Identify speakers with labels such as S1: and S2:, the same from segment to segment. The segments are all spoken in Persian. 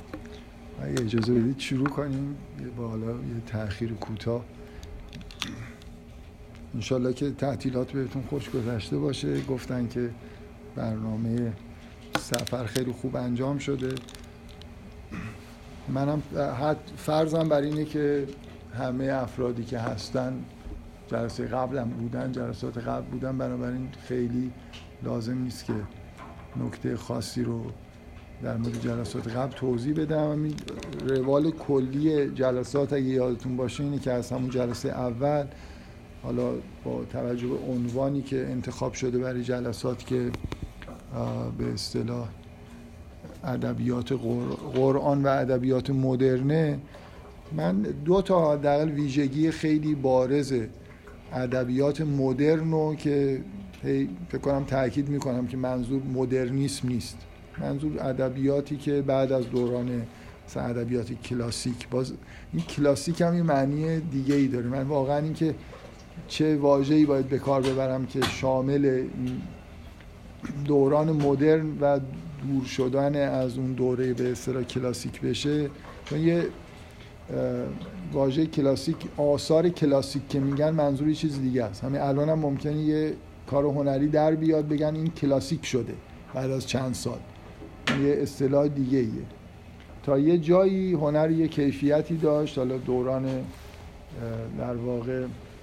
S1: اگه اجازه بدید شروع کنیم با حالا یه تأخیر کوتاه. انشالله که تعطیلات بهتون خوش گذشته باشه. گفتن که برنامه سفر خیلی خوب انجام شده. منم فرضم بر اینه که همه افرادی که هستن جلسه قبلم بودن، جلسات قبل بودن، بنابراین خیلی لازم نیست که نکته خاصی رو در مورد جلسات قبل توضیح بدم. همین روال کلی جلسات اگه یادتون باشه اینه که از همون جلسه اول، حالا با توجه به عنوانی که انتخاب شده برای جلسات که به اصطلاح ادبیات قرآن و ادبیات مدرنه، من دو تا حداقل ویژگی خیلی بارز ادبیات مدرن رو که فکر کنم تاکید میکنم که منظور مدرنیسم نیست، منظور ادبیاتی که بعد از دوران مثلا ادبیات کلاسیک، باز این کلاسیک هم یه معنی دیگه ای داره. من واقعا این که چه واژه‌ای باید به کار ببرم که شامل دوران مدرن و دور شدن از اون دوره به اصطلاح کلاسیک بشه، چون یه واژه کلاسیک، آثار کلاسیک که میگن منظور یه چیز دیگه است. همین الان هم ممکنه یه کار هنری در بیاد بگن این کلاسیک شده بعد از چند سال، یه اصطلاح دیگه ایه. تا یه جایی هنر یه کیفیتی داشت، حالا دوران در واقع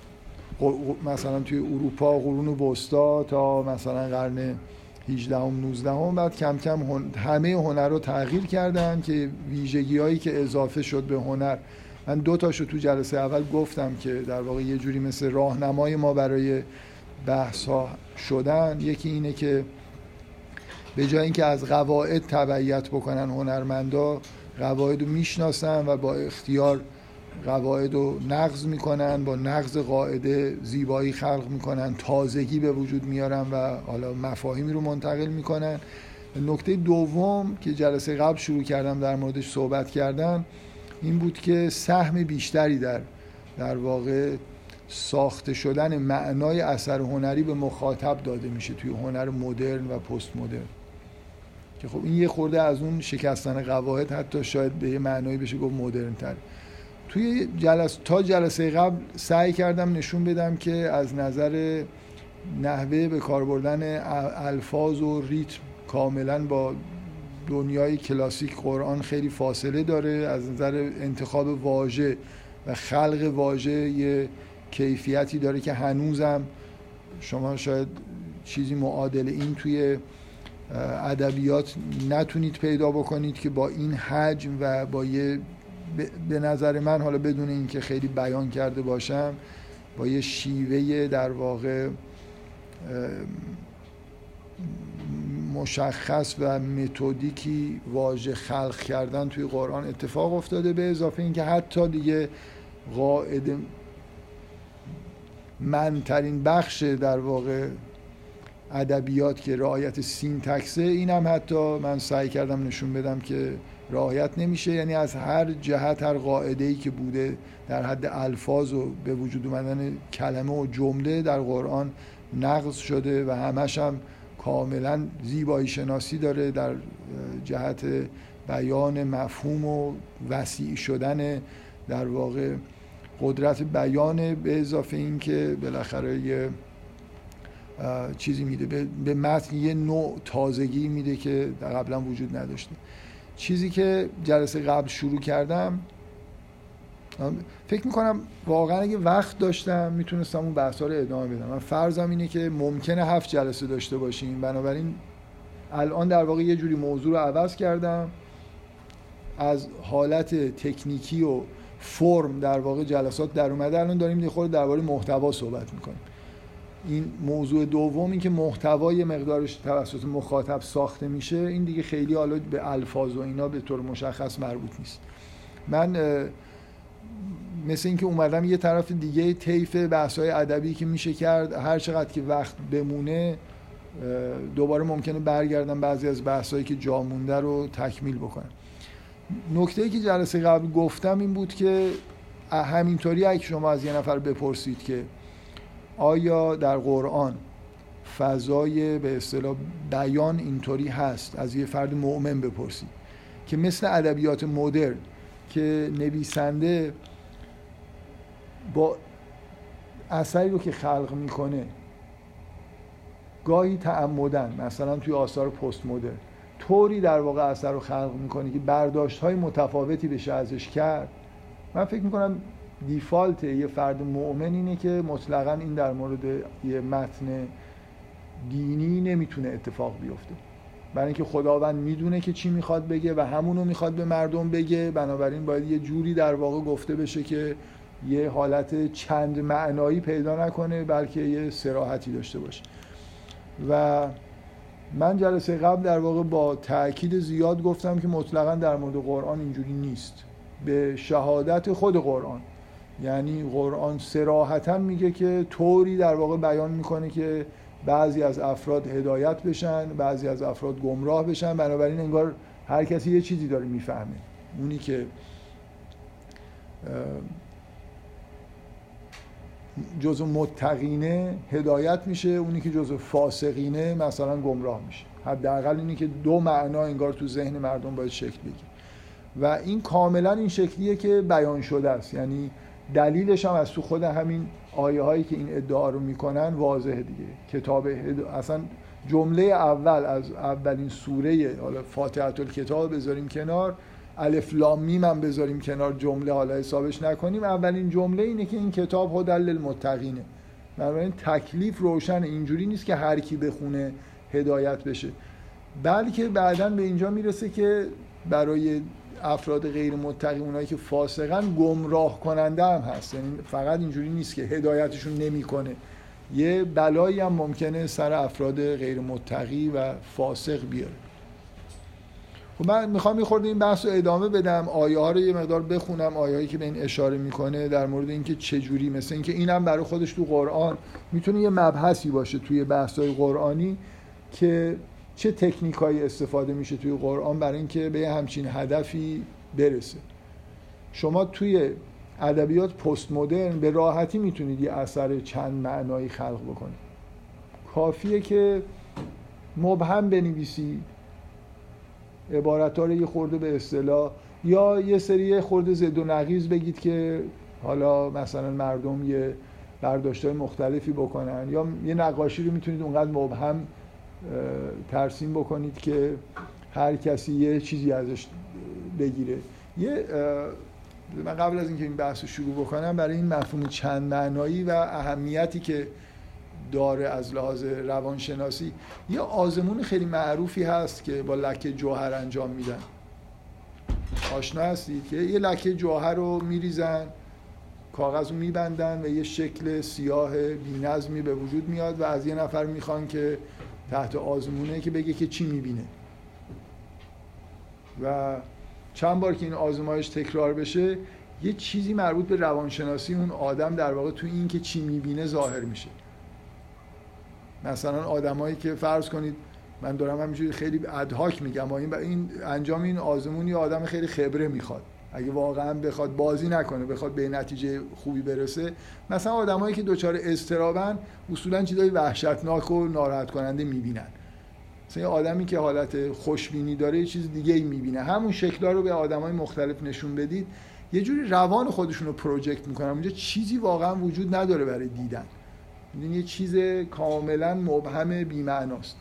S1: مثلا توی اروپا قرون وسطا تا مثلا قرن 18 19 بعد کم کم همه هنر رو تغییر کردن که ویژگی هایی که اضافه شد به هنر، من دو تاشو تو جلسه اول گفتم که در واقع یه جوری مثل راهنمای ما برای بحث ها شدن. یکی اینه که به جای اینکه از قواعد تبعیت بکنن هنرمندا قواعد رو میشناسن و با اختیار قواعد رو نقض میکنن، با نقض قاعده زیبایی خلق میکنن، تازگی به وجود میارن و حالا مفاهیمی رو منتقل میکنن. نکته دوم که جلسه قبل شروع کردم در موردش صحبت کردم این بود که سهم بیشتری در واقع ساخته شدن معنای اثر هنری به مخاطب داده میشه توی هنر مدرن و پست مدرن، که خب این یه خورده از اون شکستن قواعد حتی شاید به یه معنایی بشه گفت مدرن تر. توی جلسه قبل سعی کردم نشون بدم که از نظر نحوه به کار بردن الفاظ و ریتم کاملا با دنیای کلاسیک قرآن خیلی فاصله داره. از نظر انتخاب واژه و خلق واژه یه کیفیتی داره که هنوزم شما شاید چیزی معادل این توی ادبیات نتونید پیدا بکنید که با این حجم و با یه به نظر من، حالا بدون اینکه خیلی بیان کرده باشم، با یه شیوه در واقع مشخص و متدیکی واژه خلق کردن توی قرآن اتفاق افتاده. به اضافه اینکه حتی دیگه قاعده منترین بخش در واقع ادبیات که رعایت سینتکسه، اینم حتی من سعی کردم نشون بدم که رعایت نمیشه. یعنی از هر جهت هر قاعده‌ای که بوده در حد الفاظ و به وجود اومدن کلمه و جمله در قرآن نقض شده و همش هم کاملا زیبایی شناسی داره در جهت بیان مفهوم و وسیع شدن در واقع قدرت بیان، به اضافه این که بالاخره یه چیزی میده به متن، یه نوع تازگی میده که قبلا وجود نداشته. چیزی که جلسه قبل شروع کردم، فکر میکنم واقعا اگه وقت داشتم میتونستم اون بحثا رو ادامه بدم. من فرضم اینه که ممکنه 7 جلسه داشته باشیم، بنابراین الان در واقع یه جوری موضوع رو عوض کردم، از حالت تکنیکی و فرم در واقع جلسات در اومده، الان داریم یه خورده درباره محتوا صحبت میکنیم. این موضوع دوم، این که محتوای مقدارش توسط مخاطب ساخته میشه، این دیگه خیلی حالا به الفاظ و اینا به طور مشخص مربوط نیست. من مثل این که اومدم یه طرف دیگه طیف بحث‌های ادبی که میشه کرد، هر چقدر که وقت بمونه دوباره ممکنه برگردم بعضی از بحث‌هایی که جا مونده رو تکمیل بکنم. نکته‌ای که جلسه قبل گفتم این بود که همینطوری اگه شما از یه نفر بپرسید که آیا در قرآن فضای به اصطلاح بیان اینطوری هست، از یه فرد مؤمن بپرسید که مثل ادبیات مدرن که نویسنده با اثری رو که خلق میکنه گاهی تعمدن، مثلا توی آثار پست مدرن طوری در واقع اثر رو خلق میکنه که برداشت‌های متفاوتی بشه ازش کرد. من فکر میکنم دیفالت یه فرد مؤمن اینه که مطلقاً این در مورد یه متن دینی نمیتونه اتفاق بیفته، برای اینکه خداوند میدونه که چی میخواد بگه و همونو میخواد به مردم بگه، بنابراین باید یه جوری در واقع گفته بشه که یه حالت چند معنایی پیدا نکنه بلکه یه صراحتی داشته باشه. و من جلسه قبل در واقع با تأکید زیاد گفتم که مطلقاً در مورد قرآن اینجوری نیست، به شهادت خود قرآن. یعنی قرآن صراحتاً میگه که طوری در واقع بیان میکنه که بعضی از افراد هدایت بشن، بعضی از افراد گمراه بشن، بنابراین انگار هر کسی یه چیزی داره میفهمه. اونی که جزء متقینه هدایت میشه، اونی که جزء فاسقینه مثلا گمراه میشه. حداقل اینی که دو معنا انگار تو ذهن مردم باید شکل بگیره و این کاملا این شکلیه که بیان شده است. یعنی دلیلش هم از تو خود همین آیه هایی که این ادعا رو میکنن واضحه دیگه. کتاب اصلا جمله اول از اولین سوره، حالا فاتحه الکتاب بذاریم کنار، الف لام میم هم بذاریم کنار، جمله حالا حسابش نکنیم، اولین جمله اینه که این کتاب هدی للمتقینه. بنابراین تکلیف روشن، اینجوری نیست که هر کی بخونه هدایت بشه، بلکه بعداً به اینجا میرسه که برای افراد غیر متقی، اونایی که فاسقن، گمراه کننده هم هست. یعنی فقط اینجوری نیست که هدایتشون نمیکنه، یه بلایی هم ممکنه سر افراد غیر متقی و فاسق بیاره. خب من میخوام یه خورده این بحث رو ادامه بدم، آیه ها رو یه مقدار بخونم، آیه هایی که به این اشاره میکنه در مورد اینکه چجوری، مثل اینکه اینم برای خودش تو قرآن میتونه یه مبحثی باشه توی بحث‌های قرآنی که چه تکنیکایی استفاده میشه توی قرآن برای اینکه به همچین هدفی برسه. شما توی ادبیات پست مدرن به راحتی میتونید یه اثر چند معنایی خلق بکنید. کافیه که مبهم بنویسید، عبارت‌ها رو یه خورده به اصطلاح، یا یه سری خورده ضد و نقیض بگید که حالا مثلا مردم یه برداشت‌های مختلفی بکنن، یا یه نقاشی رو میتونید اونقدر مبهم ترسیم بکنید که هر کسی یه چیزی ازش بگیره. من قبل از اینکه این بحث رو شروع بکنم، برای این مفهوم چند معنایی و اهمیتی که داره از لحاظ روانشناسی، یه آزمون خیلی معروفی هست که با لکه جوهر انجام میدن. آشنا هستید که یه لکه جوهر رو میریزن، کاغذ رو میبندن و یه شکل سیاه بی‌نظمی به وجود میاد و از یه نفر میخوان که تحت آزمونه که بگه که چی میبینه. و چند بار که این آزمایش تکرار بشه، یه چیزی مربوط به روانشناسی اون آدم در واقع تو این که چی میبینه ظاهر میشه. مثلا آدمایی که فرض کنید، من دارم همینجوری خیلی ادهاک میگم، این انجام این آزمون یه آدم خیلی خبره میخواد، اگه واقعا بخواد بازی نکنه، بخواد به نتیجه خوبی برسه. مثلا آدمایی که دچار اضطرابن اصولا چیزای وحشتناک و ناراحت کننده میبینن. مثلا یه آدمی که حالت خوشبینی داره یه چیز دیگه ای میبینه. همون شکل‌ها رو به آدمای مختلف نشون بدید، یه جوری روان خودشون رو پروژکت میکنن. اونجا چیزی واقعا وجود نداره برای دیدن، یه چیز کاملا مبهم بی‌معناست.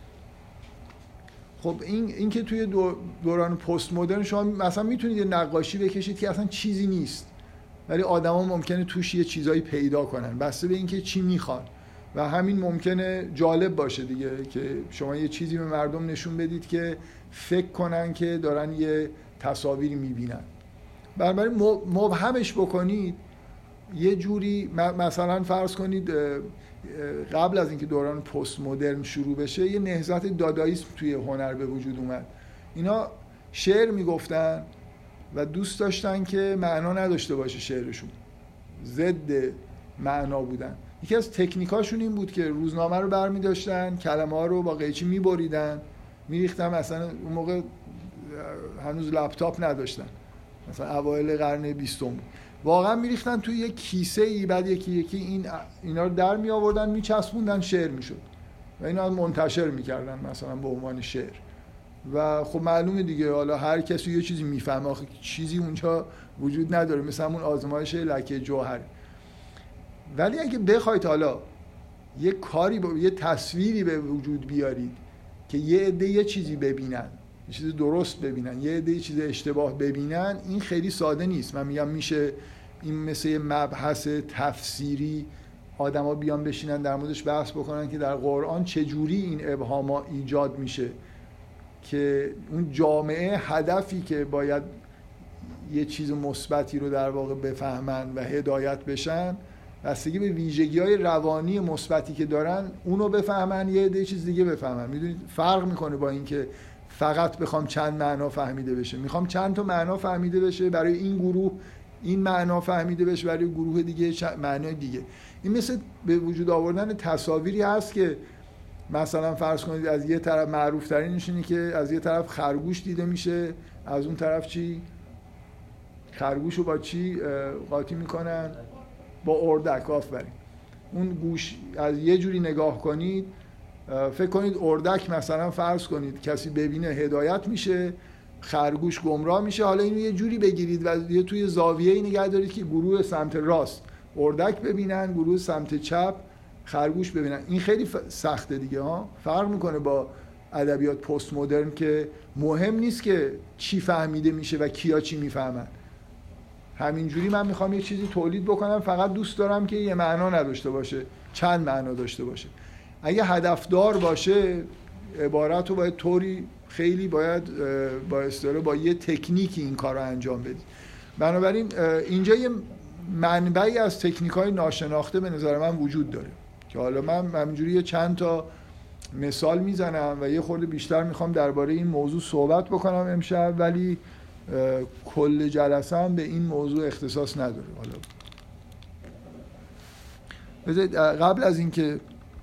S1: خب این که توی دوران پست مدرن شما مثلا میتونید یه نقاشی بکشید که اصلا چیزی نیست، ولی آدما ممکنه توش یه چیزایی پیدا کنن بسته به اینکه چی میخوان، و همین ممکنه جالب باشه دیگه که شما یه چیزی به مردم نشون بدید که فکر کنن که دارن یه تصاویری میبینن. بنابراین مبهمش بکنید یه جوری. مثلا فرض کنید قبل از اینکه دوران پست مدرن شروع بشه، یه نهضت داداییسم توی هنر به وجود اومد. اینا شعر میگفتن و دوست داشتن که معنا نداشته باشه شعرشون، ضد معنا بودن. یکی از تکنیکاشون این بود که روزنامه رو برمی داشتن، کلمه ها رو با قیچی میبریدن، میریختن. مثلا اون موقع هنوز لپتاپ نداشتن، مثلا اوایل قرن 20 بود. واقعا میریختن توی یک کیسه ای، بعد یکی اینا رو در می آوردن، میچسبوندن، شعر میشد و اینا منتشر میکردن مثلا به عنوان شعر. و خب معلومه دیگه، حالا هر کسی یه چیزی میفهمه، آخه چیزی اونجا وجود نداره، مثل همون آزمایش لکه جوهر. ولی اگه بخواید حالا یه کاری یه تصویری به وجود بیارید که یه عده یه چیزی ببینن، یه چیز درست ببینن، یه عده یه چیز اشتباه ببینن، این خیلی ساده نیست. من میگم میشه این مثل یه مبحث تفسیری آدما بیان بشینن در موردش بحث بکنن که در قرآن چجوری این ابهاما ایجاد میشه که اون جامعه هدفی که باید یه چیز مثبتی رو در واقع بفهمن و هدایت بشن، بستگی به ویژگی‌های روانی مثبتی که دارن اونو بفهمن، یه عده چیز دیگه بفهمن. میدونید فرق میکنه با اینکه فقط بخوام چند معنا فهمیده بشه. میخوام چند تا معنا فهمیده بشه برای این گروه، این معنا فهمیده بشه برای گروه دیگه معنای دیگه. این مثل به وجود آوردن تصاویری هست که مثلا فرض کنید از یه طرف معروف ترینش اینه که از یه طرف خرگوش دیده میشه، از اون طرف چی؟ خرگوش رو با چی قاطی میکنن؟ با اردک. آفرین. اون گوش از یه جوری نگاه کنید، فکر کنید اردک مثلا فرض کنید کسی ببینه هدایت میشه، خرگوش گمراه میشه. حالا اینو یه جوری بگیرید و یه توی زاویه‌ای نگه دارید که گروه سمت راست اردک ببینن، گروه سمت چپ خرگوش ببینن. این خیلی سخته دیگه ها. فرق میکنه با ادبیات پست مدرن که مهم نیست که چی فهمیده میشه و کیا چی میفهمن. همینجوری من میخوام یه چیزی تولید بکنم، فقط دوست دارم که یه معنا نداشته باشه، چند معنا داشته باشه. اگه هدفدار باشه عبارت رو باید طوری خیلی باید با یه تکنیکی این کار رو انجام بدید. بنابراین اینجا یه منبعی از تکنیک‌های ناشناخته به نظر من وجود داره که حالا من همینجوری یه چند تا مثال میزنم و یه خورده بیشتر میخوام درباره این موضوع صحبت بکنم امشب، ولی کل جلسه هم به این موضوع اختصاص نداره. حالا بذارید قبل از اینکه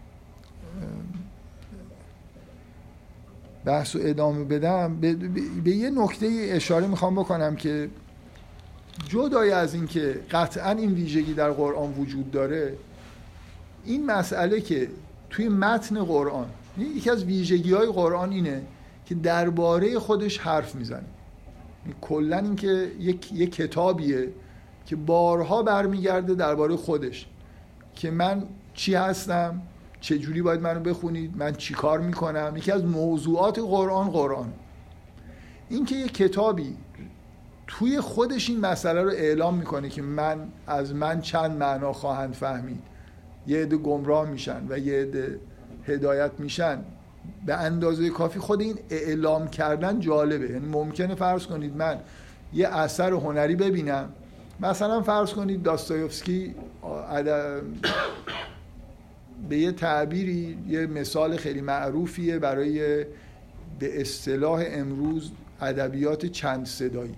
S1: بحث رو ادامه بدم به یه نکته اشاره میخوام بکنم که جدای از این که قطعا این ویژگی در قرآن وجود داره، این مسئله که توی متن قرآن یکی از ویژگی‌های قرآن اینه که درباره خودش حرف میزنه. کلا این که یک کتابیه که بارها برمیگرده درباره خودش، که من چی هستم، چه جوری باید منو بخونید، من چی کار میکنم. یکی از موضوعات قرآن این که یک کتابی توی خودش این مسئله رو اعلام میکنه که از من چند معنا خواهند فهمید، یه عده گمراه میشن و یه عده هدایت میشن. به اندازه کافی خود این اعلام کردن جالبه. یعنی ممکنه فرض کنید من یه اثر هنری ببینم، مثلا فرض کنید داستایوفسکی به یه تعبیری یه مثال خیلی معروفیه برای به اصطلاح امروز ادبیات چند صدایی،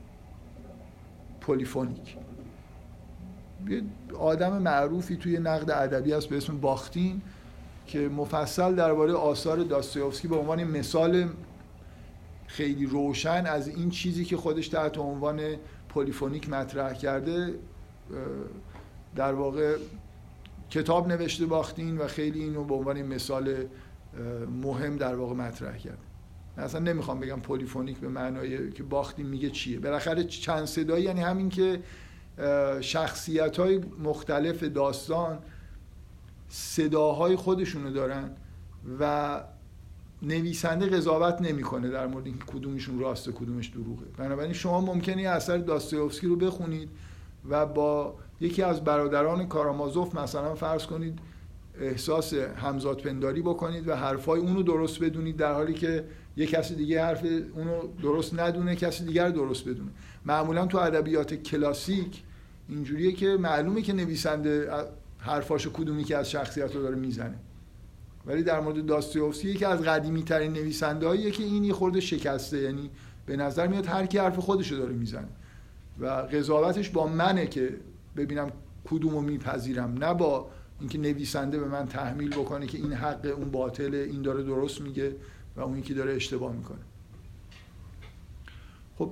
S1: پلیفونیک. یه آدم معروفی توی نقد ادبی هست به اسم باختین که مفصل درباره آثار داستایوفسکی به عنوان مثال خیلی روشن از این چیزی که خودش تحت عنوان پلیفونیک مطرح کرده در واقع کتاب نوشته باختین و خیلی اینو به عنوان مثال مهم در واقع مطرح کرده. اصلا نمیخوام بگم پلیفونیک به معنای که باختین میگه چیه. بالاخره چند صدایی یعنی همین که شخصیت‌های مختلف داستان صداهای خودشونو دارن و نویسنده قضاوت نمیکنه در مورد اینکه کدومشون راسته کدومش دروغه. بنابراین شما ممکنه یه اثر داستایوفسکی رو بخونید و با یکی از برادران کارامازوف مثلا فرض کنید احساس همزادپنداری بکنید و حرفای اونو درست بدونید، در حالی که یک کسی دیگه حرف اونو درست ندونه، کسی دیگر درست بدونه. معمولا تو ادبیات کلاسیک اینجوریه که معلومه که نویسنده حرفاشو کدومی که از شخصیت رو داره میزنه، ولی در مورد داستایوفسکی که از قدیمی ترین نویسنده‌ایه که این یه خورده شکسته، یعنی به نظر میاد هر کی حرف خودشو داره میزنه و قضاوتش با منه که ببینم کدومو میپذیرم، نه با اینکه نویسنده به من تحمیل بکنه که این حق اون باطله، این داره درست میگه و اون یکی داره اشتباه میکنه. خب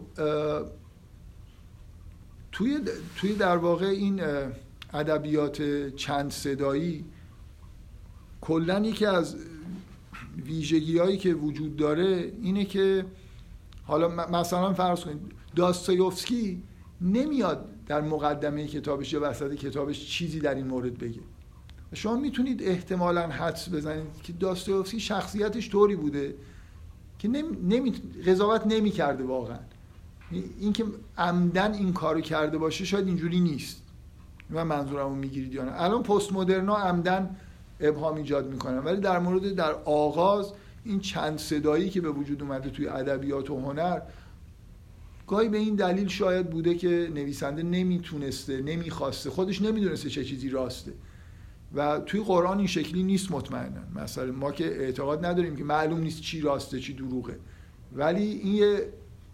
S1: توی در واقع این ادبیات چند صدایی کلاً یکی از ویژگی‌هایی که وجود داره اینه که حالا مثلا فرض کنید داستایوفسکی نمیاد در مقدمه کتابش یا وسط کتابش چیزی در این مورد بگه. شما میتونید احتمالاً حدس بزنید که داستایوفسکی شخصیتش طوری بوده که قضاوت نمی‌کرده واقعا. اینکه عمدن این کارو کرده باشه شاید اینجوری نیست. من منظورمو میگیرید یا نه؟ الان پست مدرنا عمدن ابهام ایجاد میکنن، ولی در مورد در آغاز این چند صدایی که به وجود اومده توی ادبیات و هنر گاهی به این دلیل شاید بوده که نویسنده نمیتونسته، نمیخواسته، خودش نمیدونسته چه چیزی راسته. و توی قرآن این شکلی نیست مطمئنا. مثلا ما که اعتقاد نداریم که معلوم نیست چی راسته چی دروغه، ولی این یه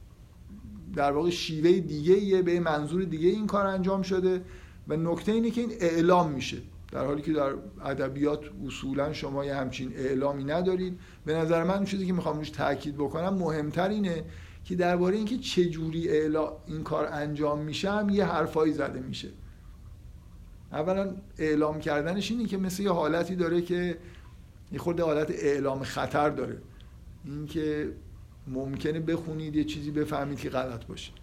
S1: در واقع شیوه دیگه یه به منظور دیگه این کار انجام شده. و نکته اینه که این اعلام میشه، در حالی که در ادبیات اصولا شما یه همچین اعلامی ندارید. به نظر من چیزی که میخوام روش تاکید بکنم مهمتر اینه که درباره اینکه چه جوری این کار انجام میشه هم یه حرفایی زده میشه. اولا اعلام کردنش اینه که مثل یه حالتی داره که یه خورده حالت اعلام خطر داره، اینکه ممکنه بخونید یه چیزی بفهمید که غلط باشه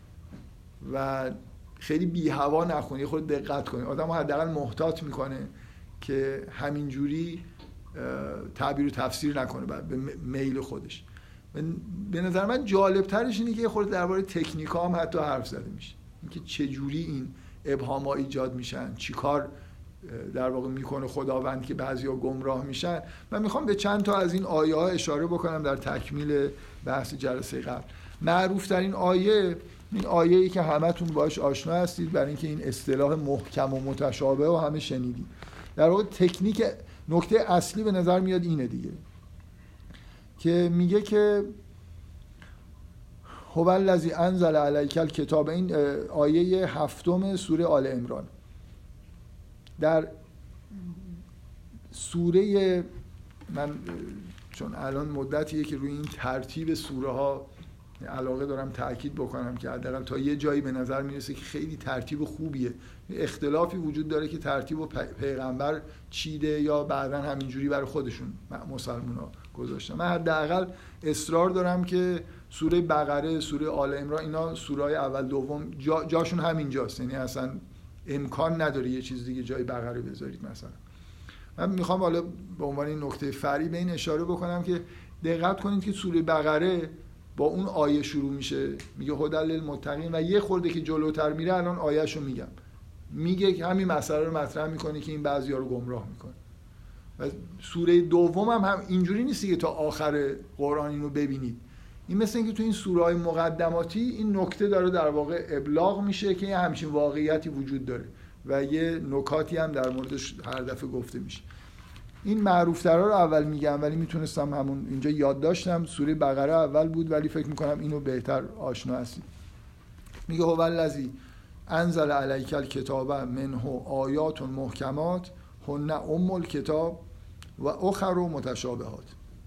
S1: و خیلی بی هوا نخونید، خود دقت کنید. آدمو حداقل محتاط میکنه که همینجوری تعبیر و تفسیر نکنه به میل خودش. به نظر من جالب ترش اینه که یه خورده درباره تکنیکا هم حتی حرف زده میشه، اینکه چه جوری این ابهام‌ها ایجاد میشن، چیکار در واقع میکنه خداوند که بعضیا گمراه میشن. من میخوام به چند تا از این آیه ها اشاره بکنم در تکمیل بحث جلسه قبل. معروف ترین آیه این آیه‌ای که همتون باهاش آشنا هستید، برای اینکه این اصطلاح محکم و متشابه و همه شنیدید. در واقع تکنیک نکته اصلی به نظر میاد اینه دیگه، که میگه که هو الذی انزل علیک الکتاب. این آیه 7 سوره آل عمران. در سوره من چون الان مدتیه که روی این ترتیب سوره ها علاقه دارم تأکید بکنم که حداقل تا یه جایی به نظر میرسه که خیلی ترتیب خوبیه. اختلافی وجود داره که ترتیب و پیغمبر چیده یا بعداً همینجوری برای خودشون مسلمونا گذاشتن. من حداقل اصرار دارم که سوره بقره، سوره آل عمران، اینا سوره‌های اول دوم جاشون همینجاست، یعنی اصلا امکان نداره یه چیز دیگه جای بقره بذارید. مثلا من میخوام حالا به عنوان این نکته فرعی به این اشاره بکنم که دقت کنید که سوره بقره با اون آیه شروع میشه، میگه هدی للمتقین، و یه خورده که جلوتر میره الان آیه‌شو میگه که همین مسئله رو مطرح میکنه که این بعضیا رو گمراه میکنه. و سوره دوم هم اینجوری نیست که تا آخر قرآن اینو ببینید. این مثل اینکه تو این سوره‌های مقدماتی این نکته داره در واقع ابلاغ میشه که یه همچین واقعیتی وجود داره و یه نکاتی هم در موردش هر دفعه گفته میشه. این معروف‌ترا رو اول میگم، ولی میتونستم همون اینجا یاد داشتم سوره بقره اول بود، ولی فکر میکنم اینو بهتر آشنا هستید. میگه هو الذی انزل علیک الکتاب منه آیات محکمات هن ام الکتاب و اخر متشابهات.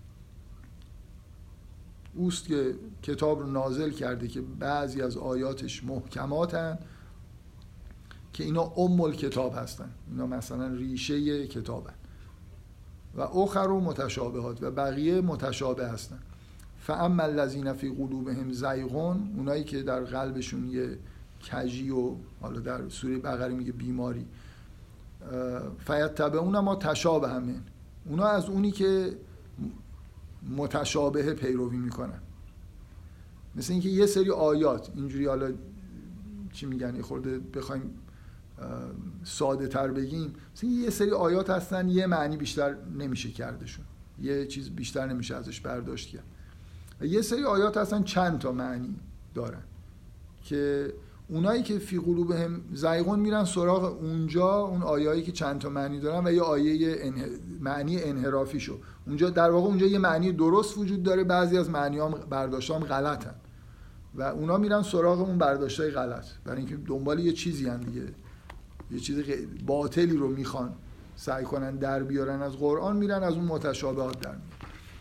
S1: اوست که کتاب رو نازل کرده که بعضی از آیاتش محکماتن که اینا ام الکتاب هستن، اینا مثلا ریشه کتابن، و اخر متشابهات و بقیه متشابه هستن. فاما الذین فی قلوبهم زیغ، اونایی که در قلبشون یه کجی و حالا در سوره بقره میگه بیماری، فیتبعون ما تشابه همین، اونا از اونی که متشابه پیروی میکنن. مثل اینکه یه سری آیات اینجوری، حالا چی میگن یه خورده بخوایم ساده تر بگیم، مثل یه سری آیات هستن یه معنی بیشتر نمیشه کردشون، یه چیز بیشتر نمیشه ازش برداشت کرد، و یه سری آیات هستن چند تا معنی دارن که اونایی که فی قلوبهم زیغون میرن سراغ اونجا اون آیایی که چند تا معنی دارن و یه آیه معنی انحرافی شو اونجا، در واقع اونجا یه معنی درست وجود داره، بعضی از معنیام برداشتام غلطن و اونا میرن سراغ اون برداشتای غلط، برای اینکه دنبال یه چیزی ان دیگه، یه چیز باطلی رو میخوان سعی کنن در بیارن از قرآن، میرن از اون متشابهات در میارن.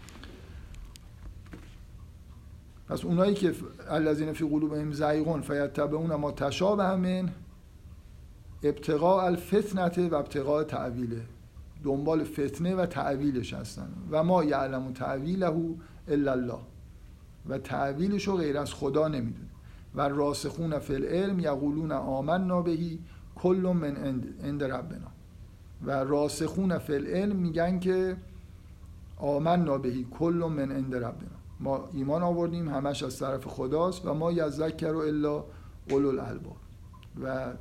S1: پس اونایی که الذین فی قلوبهم زیغ فیتبعون ما تشابه منه ابتغاء الفتنه و ابتغاء تأویله، دنبال فتنه و تعویلش هستن و ما یعلم تعویله الا الله و تعویلش رو غیر از خدا نمیدونه و راسخون فی العلم یقولون آمنا به کل من عند ربنا و راسخون فی العلم میگن که آمنا به کل من عند ربنا ما ایمان آوردیم همش از طرف خداست و ما یذکر الا اولو الالباب و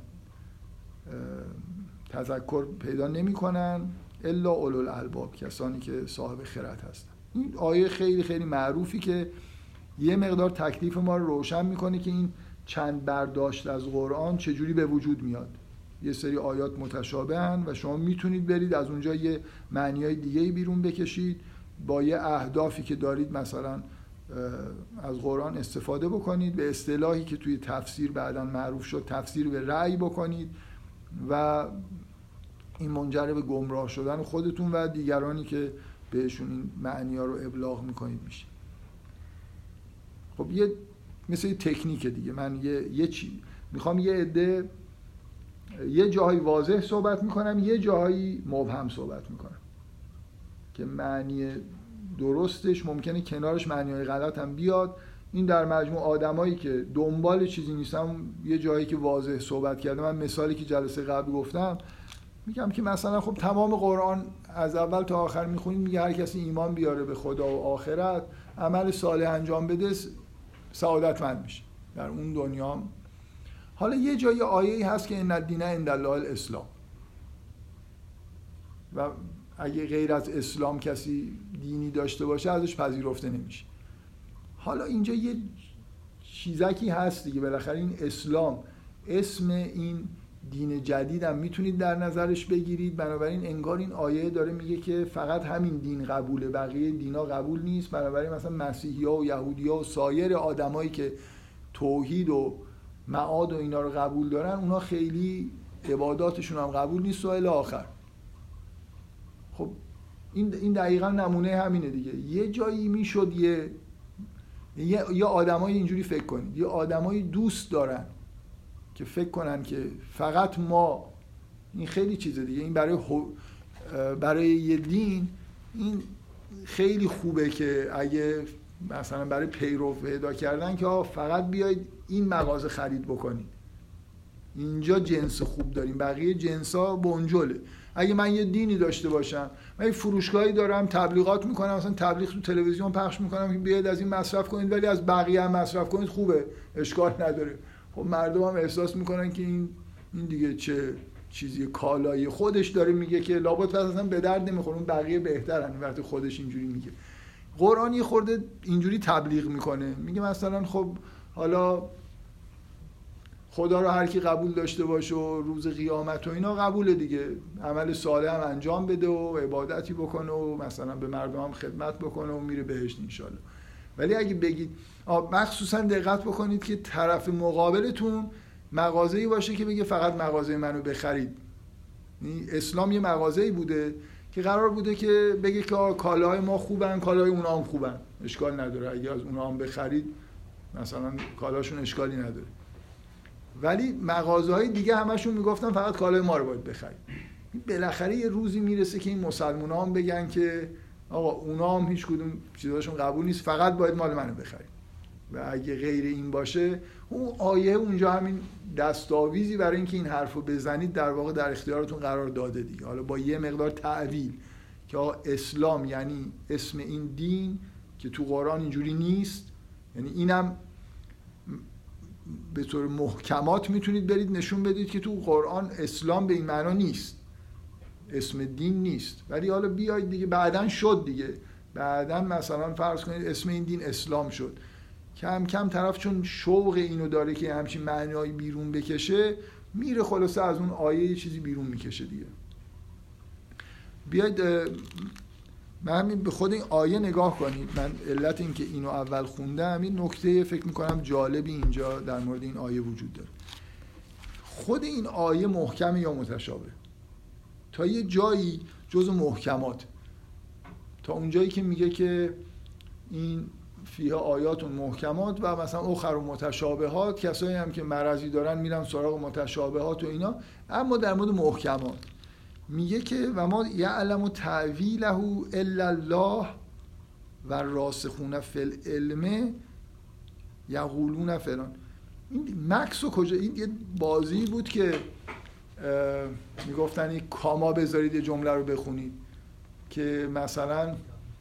S1: تذکر پیدا نمی‌کنن الا اولو الالباب کسانی که صاحب خرد هستن. این آیه خیلی خیلی معروفی که یه مقدار تکلیف ما رو روشن میکنه که این چند برداشت از قرآن چجوری به وجود میاد. یه سری آیات متشابهن و شما میتونید برید از اونجا یه معنیای دیگه‌ای بیرون بکشید با یه اهدافی که دارید مثلا از قرآن استفاده بکنید، به اصطلاحی که توی تفسیر بعداً معروف شد تفسیر به رأی بکنید و این منجر به گمراه شدن خودتون و دیگرانی که بهشون این معنی‌ها رو ابلاغ میکنید میشه. خب یه مثل یه تکنیک دیگه، من میخوام یه عده یه جایی واضح صحبت میکنم، یه جایی مبهم صحبت میکنم که معنی درستش ممکنه کنارش معنی‌های غلط هم بیاد. این در مجموع آدمایی که دنبال چیزی نیستن، یه جایی که واضح صحبت کردم. من مثالی که جلسه قبل گفتم میگم که مثلا خب تمام قرآن از اول تا آخر میخونید میگه هر کسی ایمان بیاره به خدا و آخرت، عمل صالح انجام بده، سعادتمند میشه در اون دنیا. حالا یه جایی آیه‌ای هست که ان الدین عند الله الاسلام و اگه غیر از اسلام کسی دینی داشته باشه ازش پذیرفته نمیشه. حالا اینجا یه چیزکی هست دیگه، بالاخره این اسلام اسم این دین جدیدم میتونید در نظرش بگیرید. بنابراین انگار این آیه داره میگه که فقط همین دین قبوله، بقیه دینا قبول نیست. بنابراین مثلا مسیحی‌ها و یهودی‌ها و سایر آدمایی که توحید و معاد و اینا رو قبول دارن، اونا خیلی عباداتشون هم قبول نیست و الی آخر. خب این دقیقاً نمونه همینه دیگه. یه جایی میشد یه آدمایی اینجوری فکر کنید، یه آدمایی دوست دارن که فکر کنن که فقط ما، این خیلی چیزه دیگه، این برای یه دین این خیلی خوبه که اگه مثلا برای پیرو پیدا کردن که فقط بیاید این مغازه خرید بکنید، اینجا جنس خوب داریم، بقیه جنسا بنجله. اگه من یه دینی داشته باشم، من یه فروشگاهی دارم تبلیغات میکنم، مثلا تبلیغ تو تلویزیون پخش میکنم که بیاید از این مصرف کنید ولی از بقیه هم مصرف کنید، خوبه، اشکال نداره. خب مردم هم احساس میکنن که این دیگه چه چیزی، کالایی خودش داره میگه که لابد پس اصلا به درد نمیخوره، اون بقیه بهترن وقتی خودش اینجوری میگه. قرآن یه خورده اینجوری تبلیغ میکنه، میگه مثلا خب حالا خدا رو هر کی قبول داشته باشه و روز قیامت و اینا قبوله دیگه، عمل صالح هم انجام بده و عبادتی بکنه و مثلا به مردم هم خدمت بکنه و میره بهشت انشالله. ولی اگه بگید مخصوصا دقت بکنید که طرف مقابلتون مغازه‌ای باشه که بگه فقط مغازه منو بخرید. اسلام یه مغازه‌ای بوده که قرار بوده که بگه که کالاهای ما خوبن، کالاهای اونا هم خوبن، اشکال نداره اگه از اونا هم بخرید، مثلا کالاشون اشکالی نداره. ولی مغازه‌های دیگه همشون میگفتن فقط کالای ما رو باید بخرید. بالاخره یه روزی میرسه که این مسلمان‌ها هم بگن که آقا اونا هم هیچ کدوم چیزاشون قبول نیست، فقط باید مال منو بخرید. و اگه غیر این باشه، اون آیه اونجا همین دستاویزی برای اینکه این حرفو بزنید در واقع در اختیارتون قرار داده دیگه. حالا با یه مقدار تعویل که آقا اسلام یعنی اسم این دین که تو قرآن اینجوری نیست، یعنی اینم به طور محکمات میتونید برید نشون بدید که تو قرآن اسلام به این معنا نیست، اسم دین نیست. ولی حالا بیاید دیگه، بعدن شد دیگه، بعدن مثلا فرض کنید اسم این دین اسلام شد، کم کم طرف چون شوق اینو داره که همچین معنایی بیرون بکشه، میره خلاصه از اون آیه یه چیزی بیرون میکشه دیگه. بیاید من به خود این آیه نگاه کنید. من علت این که اینو اول خوندم، این نکته فکر میکنم جالبی اینجا در مورد این آیه وجود داره. خود این آیه محکمه یا متشابه؟ تا یه جایی جزء محکمات، تا اونجایی که میگه که این فیها آیاتون محکمات و مثلا اخر و متشابهات، کسایی هم که مرضی دارن میرن سراغ متشابهات و اینا. اما در مورد محکمات میگه که و ما یعلم تعویله الا الله و راسخون فی العلم یقولون فلان. این مکس و کجا، این یه بازی بود که میگفتن این کاما بذارید یه جمله رو بخونید که مثلا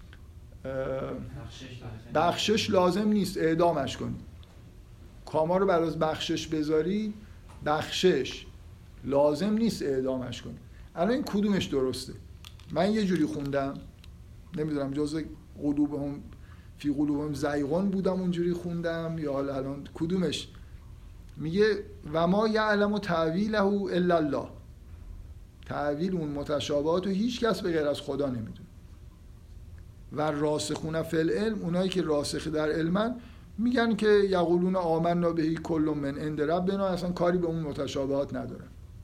S1: بخشش لازم نیست اعدامش کنید، کاما رو بعد از بخشش بذارید بخشش لازم نیست اعدامش کنید. الان این کدومش درسته؟ من یه جوری خوندم، نمیدونم جزء قلوبهم فی قلوبهم زیغون بودم اونجوری خوندم یا الان کدومش. میگه و ما یعلم تعویله الا الله، تعویل اون متشابهات رو هیچ کس به غیر از خدا نمیدونه. و راسخون فی العلم، اونایی که راسخ در علمن میگن که یقولون آمنا به کل من عند ربنا، اصلا کاری به اون متشابهات ندارن.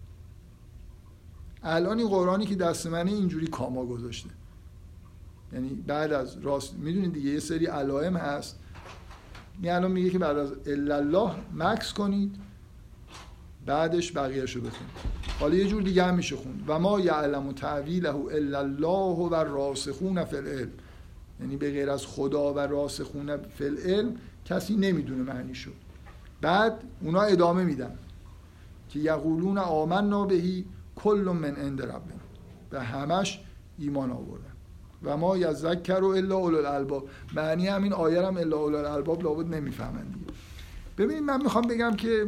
S1: الان این قرآنی که دست منه اینجوری کاما گذاشته، یعنی بعد از راست میدونید دیگه یه سری علائم هست، الان میگه که بعد از الا الله مکس کنید بعدش بقیه‌شو بخونید. حالا یه جور دیگه هم میشه خوند و ما یعلم تعویله الا الله و راسخون فی العلم، یعنی به غیر از خدا و راسخون فی العلم کسی نمیدونه معنیشو. بعد اونا ادامه میدن که یقولون آمنا بهی کل من عند ربنا، به همش ایمان آوردن. و ما یذکر الا اولو الالباب، معنی همین آیه هم الا اولو الالباب لابد نمیفهمن دیگه. ببینید من میخوام بگم که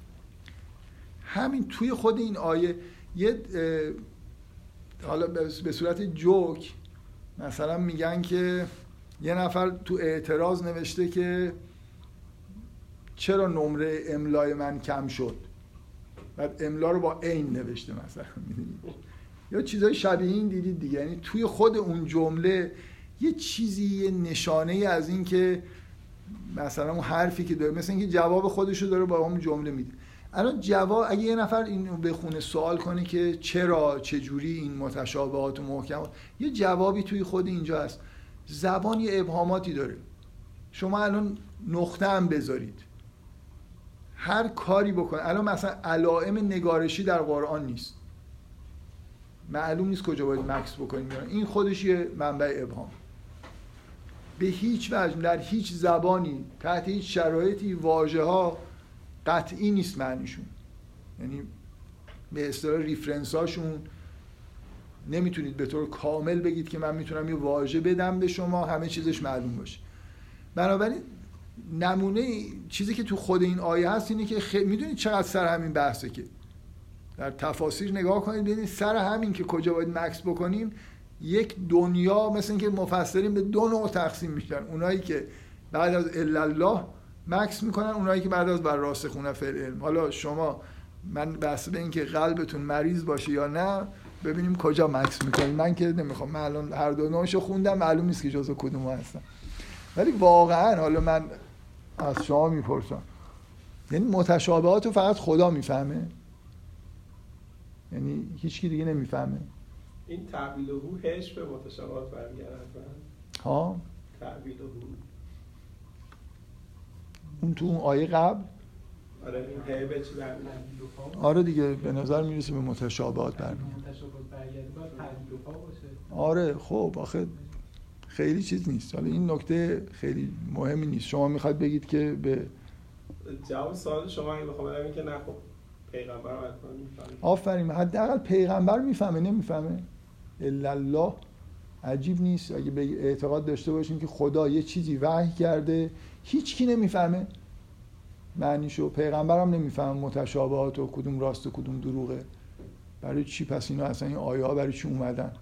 S1: همین توی خود این آیه یه حالا به صورت جوک مثلا میگن که یه نفر تو اعتراض نوشته که چرا نمره املای من کم شد، بعد املا رو با عین نوشته مثلا، میدونید یا چیزای شبیه این دیدید دیگه. یعنی توی خود اون جمله یه چیزی، یه نشانه ای از این که مثلا اون حرفی که داره مثلا اینکه جواب خودشو داره با اون جمله میده. الان جواب اگه یه نفر اینو بخونه سوال کنه که چرا چجوری این متشابهات و محکمات، یه جوابی توی خود اینجا هست. زبان یه ابهاماتی داره. شما الان نقطه هم بذارید، هر کاری بکنه، الان مثلا علائم نگارشی در قرآن نیست، معلوم نیست کجا باید مکس بکنیم، این خودش یه منبع ابهام. به هیچ وجه در هیچ زبانی تحت هیچ شرایطی واژه ها قطعی نیست معنیشون، یعنی به اصطلاح ریفرنس هاشون نمیتونید به طور کامل بگید که من میتونم یه واژه بدم به شما همه چیزش معلوم باشه. بنابراین نمونه چیزی که تو خود این آیه هست اینه که میدونید چقدر سر همین بحثه که در تفاسیر نگاه کنید ببینید سر همین که کجا باید مکس بکنیم یک دنیا، مثل اینکه مفسرین به دو نوع تقسیم میشن، اونایی که بعد از الا الله مکس میکنن، اونایی که بعد از بر راسخون فی العلم. حالا شما من بحث به این که قلبتون مریض باشه یا نه ببینیم کجا مکس میکنید. من که نمیخوام، من الان هر دو نوعشو خوندم معلوم نیست که جزو کدوم هستم، ولی واقعا حالا من از شما میپرسم، یعنی متشابهات رو فقط خدا میفهمه؟ یعنی هیچ کی دیگه نمیفهمه؟
S2: این تعبیل و هو هش به متشابهات برمیگردن.
S1: ها؟
S2: تعبیل و هو
S1: اون تو اون آیه قبل؟
S2: آره این هی به چی برمیگردن؟
S1: آره دیگه به نظر میرسه به متشابهات برمیگردن. آره خب آخه خیلی چیز نیست. حالا این نکته خیلی مهمی نیست. شما میخواد بگید که به
S2: جواب سوال شما اگه بخوام بگم که نه خب پیغمبر حتما میفهمه.
S1: آفرین، حداقل پیغمبر میفهمه. نمیفهمه الا الله عجیب نیست اگه به اعتقاد داشته باشیم که خدا یه چیزی وحی کرده هیچ کی نمیفهمه معنیشو، پیغمبر هم نمیفهمه متشابهات و کدوم راست و کدوم دروغه. برای چی پس اینا اصلا این آیه ها برای چی اومدن؟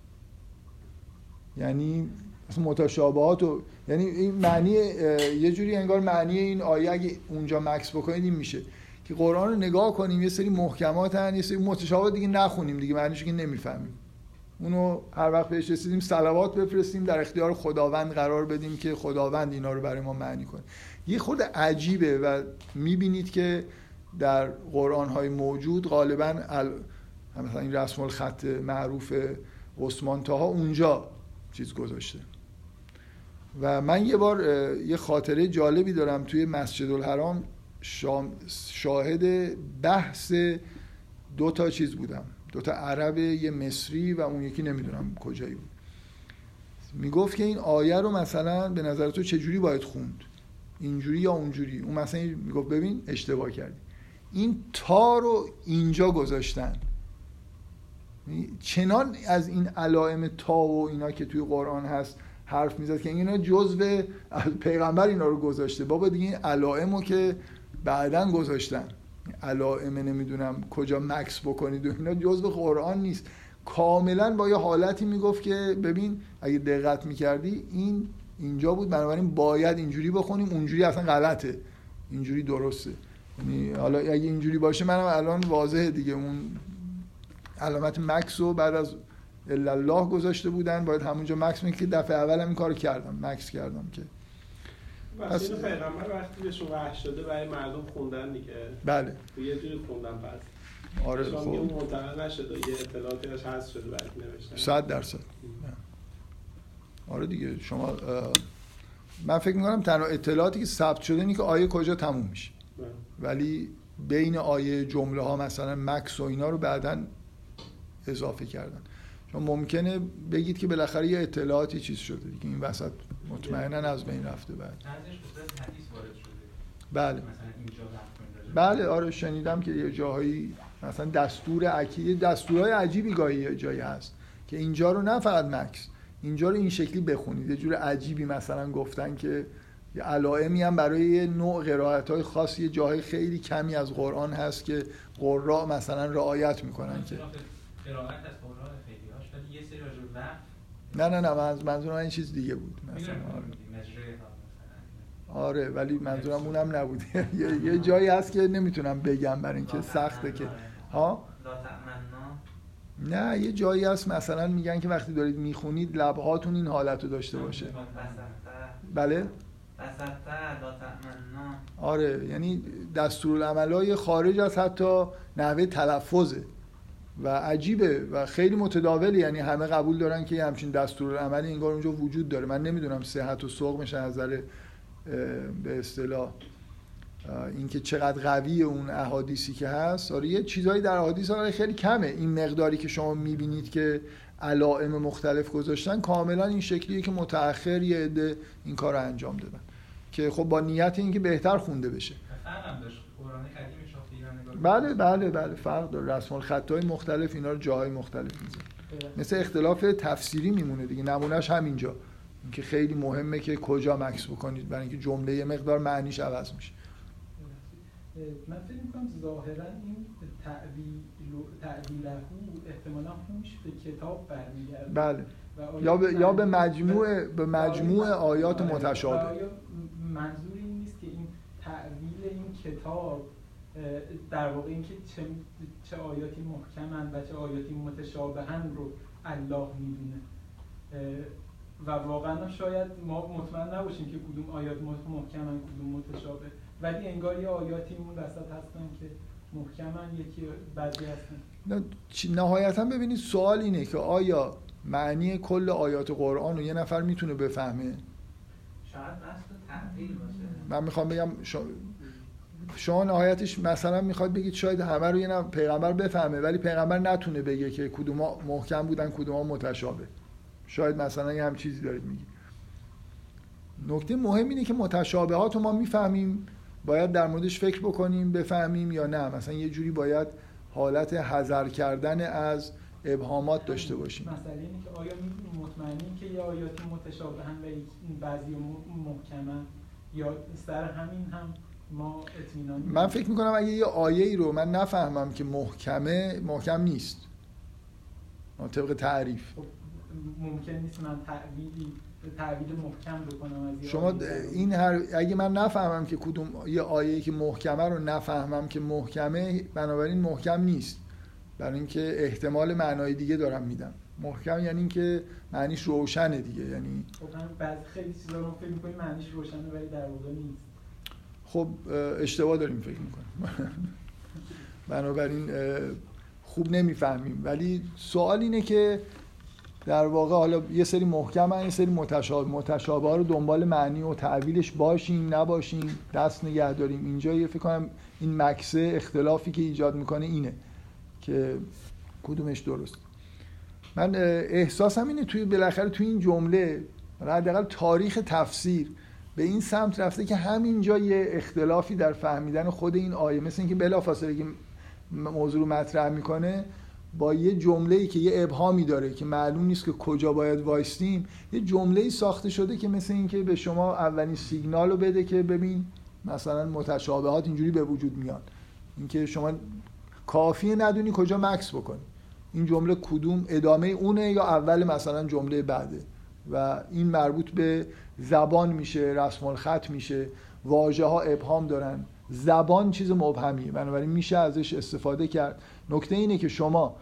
S1: یعنی اصلا متشابهات و یعنی این معنی یه جوری انگار معنی این آیه اگه اونجا مکس بکنید این میشه که قرآن رو نگاه کنیم یه سری محکمات هن، یه سری متشابهات دیگه نخونیم دیگه معنیشو که نمیفهمیم، اونو هر وقت بهش رسیدیم صلوات بفرستیم در اختیار خداوند قرار بدیم که خداوند اینا رو برای ما معنی کنه. یه خود عجیبه و میبینید که در قرآن‌های موجود غالباً مثلا این رسم الخط معروف عثمان طاها اونجا چیز گذاشته. و من یه بار یه خاطره جالبی دارم توی مسجد الحرام شاهد بحث دو تا چیز بودم، دوتا عرب، یه مصری و اون یکی نمیدونم کجایی بود. میگفت که این آیه رو مثلا به نظر تو چجوری باید خوند، اینجوری یا اونجوری؟ اون مثلا میگفت ببین اشتباه کردی، این تا رو اینجا گذاشتن، چنان از این علائم تا و اینا که توی قرآن هست حرف میزد که اینا جزء پیغمبر اینا رو گذاشته. بابا دیگه این علائمو که بعدن گذاشتن، علائم نمیدونم کجا مکس بکنید و اینا جزء قرآن نیست. کاملا با یه حالتی میگفت که ببین اگه دقت میکردی این اینجا بود، بنابراین باید اینجوری بخونیم، اونجوری اصلا غلطه، اینجوری درسته. یعنی حالا اگه اینجوری باشه منم الان واضحه دیگه، اون علامت مکس رو بعد از الا الله گذاشته بودن، باید همونجا مکس میگه که دفعه اولم این کارو کردم، مکس کردم که
S2: واسه اینو پیغمبر وقتی بهشون وحی شده برای مردم خوندن دیگه.
S1: بله
S2: یه جوری خوندن پس.
S1: آره خب
S2: اون منتقل نشده، یه اطلاعاتی ازش حذف شده برای نوشتن.
S1: 100%. آره دیگه شما من فکر می‌کنم تنها اطلاعاتی که ثبت شده اینه که آیه کجا تموم میشه، ولی بین آیه جمله ها مثلا مکس و اینا رو بعداً اضافه کردن. چون ممکنه بگید که بالاخره یه اطلاعاتی چیز شده دیگه این وسط مطمئنا از بین رفته. بله بله آره شنیدم که یه جاهایی مثلا دستور عقیده، دستورهای عجیبی گاهی یه جایی هست که اینجا رو نه فقط مکس، اینجا رو این شکلی بخونید، یه جور عجیبی مثلا گفتن که یه علائمی هم برای یه نوع قرائت‌های خاص یه جاهای خیلی کمی از قرآن هست که قراء مثلا رعایت میکنن که
S3: قرائت از قرآن خیلی هاش، ولی یه سری
S1: نه
S3: راجع
S1: منظورم این چیز دیگه بود مثلا. آره ولی منظورم اونم نبود. یه جایی هست که نمیتونم بگم برای اینکه سخته که ها نه، یه جایی هست مثلا میگن که وقتی دارید میخونید لبهاتون این حالت رو داشته باشه. بله آره یعنی دستورالعملای خارج از حتی نحوه تلفظه و عجیبه و خیلی متداوله، یعنی همه قبول دارن که همچین دستورالعملی انگار اونجا وجود داره. من نمیدونم صحت و سقمش از نظر به اصطلاح اینکه چقدر قویه اون احادیثی که هست. آره یه چیزایی در احادیث خیلی کمه، این مقداری که شما میبینید که علائم مختلف گذاشتن کاملا این شکلیه که متأخر یه عده این کار رو انجام دادن که خب با نیت اینکه بهتر خونده بشه. بله فرق داره، رسم الخطای مختلف اینا رو جاهای مختلف میذارن، مثل اختلاف تفسیری میمونه دیگه. نمونهش همینجا که خیلی مهمه که کجا مکس بکنید برای اینکه جمله یه مقدار معنیش عوض میشه.
S4: من فکر می‌کنم ظاهراً این تعویله احتمالاً خوش به کتاب برمیگرده.
S1: بله یا به مجموع آیات متشابه.
S4: منظور این نیست که این تعویل این کتاب در واقع این که چه آیاتی محکمن و چه آیاتی متشابهن رو الله میدونه و واقعا شاید ما مطمئن نباشیم که کدوم آیات محکمن کدوم متشابه، ولی انگار یه آیاتی اون وسط هستن که محکمن، یکی بعضی هستن.
S1: نهایتا ببینید سوال اینه که آیا معنی کل آیات قرآن رو یه نفر میتونه بفهمه؟
S3: شاید اصل تعبیر باشه.
S1: من میخوام بگم شما نهایتش مثلا میخواد بگید شاید همه رو یه پیغمبر بفهمه ولی پیغمبر نتونه بگه که کدوما محکم بودن کدوما متشابه. شاید مثلا یه هم چیزی دارید میگید. نکته مهم اینه که متشابهات رو ما میفهمیم، باید در موردش فکر بکنیم بفهمیم یا نه مثلا یه جوری باید حالت حذر کردن از ابهامات داشته باشیم.
S4: مسئله اینه که آیا مطمئنیم که یه آیاتی متشابهن و بعضی محکمن یا سر همین هم ما اطمینان؟
S1: من فکر میکنم اگه یه آیه‌ای رو من نفهمم که محکم نیست طبق تعریف،
S4: ممکن نیست من تعبیر محکم بکنم از
S1: شما این اگه من نفهمم که کدوم یه آیه‌ای که محکمه رو نفهمم که محکمه، بنابراین محکم نیست، برای اینکه احتمال معنای دیگه دارم میدم. محکم یعنی اینکه معنیش روشنه دیگه، یعنی
S4: خب بعضی خیلی چیزا رو فکر می‌کنیم معنیش روشنه ولی در واقع نیست.
S1: خب اشتباه داریم فکر می‌کنیم. بنابراین خوب نمیفهمیم. ولی سوال اینه که در واقع حالا یه سری محکمن یه سری متشابه ها رو دنبال معنی و تعویلش باشیم نباشیم دست نگه داریم. اینجا فکر کنم این مکسه اختلافی که ایجاد میکنه اینه که کدومش درست. من احساسم اینه توی بالاخره توی این جمله حداقل تاریخ تفسیر به این سمت رفته که همینجا یه اختلافی در فهمیدن خود این آیه، مثل اینکه بلافاصله که موضوع رو مطرح میکنه با یه جمله‌ای که یه ابهامی داره که معلوم نیست که کجا باید وایستیم، یه جمله‌ای ساخته شده که مثل اینکه به شما اولین سیگنال رو بده که ببین مثلا متشابهات اینجوری به وجود میان، اینکه شما کافیه ندونی کجا مکث بکنی، این جمله کدوم ادامه اونه یا اول مثلا جمله بعده، و این مربوط به زبان میشه، رسم الخط میشه، واژه ها ابهام دارن، زبان چیز مبهمیه، بنابراین میشه ازش استفاده کرد. نکته اینه که شما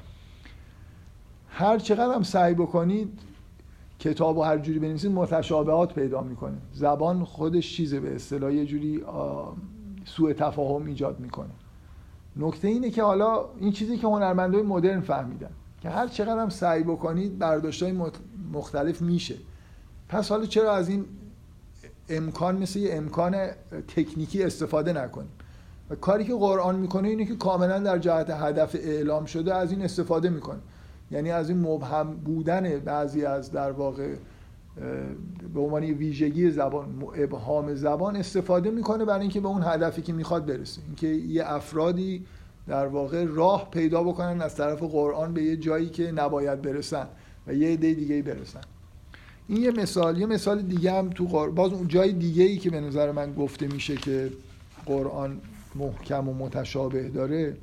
S1: هر چقدر هم سعی بکنید کتاب و هر جوری بنویسید متشابهات پیدا میکنه، زبان خودش چیزه به اصطلاح یه جوری سوء تفاهم ایجاد میکنه. نکته اینه که حالا این چیزی که هنرمندای مدرن فهمیدن که هر چقدر هم سعی بکنید برداشت‌های مختلف میشه، پس حالا چرا از این امکان مثل یه امکان تکنیکی استفاده نکنیم؟ و کاری که قرآن میکنه اینه که کاملا در جهت هدف اعلام شده از این استفاده میکنه، یعنی از این مبهم بودن بعضی از در واقع به عنوان ویژگی زبان، ابهام زبان استفاده میکنه برای اینکه به اون هدفی که میخواد برسه، اینکه یه افرادی در واقع راه پیدا بکنن از طرف قرآن به یه جایی که نباید برسن و یه عده دیگه‌ای برسن. این یه مثال دیگه هم تو باز اون جای دیگه‌ای که به نظر من گفته میشه که قرآن محکم و متشابه داره،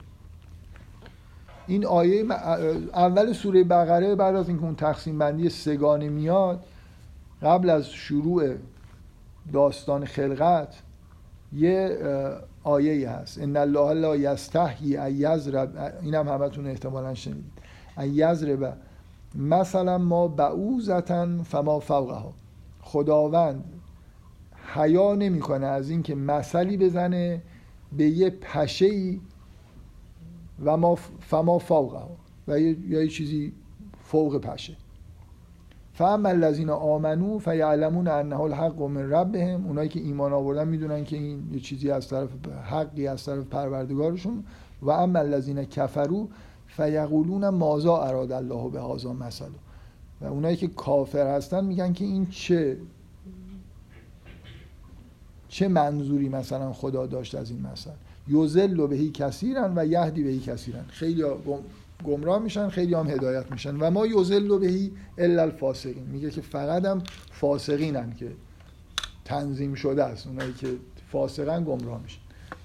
S1: این آیه اول سوره بقره بعد از اینکه اون تقسیم بندی سگانه میاد، قبل از شروع داستان خلقت یه آیه هست، ان الله لا یستحیی ان یضرب، اینم همتون احتمالاً شنیدید، ان یضرب مثلا ما بعوضة فما فوقها، خداوند حیا نمیکنه از اینکه مثلی بزنه به یه پشه‌ای و ما فما فوقها و یه چیزی فوق پشه. فاما الذین آمنوا فیعلمون انه الحق من ربهم، اونایی که ایمان آوردن میدونن که این یه چیزی از طرف حقی از طرف پروردگارشون. و اما الذین کفروا فیقولون ماذا اراد الله بهذا مثلا، و اونایی که کافر هستن میگن که این چه منظوری مثلا خدا داشت از این مثل. یضل بهی کثیرا و یهدی بهی کثیرا، خیلی گمراه میشن خیلی هم هدایت میشن. و ما یضل بهی الا الفاسقین، میگه که فقط هم فاسقینن که تنظیم شده است، اونایی که فاسقن گمراه میشن.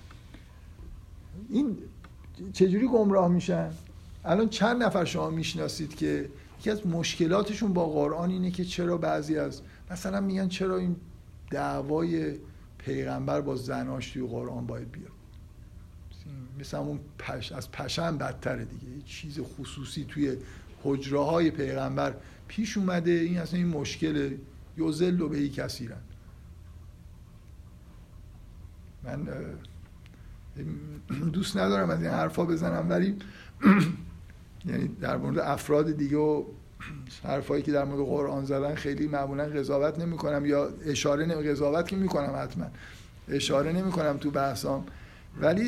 S1: این چجوری گمراه میشن؟ الان چند نفر شما میشناسید که یکی از مشکلاتشون با قرآن اینه که چرا بعضی از مثلا میگن چرا این دعوای پیغمبر با زناش توی قرآن باید بیاد، مثلا اون از پشم بدتره دیگه، چیز خصوصی توی حجره های پیغمبر پیش اومده، این اصلا این مشکل یضل بهی کثیرا. من دوست ندارم از این حرفا بزنم، ولی یعنی در مورد افراد دیگه و حرفایی که در مورد قرآن زدن خیلی معمولا قضاوت نمی‌کنم، یا قضاوت که می‌کنم حتما اشاره نمی‌کنم تو بحثام، ولی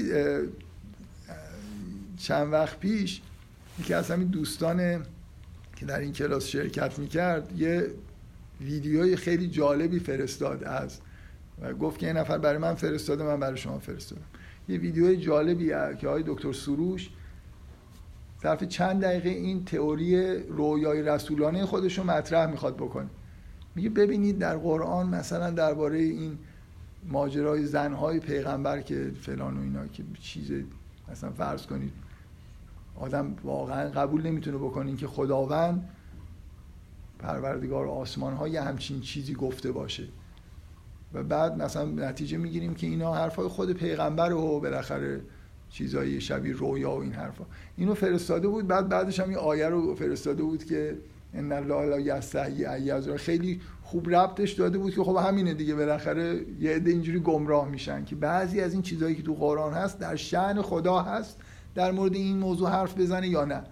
S1: چند وقت پیش یکی از همین دوستان که در این کلاس شرکت می‌کرد یه ویدیوی خیلی جالبی فرستاد و گفت که این نفر برای من فرستاده، من برای شما فرستادم. یه ویدیوی جالبی که آقای دکتر سروش ظرف چند دقیقه این تئوری رویای رسولانه خودش رو مطرح میخواد بکنه. میگه ببینید در قرآن مثلا درباره این ماجرای زنهای پیغمبر که فلان و اینا که چیز مثلا فرض کنید آدم واقعا قبول نمیتونه بکنه این که خداوند پروردگار آسمان ها یه همچین چیزی گفته باشه، و بعد مثلا نتیجه میگیریم که اینا حرفای خود پیغمبر و بالاخره چیزایی شبیه رویا و این حرفا. اینو فرستاده بود، بعدش هم این آیه رو فرستاده بود که ان الله لا یستحیی ان یضرب، خیلی خوب ربطش داده بود که خب همینه دیگه، بالاخره یه عده اینجوری گمراه میشن که بعضی از این چیزایی که تو قرآن هست در شأن خدا هست، در مورد این موضوع حرف بزنه یا نه.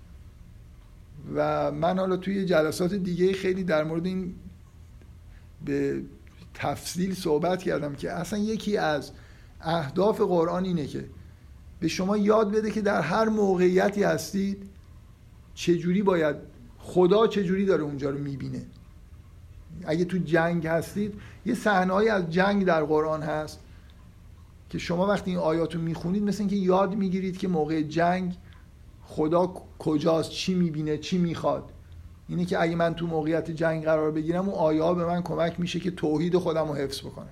S1: و من حالا توی جلسات دیگه خیلی در مورد این به تفصیل صحبت کردم که اصلا یکی از اهداف قرآن اینه که به شما یاد بده که در هر موقعیتی هستید چجوری باید خدا چجوری داره اونجا رو میبینه. اگه تو جنگ هستید یه صحنه‌ای از جنگ در قرآن هست که شما وقتی این آیاتو میخونید مثل اینکه یاد میگیرید که موقع جنگ خدا کجاست، چی میبینه، چی میخواد. اینی که اگه من تو موقعیت جنگ قرار بگیرم اون آیه ها به من کمک میشه که توحید خودم رو حفظ بکنم.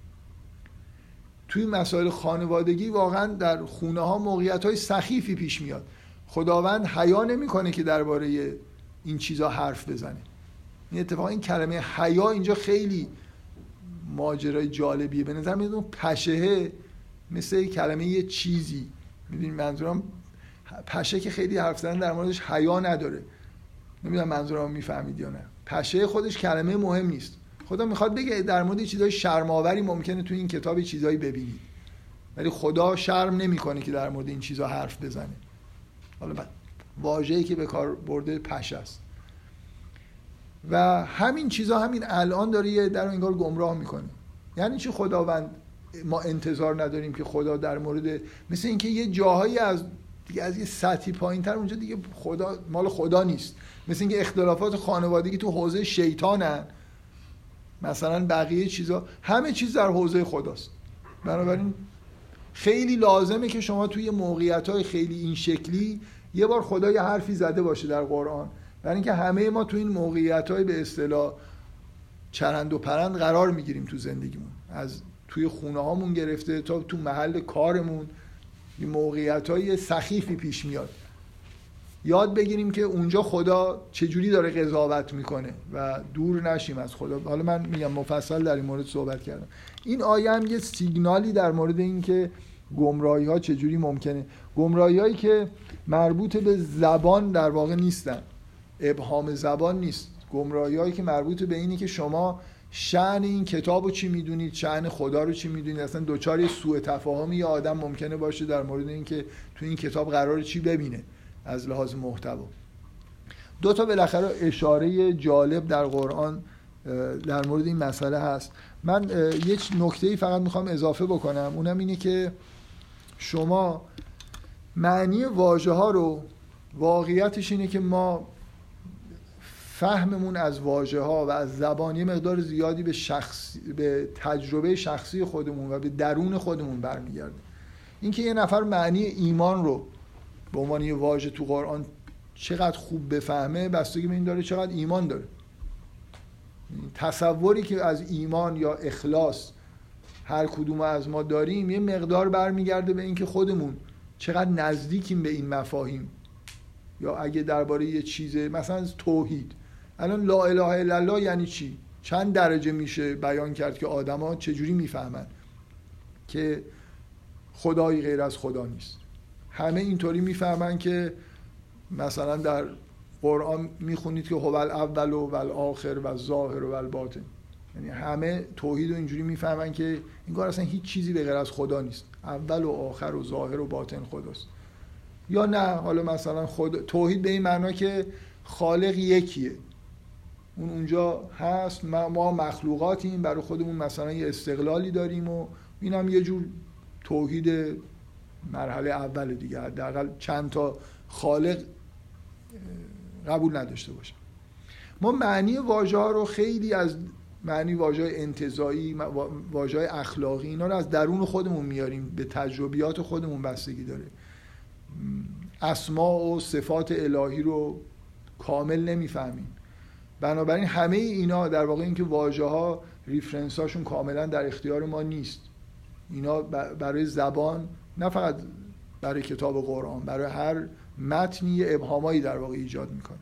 S1: توی مسائل خانوادگی واقعا در خونه ها موقعیت های سخیفی پیش میاد. خداوند حیا نمیکنه که درباره این چیزا حرف بزنه. این اتفاقا این کلمه حیا اینجا خیلی ماجرای جالبیه. به نظر میاد اون پشهه مثل کلمه یه چیزی، میدونید منظورم پشه که خیلی حرف زدن در موردش حیا نداره. نمیدونم منظورم میفهمید یا نه. پشه خودش کلمه مهم نیست. خدا میخواد بگه در مورد چیزای شرم‌آوری ممکنه تو این کتاب چیزایی ببینید، ولی خدا شرم نمیکنه که در مورد این چیزا حرف بزنه. حالا واژه‌ای که به کار برده پشه است و همین چیزا همین الان داره یه در انگار گمراه میکنه. یعنی چی خداوند ما انتظار نداریم که خدا در مورد مثل اینکه یه جاهایی از دیگه از یه سطحی پایین‌تر اونجا دیگه خدا مال خدا نیست. مثل اینکه اختلافات خانوادگی تو حوزه شیطانن، مثلا بقیه چیزا همه چیز در حوزه خداست. بنابراین خیلی لازمه که شما توی موقعیت‌های خیلی این شکلی یه بار خدا یه حرفی زده باشه در قرآن، برای اینکه همه ما توی این موقعیت‌های به اصطلاح چرند و پرند قرار میگیریم تو زندگیمون، از توی خونه هامون گرفته تا تو محل کارمون یه موقعیت‌های سخیفی پیش میاد. یاد بگیریم که اونجا خدا چجوری داره قضاوت میکنه و دور نشیم از خدا. حالا من میگم مفصل در این مورد صحبت کردم. این آیه هم یه سیگنالی در مورد این که گمراهی ها چجوری ممکنه، گمراهی هایی که مربوط به زبان در واقع نیستن، ابهام زبان نیست، گمراهی هایی که مربوط به اینی که شما شأن این کتاب رو چی میدونید، شأن خدا رو چی میدونید. اصلا دوچار یه سوء تفاهمی یه آدم ممکنه باشه در مورد این که تو این کتاب قراره چی ببینه از لحاظ محتوا. دو تا بالاخره اشاره جالب در قرآن در مورد این مسئله هست. من یه نکته‌ای فقط میخوام اضافه بکنم، اونم اینه که شما معنی واژه ها رو، واقعیتش اینه که ما فهممون از واژه ها و از زبان یه مقدار زیادی به تجربه شخصی خودمون و به درون خودمون برمیگرده. اینکه یه نفر معنی ایمان رو به عنوان یه واژه تو قرآن چقدر خوب بفهمه بستگی به این داره چقدر ایمان داره. تصوری که از ایمان یا اخلاص هر کدوم از ما داریم یه مقدار برمیگرده به اینکه خودمون چقدر نزدیکیم به این مفاهیم. یا اگه درباره یه چیزه مثلا توحید، الان لا اله الا الله یعنی چی؟ چند درجه میشه بیان کرد که آدما چجوری میفهمن که خدایی غیر از خدا نیست. همه اینطوری میفهمن که مثلا در قرآن میخونید که هو الاول و الآخر و الظاهر و الباطن، یعنی همه توحید رو اینجوری میفهمن که انگار اصلا هیچ چیزی به غیر از خدا نیست، اول و آخر و ظاهر و باطن خداست. یا نه حالا مثلا توحید به این معنا که خالق یکیه، اون اونجا هست، ما مخلوقاتیم، برای خودمون مثلا یه استقلالی داریم و این هم یه جور توحید مرحله اول دیگه، حداقل چند تا خالق قبول نداشته باشه. ما معنی واژه ها رو خیلی از معنی واژه های انتزاعی، واژه های اخلاقی، اینا رو از درون خودمون میاریم، به تجربیات خودمون بستگی داره. اسما و صفات الهی رو کامل نمیفهمیم. بنابراین همه اینا در واقع اینکه واژه ها ریفرنس هاشون کاملا در اختیار ما نیست. اینا برای زبان، نه فقط برای کتاب قرآن، برای هر متنی ابهامایی در واقع ایجاد میکنه.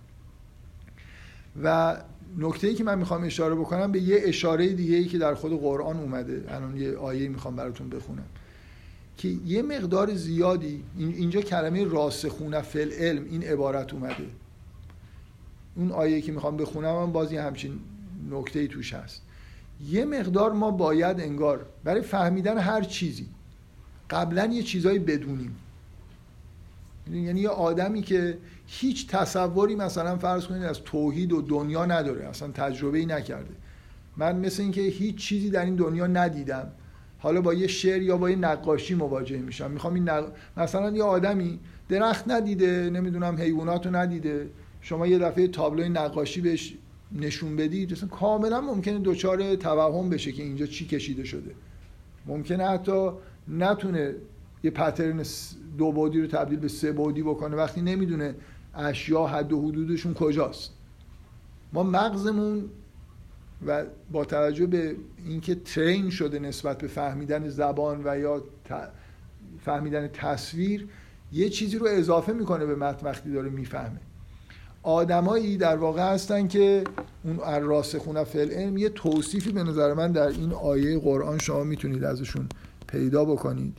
S1: و نکته‌ای که من میخوام اشاره بکنم به یه اشاره دیگه‌ای که در خود قرآن اومده. الان یه آیه میخوام براتون بخونم که یه مقدار زیادی اینجا کلمه راسخون فی العلم این عبارت اومده. اون آیه که میخوام بخونم هم بازی همچین نکته‌ای توش هست. یه مقدار ما باید انگار برای فهمیدن هر چیزی قبلا یه چیزایی بدونیم. یعنی یه آدمی که هیچ تصوری مثلا فرض کنید از توحید و دنیا نداره، اصلا تجربه‌ای نکرده، من مثل این که هیچ چیزی در این دنیا ندیدم، حالا با یه شعر یا با یه نقاشی مواجه میشم، میخوام این مثلا یه آدمی درخت ندیده، نمیدونم حیواناتو ندیده، شما یه دفعه تابلوی نقاشی بهش نشون بدید مثلا کاملا ممکنه دچار توهم بشه که اینجا چی کشیده شده. ممکنه حتی نتونه یه پترن 2 بعدی رو تبدیل به 3 بعدی بکنه وقتی نمیدونه اشیا حد و حدودشون کجاست. ما مغزمون و با توجه به اینکه ترین شده نسبت به فهمیدن زبان و یا فهمیدن تصویر یه چیزی رو اضافه میکنه به متن وقتی داره میفهمه. آدمایی در واقع هستن که اون الراسخون فی العلم یه توصیفی به نظر من در این آیه قرآن شما میتونید ازشون پیدا بکنید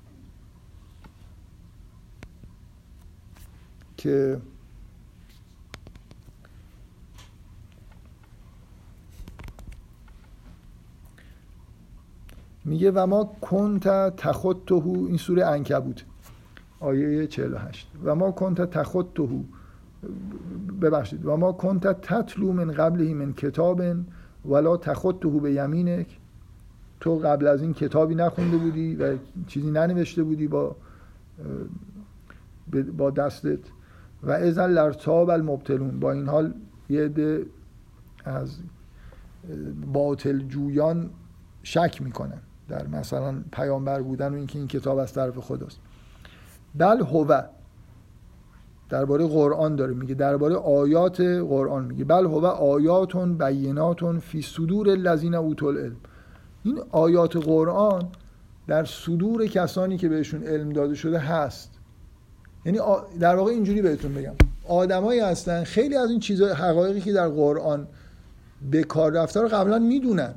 S1: که میگه و ما کنت تخطه، این سوره عنکبوت آیه 48، و ما کنت تخطه، ببخشید، و ما کنت تتلو من قبله من کتاب ولا تخطه به یمینک، تو قبل از این کتابی نخونده بودی و چیزی ننوشته بودی با دستت، و اذا لارتاب المبطلون، با این حال یه عده از باطل جویان شک میکنن در مثلا پیامبر بودن و اینکه این کتاب از طرف خداست. بل هو، درباره قرآن داره میگه، درباره آیات قرآن میگه، بل هو آیات بینات فی صدور الذین اوتوا العلم، این آیات قرآن در صدور کسانی که بهشون علم داده شده هست. یعنی در واقع اینجوری بهتون بگم، آدمایی هستن خیلی از این چیزا، حقایقی که در قرآن به کار رفته رو قبلا میدونن.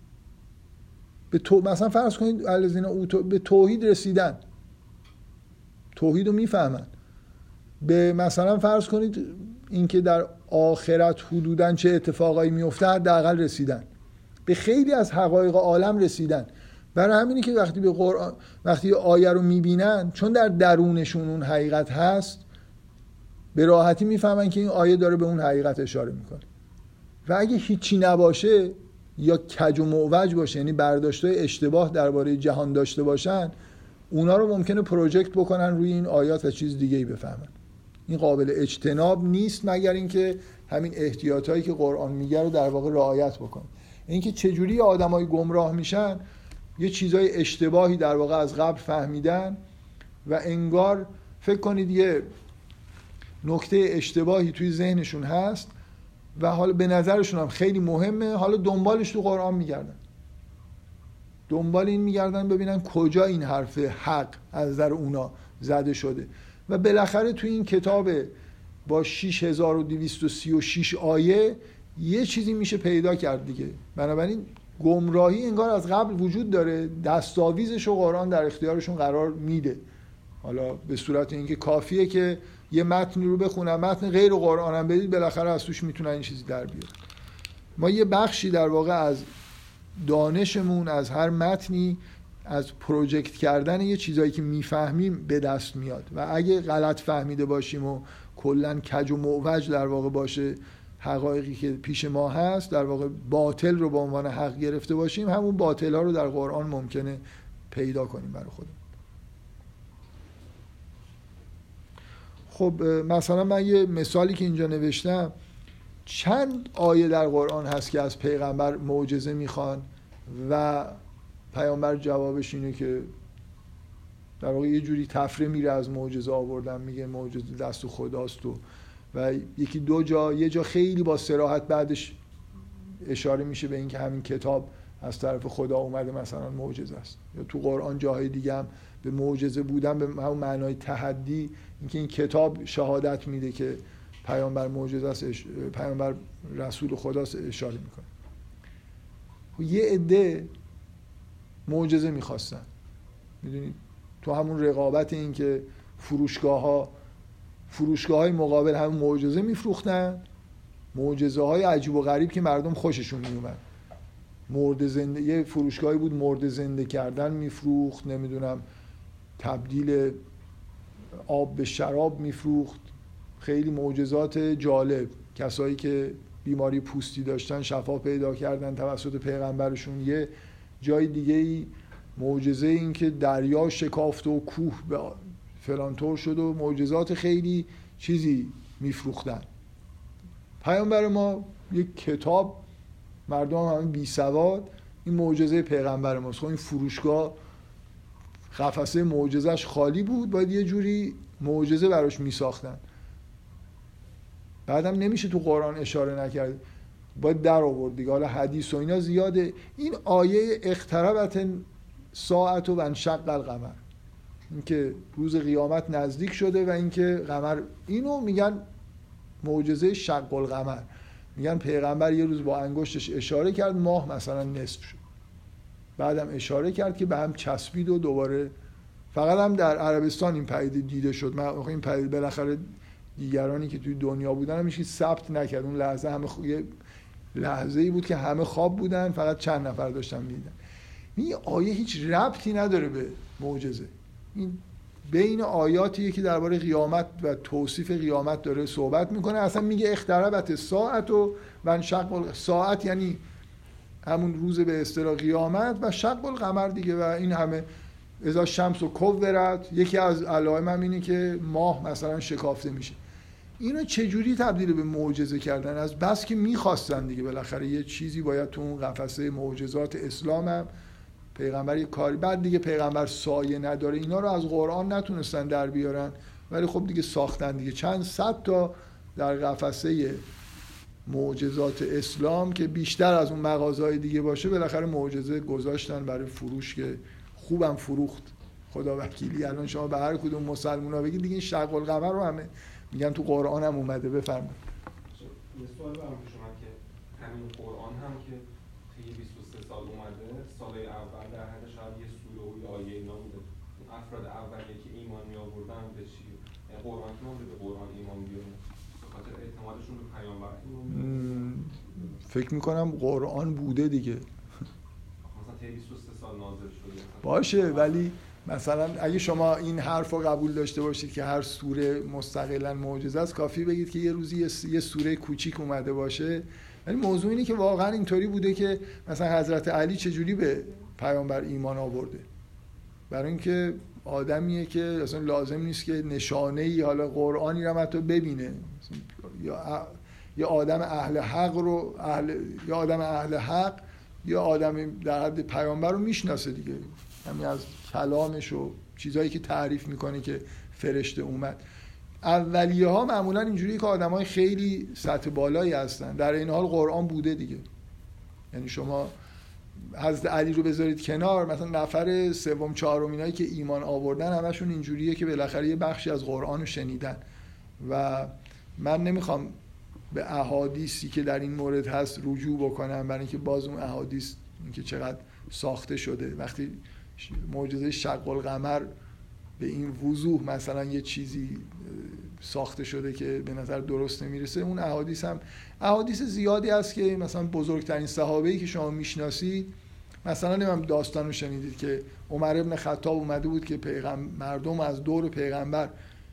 S1: مثلا فرض کنید الذین اوتوا، به توحید رسیدن، توحید رو میفهمن. به مثلا فرض کنید اینکه در آخرت حدوداً چه اتفاقایی میفته حداقل رسیدن. به خیلی از حقایق عالم رسیدن. برای همینه که وقتی به قرآن، وقتی آیه رو میبینن، چون در درونشون اون حقیقت هست، به راحتی میفهمن که این آیه داره به اون حقیقت اشاره میکنه. و اگه هیچی نباشه یا کج و معوج باشه، یعنی برداشت‌های اشتباه درباره جهان داشته باشن، اونا رو ممکنه پروژکت بکنن روی این آیات و چیز دیگه‌ای بفهمن. این قابل اجتناب نیست مگر اینکه همین احتیاطایی که قرآن میگه رو در واقع رعایت بکنن. اینکه چجوری آدمای گمراه میشن، یه چیزای اشتباهی در واقع از قبل فهمیدن و انگار فکر کنید یه نکته اشتباهی توی ذهنشون هست و حالا به نظرشون هم خیلی مهمه، حالا دنبالش تو قرآن میگردن، دنبال این میگردن ببینن کجا این حرف حق از نظر اونا زده شده و بالاخره توی این کتاب با 6236 آیه یه چیزی میشه پیدا کرد دیگه. بنابراین گمراهی انگار از قبل وجود داره، دستاویزش رو قرآن در اختیارشون قرار میده. حالا به صورت اینکه کافیه که یه متنی رو بخونن، متن غیر قرآن هم بدید، بالاخره از توش میتونن این چیزی در بیارن. ما یه بخشی در واقع از دانشمون از هر متنی از پروژکت کردن یه چیزایی که میفهمیم به دست میاد و اگه غلط فهمیده باشیم و کلن کج و معوج در واقع باشه حقایقی که پیش ما هست، در واقع باطل رو به عنوان حق گرفته باشیم، همون باطل ها رو در قرآن ممکنه پیدا کنیم برای خودمون. خب مثلا من یه مثالی که اینجا نوشتم، چند آیه در قرآن هست که از پیغمبر معجزه میخوان و پیامبر جوابش اینه که در واقع یه جوری تفره میره از معجزه آوردن، میگه معجزه دست خداست و یکی دو جا، یه جا خیلی با صراحت بعدش اشاره میشه به اینکه همین کتاب از طرف خدا اومده مثلا معجزه است. یا تو قرآن جاهای دیگه هم به معجزه بودن به همون معنای تحدی، اینکه این کتاب شهادت میده که پیامبر معجزه است، پیامبر رسول خداست اشاره میکنه. یه عده معجزه میخواستن، میدونید تو همون رقابت این که فروشگاه‌های مقابل همون معجزه میفروختن، معجزه‌های عجیب و غریب که مردم خوششون میومد. مرده زنده، یه فروشگاهی بود مرده زنده کردن میفروخت، نمیدونم تبدیل آب به شراب میفروخت، خیلی معجزات جالب. کسایی که بیماری پوستی داشتن شفا پیدا کردن توسط پیغمبرشون. یه جای دیگه‌ای معجزه این که دریا شکافت و کوه به فلان طور شد و معجزات خیلی چیزی میفروختن. پیامبر ما یک کتاب، مردم همه بی سواد، این معجزه پیغمبر ماست. خب این فروشگاه قفسه معجزش خالی بود، باید یه جوری معجزه براش میساختن. بعدم نمیشه تو قرآن اشاره نکرد، باید در آورد دیگه. حالا حدیث و اینا زیاده. این آیه اقتربت ساعت و انشق القمر، اینکه روز قیامت نزدیک شده و اینکه قمر، اینو میگن معجزه شق القمر. میگن پیغمبر یه روز با انگشتش اشاره کرد، ماه مثلا نصف شد، بعدم اشاره کرد که به هم چسبید و دوباره. فقط هم در عربستان این پدیده دیده شد. من این پدیده بالاخره دیگرانی که توی دنیا بودن هم هیچ ثبت نکرد. اون لحظه همه یه لحظه‌ای بود که همه خواب بودن، فقط چند نفر داشتن میدیدن. این آیه هیچ ربطی نداره به معجزه. این بین آیاتیه که درباره قیامت و توصیف قیامت داره صحبت میکنه. اصلا میگه اقتربت ساعت و انشق ساعت، یعنی همون روز به اصطلاح قیامت، و شق القمر دیگه. و این همه اذا شمس و کورت، یکی از علائم هم اینه که ماه مثلا شکافته میشه. اینو چجوری تبدیل به معجزه کردن؟ از بس که میخواستن دیگه، بالاخره یه چیزی باید تو اون قفسه معجزات اسلام هم پیغمبر یه کاری، بعد دیگه پیغمبر سایه نداره، اینا رو از قرآن نتونستن در بیارن، ولی خب دیگه ساختن دیگه چند صد تا در قفسه معجزات اسلام که بیشتر از اون مغازهای دیگه باشه، بالاخره معجزه گذاشتن برای فروش که خوبم فروخت. خدا وکیلی الان شما به هر کدوم مسلمونا بگید دیگه این شق القمر رو همه میگن تو قرآن هم اومده. بفرمایید.
S5: یه سوال برام پیش اومد که همین قرآن هم که طی 23 سال اومده، سالهای اول در حد شاید یه سوره و یه آیه اینا بوده. اون افراد اولیه که ایمان می آوردن به چی؟ یعنی قرآن که نبوده به قرآن ایمان بیارن، به خاطر اعتمادشون به پیامبر ایمان.
S1: فکر میکنم قرآن بوده دیگه.
S5: مثلا طی 23 سال نازل شده
S1: باشه، ولی مثلا اگه شما این حرف رو قبول داشته باشید که هر سوره مستقلاً معجزه است، کافی بگید که یه روزی یه سوره کوچیک اومده باشه. ولی موضوع اینه که واقعا اینطوری بوده که مثلا حضرت علی چجوری به پیامبر ایمان آورده. برای اینکه آدمیه که اصلا لازم نیست که نشانه‌ای، حالا قرآنی رو حتی ببینه، یا آدم اهل حق رو یا آدم اهل حق یا آدم در حد پیامبر رو میشناسه دیگه، همین از کلامش و چیزایی که تعریف میکنه که فرشته اومد. اولیه ها معمولا اینجوریه که آدمای خیلی سطح بالایی هستن، در این حال قرآن بوده دیگه. یعنی شما حضرت علی رو بذارید کنار، مثلا نفر سوم چهارم اینایی که ایمان آوردن همشون اینجوریه که بالاخره یه بخشی از قرآن رو شنیدن. و من نمیخوام به احادیثی که در این مورد هست رجوع بکنم، برای اینکه باز اون احادیث اینکه چقدر ساخته شده. وقتی معجزه شق القمر به این وضوح مثلا یه چیزی ساخته شده که به نظر درست نمیرسه، اون احادیث هم احادیث زیادی هست که مثلا بزرگترین صحابه‌ای که شما میشناسید، مثلا نمیم داستان رو شنیدید که عمر ابن خطاب اومده بود که مردم از دور پیغمبر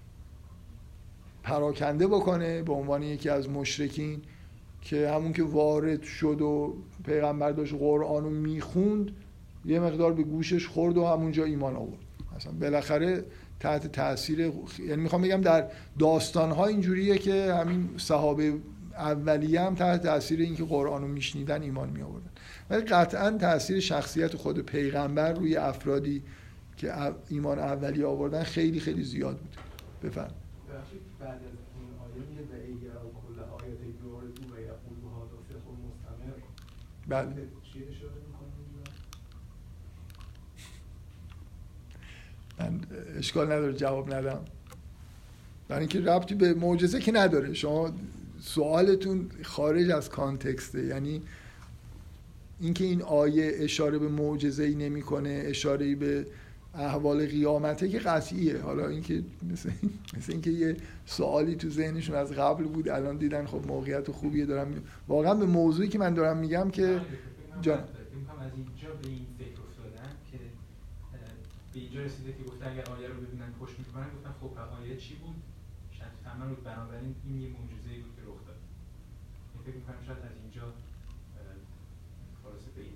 S1: پراکنده بکنه به عنوان یکی از مشرکین، که همون که وارد شد و پیغمبر داشت قرآن رو میخوند، یه مقدار به گوشش خورد و همونجا ایمان آورد. مثلا بالاخره تحت تاثیر، یعنی میخوام بگم در داستان‌ها اینجوریه که همین صحابه اولیه هم تحت تاثیر اینکه قرآن رو میشنیدن ایمان می آوردن. ولی قطعاً تاثیر شخصیت خود پیغمبر روی افرادی که ایمان اولیه آوردن خیلی خیلی زیاد بود. بفرمایید.
S6: بعد از این آیه میگه و ایگر و کل آیات یوردو و یقولو هذا سحر مستمر.
S1: بله.
S6: چی اشاره می‌کنه اینجا؟
S1: من اشکال نداره جواب ندم، برای اینکه ربطی به معجزه که نداره. شما سوالتون خارج از کانتکسته، یعنی اینکه این آیه اشاره به معجزه‌ای نمی‌کنه، اشاره‌ای به احوال قیامته که قطعیه. حالا اینکه مثل اینکه یه سوالی تو ذهنشون از قبل بود الان دیدن خب موقعیت خوبیه دارم واقعا به موضوعی که من دارم میگم که
S3: جان از اینجا به این فکر افتادن که به اینجا رسیده که گفتن اگر آیه رو ببینن پشت میکنن، گفتن خب آیه چی بود؟ شاید فهمن بود بنابراین این یه معجزه‌ای بود که رخ داد. فکر می‌کنم شاید از اینجا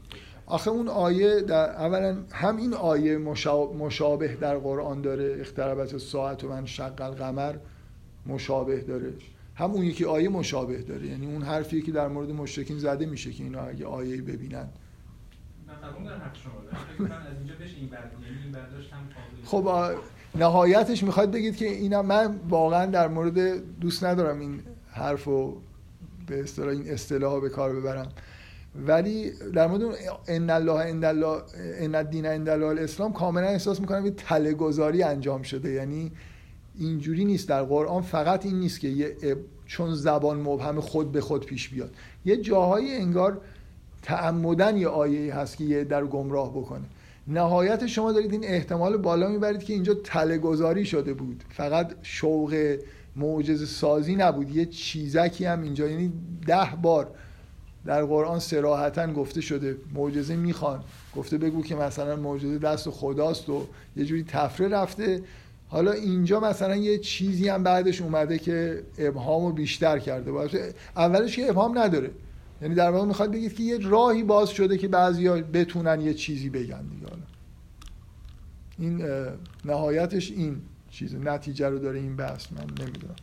S1: آخه اون آیه در اولا هم این آیه مشابه در قرآن داره، اقتربت الساعة و انشق القمر مشابه داره، هم اون یکی آیه مشابه داره. یعنی اون حرفی که در مورد مشرکین زده میشه که اینا اگه آیه‌ای ببینن
S3: من دارم حرف شما دارم فکر کنم از اینجا بشه این بعد، یعنی این برداشت هم
S1: خب نهایتش میخواد بگید که اینا، من واقعا در مورد دوست ندارم این حرفو به اصطلاح این اصطلاحا به کار ببرم، ولی در مورد ان الدین عند الله الاسلام کاملا احساس میکنم یه تله‌گذاری انجام شده. یعنی اینجوری نیست در قرآن، فقط این نیست که چون زبان مبهم خود به خود پیش بیاد، یه جاهایی انگار تعمدن یه آیه‌ای هست که یه در گمراه بکنه. نهایت شما دارید این احتمال بالا میبرید که اینجا تله‌گذاری شده بود، فقط شوق معجزه سازی نبود، یه چیزکی هم اینجا، یعنی 10 بار در قرآن صراحتاً گفته شده معجزه میخوان، گفته بگو که مثلا معجزه دست خداست و یه جوری تفره رفته. حالا اینجا مثلا یه چیزی هم بعدش اومده که ابهامو بیشتر کرده باشه. اولش که ابهام نداره، یعنی در واقع میخواد بگید که یه راهی باز شده که بعضیا بتونن یه چیزی بگن دیگه. حالا این نهایتش این چیز نتیجه رو داره این بحث. من نمیدونم.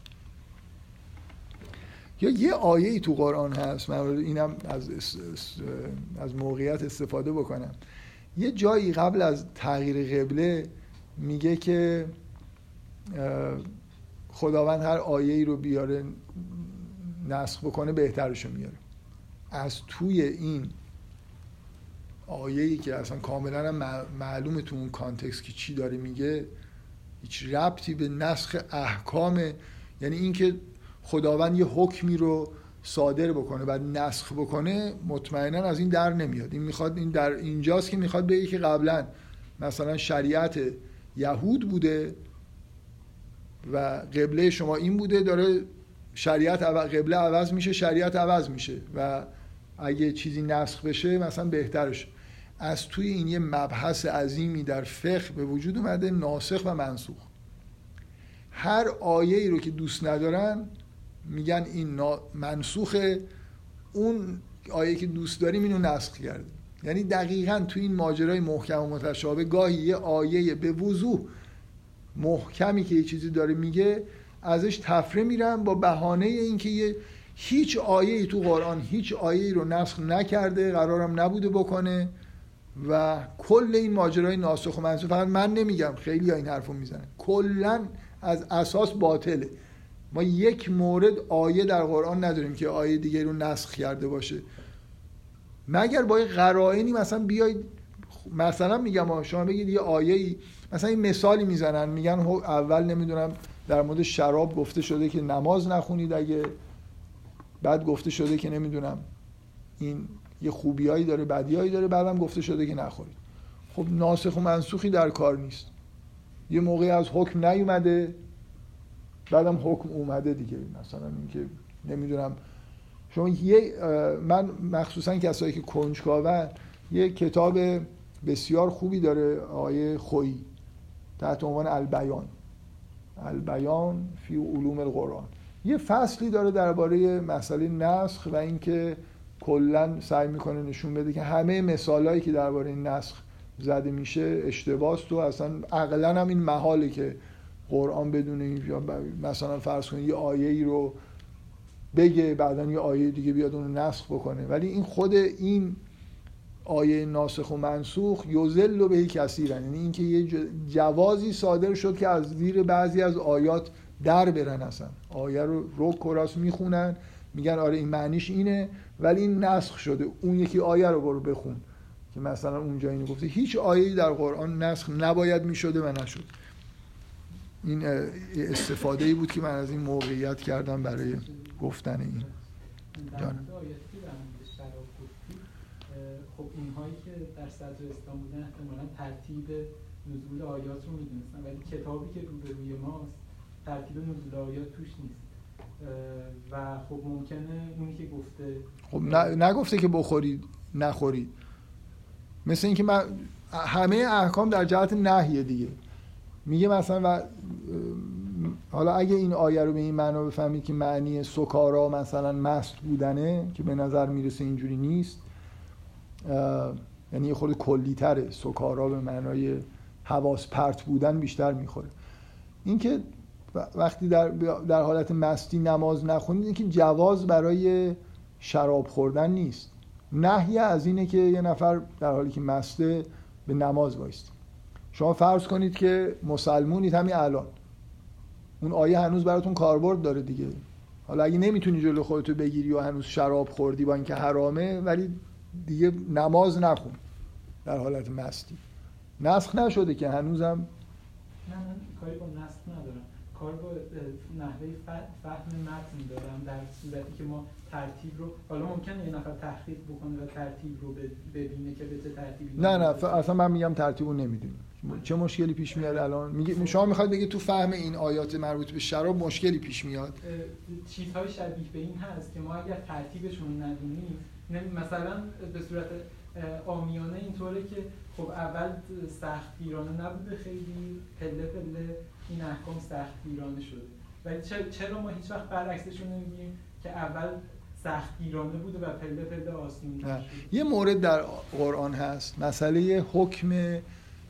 S1: یا یه آیه‌ای تو قرآن هست، من اینم از موقعیت استفاده بکنم، یه جایی قبل از تغییر قبله میگه که خداوند هر آیه‌ای رو بیاره نسخ بکنه بهترشو میاره. از توی این آیه‌ای که اصلا کاملا معلومه تو اون کانتکست که چی داره میگه، هیچ ربطی به نسخ احکام، یعنی این که خداوند یه حکمی رو صادر بکنه بعد نسخ بکنه، مطمئنا از این در نمیاد. این میخواد، این در اینجاست که میخواد بگه که قبلا مثلا شریعت یهود بوده و قبله شما این بوده، داره شریعت قبله عوض میشه، شریعت عوض میشه و اگه چیزی نسخ بشه مثلا بهترش. از توی این یه مبحث عظیمی در فقه به وجود اومده، ناسخ و منسوخ. هر آیه‌ای رو که دوست ندارن میگن این منسوخه، اون آیه که دوست داریم اینو نسخ کرده. یعنی دقیقاً تو این ماجرای محکم و متشابه گاهی یه آیه به وضوح محکمی که یه چیزی داره میگه ازش تفره میرن با بهانه اینکه هیچ آیه‌ای تو قرآن هیچ آیه‌ای رو نسخ نکرده، قرارم نبوده بکنه و کل این ماجرای ناسخ و منسوخ، فقط من نمیگم، خیلی ها این حرفو میزنن، کلاً از اساس باطله. ما یک مورد آیه در قرآن نداریم که آیه دیگه رو نسخ کرده باشه، مگر با یه قرائنی مثلا بیاید، مثلا میگم شما بگید یه آیه‌ای، مثلا این مثالی میزنن میگن اول نمیدونم در مورد شراب گفته شده که نماز نخونید اگه، بعد گفته شده که نمیدونم این یه خوبیایی داره بدیایی داره، بعدم گفته شده که نخورید. خب ناسخ و منسوخی در کار نیست. یه موقعی از حکم نیومده بعدم حکم اومده دیگه. مثلا اینکه نمیدونم شما من مخصوصا کسایی که کنجکاون، یه کتاب بسیار خوبی داره آقای خویی تحت عنوان البیان فی علوم القرآن، یه فصلی داره درباره مسئله نسخ و اینکه کلا سعی میکنه نشون بده که همه مثالایی که درباره نسخ زده میشه اشتباهست و اصلا عقلاً هم این محاله که قرآن بدونه مثلا فرض کنید یه آیه‌ای رو بگه بعداً یه آیه دیگه بیاد اون رو نسخ بکنه. ولی این خود این آیه ناسخ و منسوخ یذل به کثیرن، یعنی اینکه یه جوازی صادر شد که از زیر بعضی از آیات در برن، اصلا آیه رو رک و راست میخونن میگن آره این معنیش اینه ولی این نسخ شده، اون یکی آیه رو برو بخون که مثلا اونجا اینو گفته. هیچ آیه‌ای در قرآن نسخ نباید میشده و نشد. این استفاده‌ای بود که من از این موقعیت کردم برای گفتن این. جان
S4: خب اینهایی که در صدر اسلام بودن احتمالاً ترتیب نزول آیات رو میدونستن، ولی کتابی که روبروی ماست ترتیب نزول آیات توش نیست و خب ممکنه اونی که گفته
S1: خب نگفته که بخورید نخورید، مثل اینکه من همه احکام در جهت نهیه دیگه. میگه مثلا حالا اگه این آیه رو به این معنا بفهمید که معنی سکارا مثلا مست بودنه که به نظر میرسه اینجوری نیست، یعنی یه خورده کلی‌تره. سکارا به معنای حواس پرت بودن بیشتر میخوره. اینکه وقتی در حالت مستی نماز نخونید، اینکه جواز برای شراب خوردن نیست. نهی از اینه که یه نفر در حالی که مسته به نماز وایسته. شما فرض کنید که مسلمونید همین الان، اون آیه هنوز براتون کاربرد داره دیگه. حالا اگه نمیتونی جلو خودتو بگیری و هنوز شراب خوردی با اینکه حرامه، ولی دیگه نماز نخون در حالت مستی. نسخ نشده که هنوزم.
S4: نه من کاری با نسخ ندارم، کار با نحوه فهم متن دارم. در صورتی که ما ترتیب رو، حالا ممکنه یه نفر تحقیق بکنه و ترتیب رو ببینه که به چه ترتیبی.
S1: نه اصلا من میگم ترتیب رو نمیدونیم. چه مشکلی پیش میاد الان؟ میگه شما میخواید بگید تو فهم این آیات مربوط به شراب مشکلی پیش میاد؟
S4: چیزهای شبیه به این هست که ما اگر ترتیبشون ندونیم، مثلا به صورت عامیانه اینطوره که خب اول سختگیرانه نبوده، خیلی پله پله این احکام سختگیرانه شده، ولی چرا ما هیچ وقت برعکسشون نمیگیم که اول سختگیرانه بوده و پله پله آسون شده؟
S1: یه مورد در قرآن هست، مسئله حکم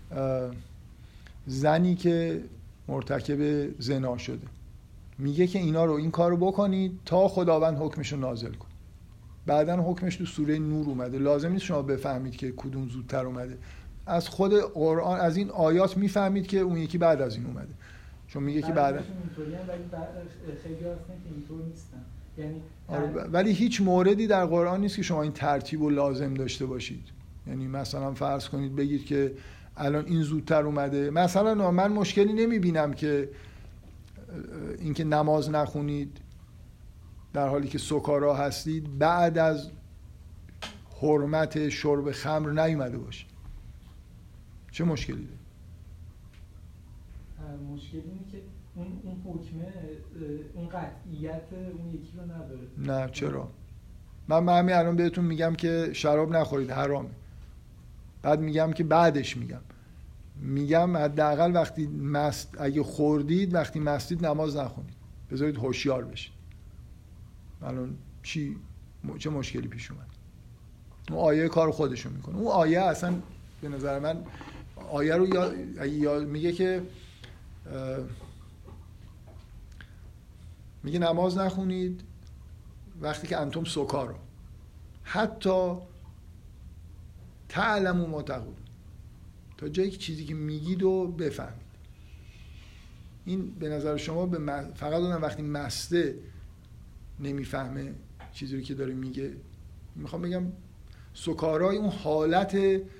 S1: زنی که مرتکب زنا شده. میگه که این کارو بکنید تا خداوند حکمشو نازل کنه. بعدن حکمش تو سوره نور اومده. لازم نیست شما بفهمید که کدوم زودتر اومده. از خود قرآن، از این آیات میفهمید که اون یکی بعد از این اومده. چون میگه که بعد
S4: خیلی هستن که اینطور نیستن. یعنی
S1: ولی هیچ موردی در قرآن نیست که شما این ترتیب رو لازم داشته باشید. یعنی مثلا فرض کنید بگید که الان این زودتر اومده. مثلا من مشکلی نمیبینم که اینکه نماز نخونید در حالی که سکارا هستید بعد از حرمت شرب خمر نیومده باشه. چه مشکلی داره؟
S4: مشکلی اینه که اون حکمه، اون قطعیت اون یکی رو نداره.
S1: نه چرا؟ من همین الان بهتون میگم که شراب نخورید حرامه. بعد میگم که بعدش میگم حداقل وقتی اگه خوردید، وقتی مستید نماز نخونید. بذارید هوشیار بشید. الان چه مشکلی پیش اومد؟ اون آیه کار خودشو میکنه. اون آیه اصلا به نظر من آیه رو میگه که میگه نماز نخونید وقتی که انتم سکارا حتی تعلموا ما تقولون، تا جایی که چیزی که میگید و بفهمید. این به نظر شما فقط اون وقتی مسته نمیفهمه چیزی رو که داره میگه؟ میخوام بگم سکارای اون حالت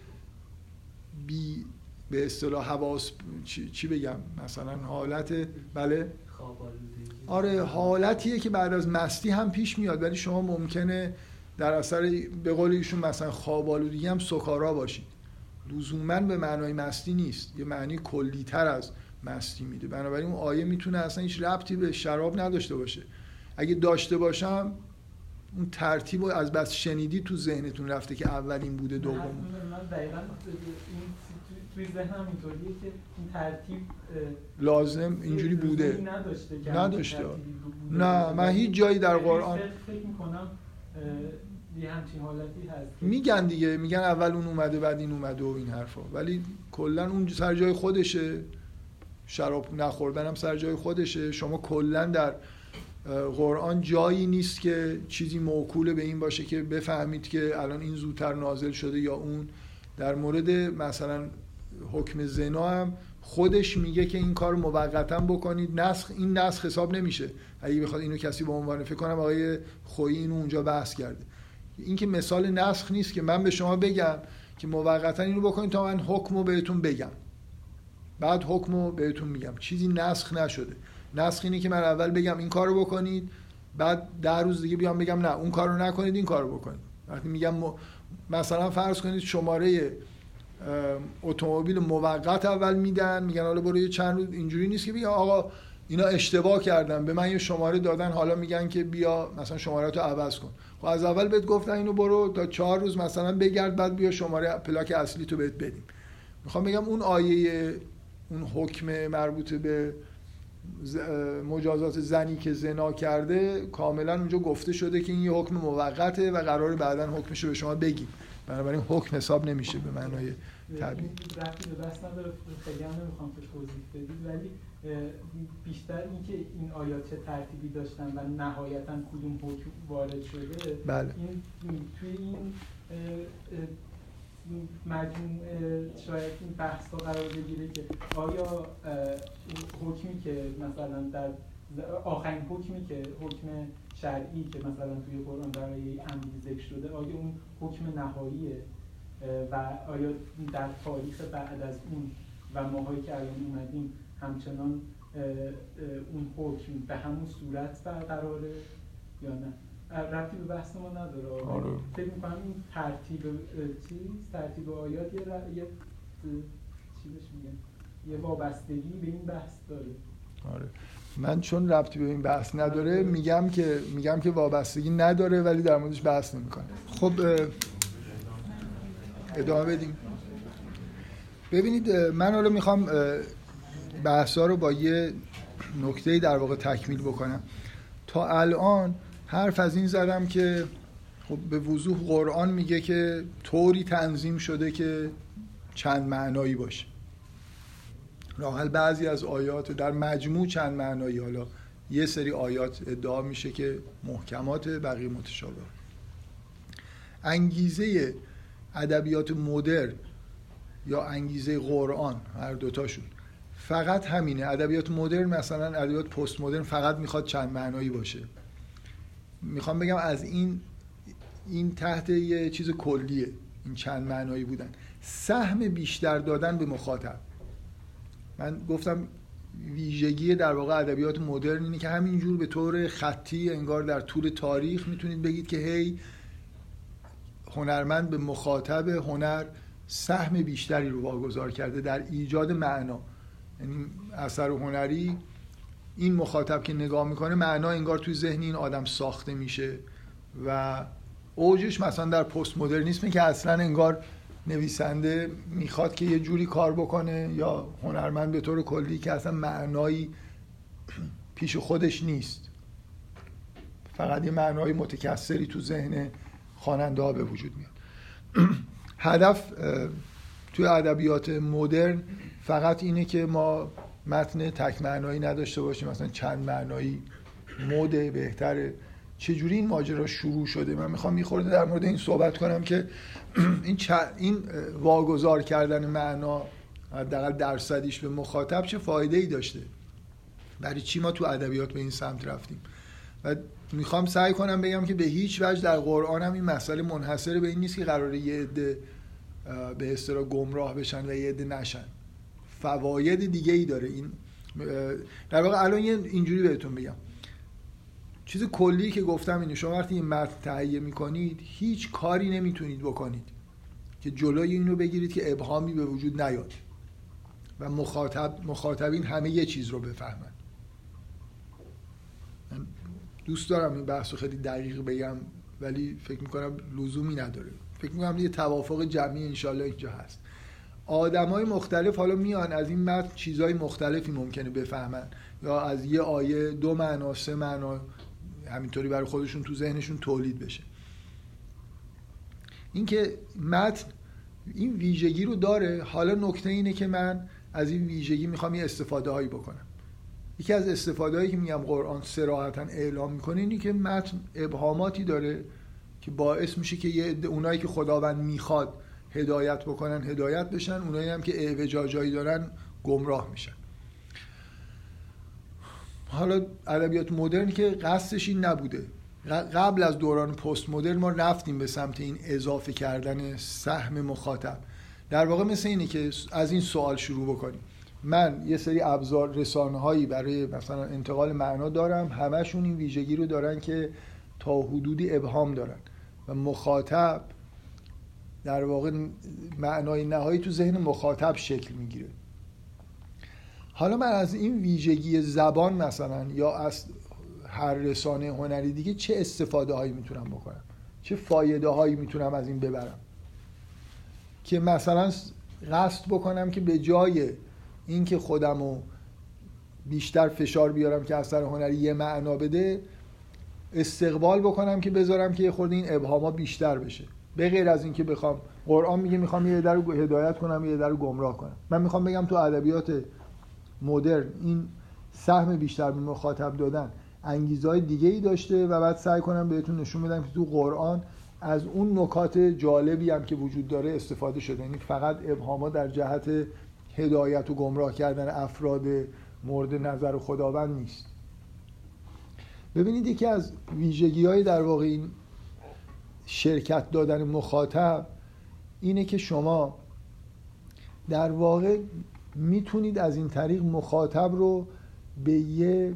S1: بی به اصطلاح حواس، چی بگم، مثلا حالت بله آره حالتیه که بعد از مستی هم پیش میاد، ولی شما ممکنه در اثر به قول ایشون مثلا خواب آلودگی هم سکارا باشید. لزوماً به معنای مستی نیست، یه معنی کلی‌تر از مستی میده. بنابراین اون آیه میتونه اصلا هیچ ربطی به شراب نداشته باشه. اگه داشته باشم اون ترتیب رو از بس شنیدی تو ذهنتون رفته که اولین بوده دوم.
S4: من دقیقاً توی ذهنم اینطوریه که این ترتیب
S1: لازم اینجوری بوده. نداشته. نه من هیچ جایی در قرآن
S4: فکر میکنم یه همچین حالتی هست.
S1: میگن دیگه، میگن اول اون اومده بعد این اومده و این حرفا، ولی کلا اون سر جای خودشه. شراب نخوردن هم سر جای خودشه. شما کلا در قرآن جایی نیست که چیزی موکول به این باشه که بفهمید که الان این زودتر نازل شده یا اون. در مورد مثلا حکم زنا هم خودش میگه که این کار موقتا بکنید. این نسخ حساب نمیشه. اگه بخواد اینو کسی به عنوان، فکر کنم آقای خویی اینو اونجا بحث کرده، این که مثال نسخ نیست که من به شما بگم که موقتا اینو بکنید تا من حکمو بهتون بگم، بعد حکمو بهتون میگم. چیزی نسخ نشده. نسخ اینه که من اول بگم این کارو بکنید، بعد 10 روز دیگه بیام بگم نه اون کارو نکنید این کارو بکنید. وقتی میگم مثلا فرض کنید شماره اتومبیل موقت اول میدن، میگن حالا برو یه چند روز، اینجوری نیست که بگم آقا اینا اشتباه کردن به من یه شماره دادن حالا میگن که بیا مثلا شماره تو عوض کن. خب از اول بهت گفتن اینو برو تا 4 روز مثلا بگرد بعد بیا شماره پلاک اصلی تو بهت بدیم. میخوام بگم اون آیه، اون حکم مربوط به مجازات زنی که زنا کرده کاملا اونجا گفته شده که این یه حکم موقته و قراره بعداً حکمشو به شما بگیم. بنابراین حکم حساب نمیشه به معنای طبیعی.
S4: رفتی به بحث نداره، خیلی هم نمیخوام که توضیح بدید، ولی بیشتر اینکه این آیات چه ترتیبی داشتن و نهایتاً کدوم حکم وارد شده.
S1: بله.
S4: این توی این مجموعه شاید این بحث ها قرار بگیره که آیا حکمی که مثلا در آخرین حکمی که حکم شرعی که مثلا توی قرآن برای عمدی ذکر شده، آیا اون حکم نهاییه و آیا در تاریخ بعد از اون و ماهایی که الان اومدیم همچنان اون حکم به همون صورت برقراره یا نه؟ ربطی به بحث ما نداره.
S1: آره.
S4: فکر می‌کنم این ترتیب آیات یه چی بهش میگن، یه وابستگی به این بحث داره.
S1: آره. من چون ربطی به این بحث نداره میگم که وابستگی نداره، ولی در موردش بحث نمی‌کنم. خب ادامه بدیم. ببینید من حالا میخوام بحثا رو با یه نکته‌ای در واقع تکمیل بکنم. تا الان حرف از این زدم که خب به وضوح قرآن میگه که طوری تنظیم شده که چند معنایی باشه. راحل بعضی از آیات در مجموع چند معنایی، حالا یه سری آیات ادعا میشه که محکمات، بقیه متشابه. انگیزه ادبیات مدرن یا انگیزه قرآن، هر دوتاشون فقط همینه. ادبیات مدرن مثلا ادبیات پست مدرن فقط میخواد چند معنایی باشه. میخوام بگم از این تحت یه چیز کلیه، این چند معنایی بودن، سهم بیشتر دادن به مخاطب. من گفتم ویژگی در واقع ادبیات مدرن اینه که همینجور به طور خطی انگار در طول تاریخ میتونید بگید که هی هنرمند به مخاطب هنر سهم بیشتری رو واگذار کرده در ایجاد معنا. یعنی اثر هنری این مخاطب که نگاه میکنه معنا انگار توی ذهن این آدم ساخته میشه و اوجش مثلا در پست مدرنیسمه که اصلا انگار نویسنده میخواد که یه جوری کار بکنه یا هنرمند به طور کلی که اصلا معنایی پیش خودش نیست، فقط یه معنای متکثری تو ذهن خواننده ها به وجود میاد. هدف توی ادبیات مدرن فقط اینه که ما متن تک معنایی نداشته باشیم، مثلا چند معنایی مده بهتره. چجوری این ماجرا شروع شده؟ من میخوام میخورده در مورد این صحبت کنم که این واگذار کردن معنا حداقل درصدیش به مخاطب چه فایده‌ای داشته، برای چی ما تو ادبیات به این سمت رفتیم. و میخوام سعی کنم بگم که به هیچ وجه در قرآن هم این مسئله منحصر به این نیست که قراره یه عده به اصطلاح گمراه بشن و یه عده نشن. فواید دیگه ای داره این. در واقع الان اینجوری بهتون بگم، چیز کلی که گفتم اینه، شما وقتی این متن تهیه میکنید هیچ کاری نمیتونید بکنید که جلوی اینو بگیرید که ابهامی به وجود نیاد و مخاطبین همه یه چیز رو بفهمن. من دوست دارم این بحث رو خیلی دقیق بگم ولی فکر میکنم لزومی نداره. فکر میکنم یه توافق جمعی انشالله اینجا هست. آدمای مختلف حالا میان از این متن چیزای مختلفی ممکنه بفهمن یا از یه آیه 2 معنا 3 معنا همینطوری برای خودشون تو ذهنشون تولید بشه. این که متن این ویژگی رو داره. حالا نکته اینه که من از این ویژگی میخوام یه استفاده هایی بکنم. یکی از استفاده هایی که میگم قرآن صراحتاً اعلام میکنه اینه که متن ابهاماتی داره که باعث میشه که یه اونایی که خداوند میخواد هدایت بکنن هدایت بشن، اونایی هم که اعوجاجایی دارن گمراه میشن. حالا ادبیات مدرن که قصدش این نبوده. قبل از دوران پست مدرن ما رفتیم به سمت این اضافه کردن سهم مخاطب. در واقع مثل اینه که از این سوال شروع بکنیم. من یه سری ابزار رسانه‌هایی برای مثلا انتقال معنا دارم، همشون این ویژگی رو دارن که تا حدودی ابهام دارن و مخاطب در واقع معنای نهایی تو ذهن مخاطب شکل میگیره. حالا من از این ویژگی زبان مثلا یا از هر رسانه هنری دیگه چه استفاده هایی میتونم بکنم، چه فایده هایی میتونم از این ببرم که مثلا قصد بکنم که به جای اینکه خودمو بیشتر فشار بیارم که اثر هنری یه معنا بده، استقبال بکنم که بذارم که یه خورده این ابهاما بیشتر بشه. به غیر از اینکه بخوام قرآن میگه میخوام یه عده رو هدایت کنم یه عده رو گمراه کنم. من میخوام بگم تو ادبیات مدرن این سهم بیشتر به مخاطب دادن انگیزهای دیگه‌ای داشته و بعد سعی کنم بهتون نشون بدم که تو قرآن از اون نکات جالبی هم که وجود داره استفاده شده. یعنی فقط ابهامات در جهت هدایت و گمراه کردن افراد مورد نظر خداوند نیست. ببینید یکی از ویژگی‌های در واقع این شرکت دادن مخاطب اینه که شما در واقع میتونید از این طریق مخاطب رو به یه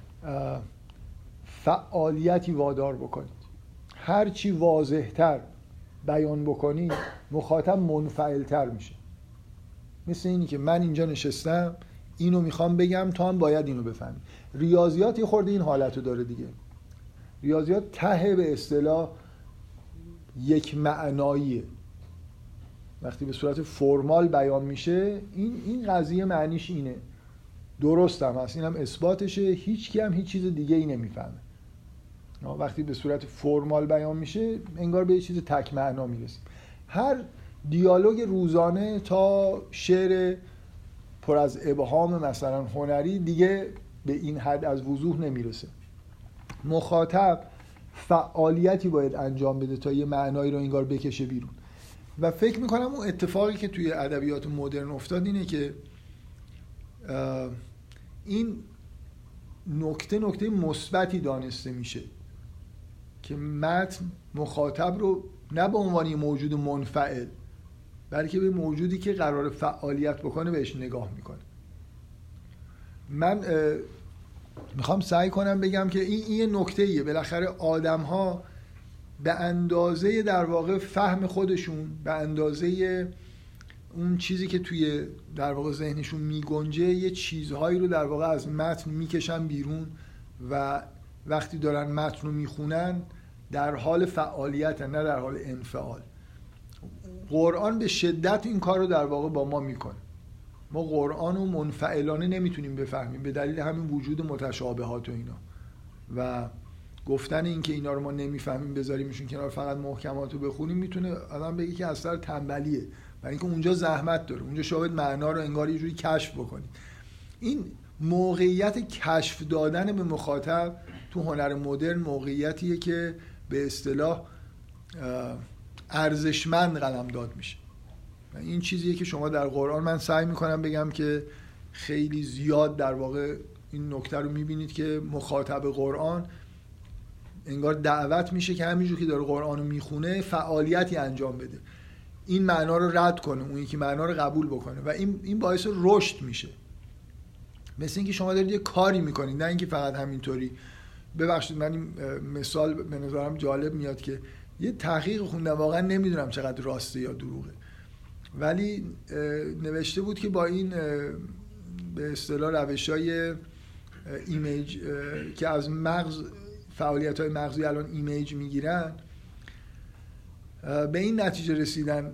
S1: فعالیتی وادار بکنید. هرچی واضح‌تر بیان بکنید مخاطب منفعل‌تر میشه. مثل اینی که من اینجا نشستم اینو میخوام بگم تو هم باید اینو بفهمی. ریاضیات یه خورده این حالتو داره دیگه. ریاضیات ته به اصطلاح یک معناییه. وقتی به صورت فرمال بیان میشه این قضیه معنیش اینه، درست هم هست، اینم اثباتشه، هیچ کی هم هیچ چیز دیگه ای نمیفهمه. وقتی به صورت فرمال بیان میشه انگار به یه چیز تک معنا میرسیم. هر دیالوگ روزانه تا شعر پر از ابهام مثلا هنری دیگه به این حد از وضوح نمیرسه. مخاطب فعالیتی باید انجام بده تا یه معنایی رو انگار بکشه بیرون. و فکر میکنم اون اتفاقی که توی ادبیات مدرن افتاد اینه که این نکته مثبتی دانسته میشه که متن مخاطب رو نه به عنوان یه موجود منفعل بلکه به موجودی که قرار فعالیت بکنه بهش نگاه میکنه. من میخوام سعی کنم بگم که این یه نکته‌ایه. بالاخره آدم‌ها به اندازه در واقع فهم خودشون، به اندازه اون چیزی که توی در واقع ذهنشون میگنجه یه چیزهایی رو در واقع از متن میکشن بیرون و وقتی دارن متن رو میخونن در حال فعالیت نه در حال انفعال. قرآن به شدت این کار رو در واقع با ما میکنه. ما قرآن رو منفعلانه نمیتونیم بفهمیم به دلیل همین وجود متشابهات و اینا و گفتن این که اینا رو ما نمیفهمیم بذاریمشون کنار فقط محکمات رو بخونیم میتونه آدم بگه که اصلا تنبلیه، برای اینکه اونجا زحمت داره، اونجا شاید معنا رو انگار یه جوری کشف بکنید. این موقعیت کشف دادن به مخاطب تو هنر مدرن موقعیتیه که به اصطلاح ارزشمند قلمداد میشه. این چیزیه که شما در قرآن من سعی میکنم بگم که خیلی زیاد در واقع این نکته رو میبینید که مخاطب قرآن انگار دعوت میشه که همینجور که داره قرآن رو میخونه فعالیتی انجام بده، این معنا رو رد کنه، اون یکی معنا رو قبول بکنه و این باعث رشد میشه. مثل اینکه شما دارید یه کاری میکنید نه اینکه فقط همینطوری. ببخشید من این مثال به نظرم جالب میاد که یه تحقیق خوندم، واقعا نمیدونم چقدر راسته یا دروغه، ولی نوشته بود که با این به اصطلاح روش‌های ایمیج که از مغز فعالیت‌های مغزی الان ایمیج میگیرن به این نتیجه رسیدن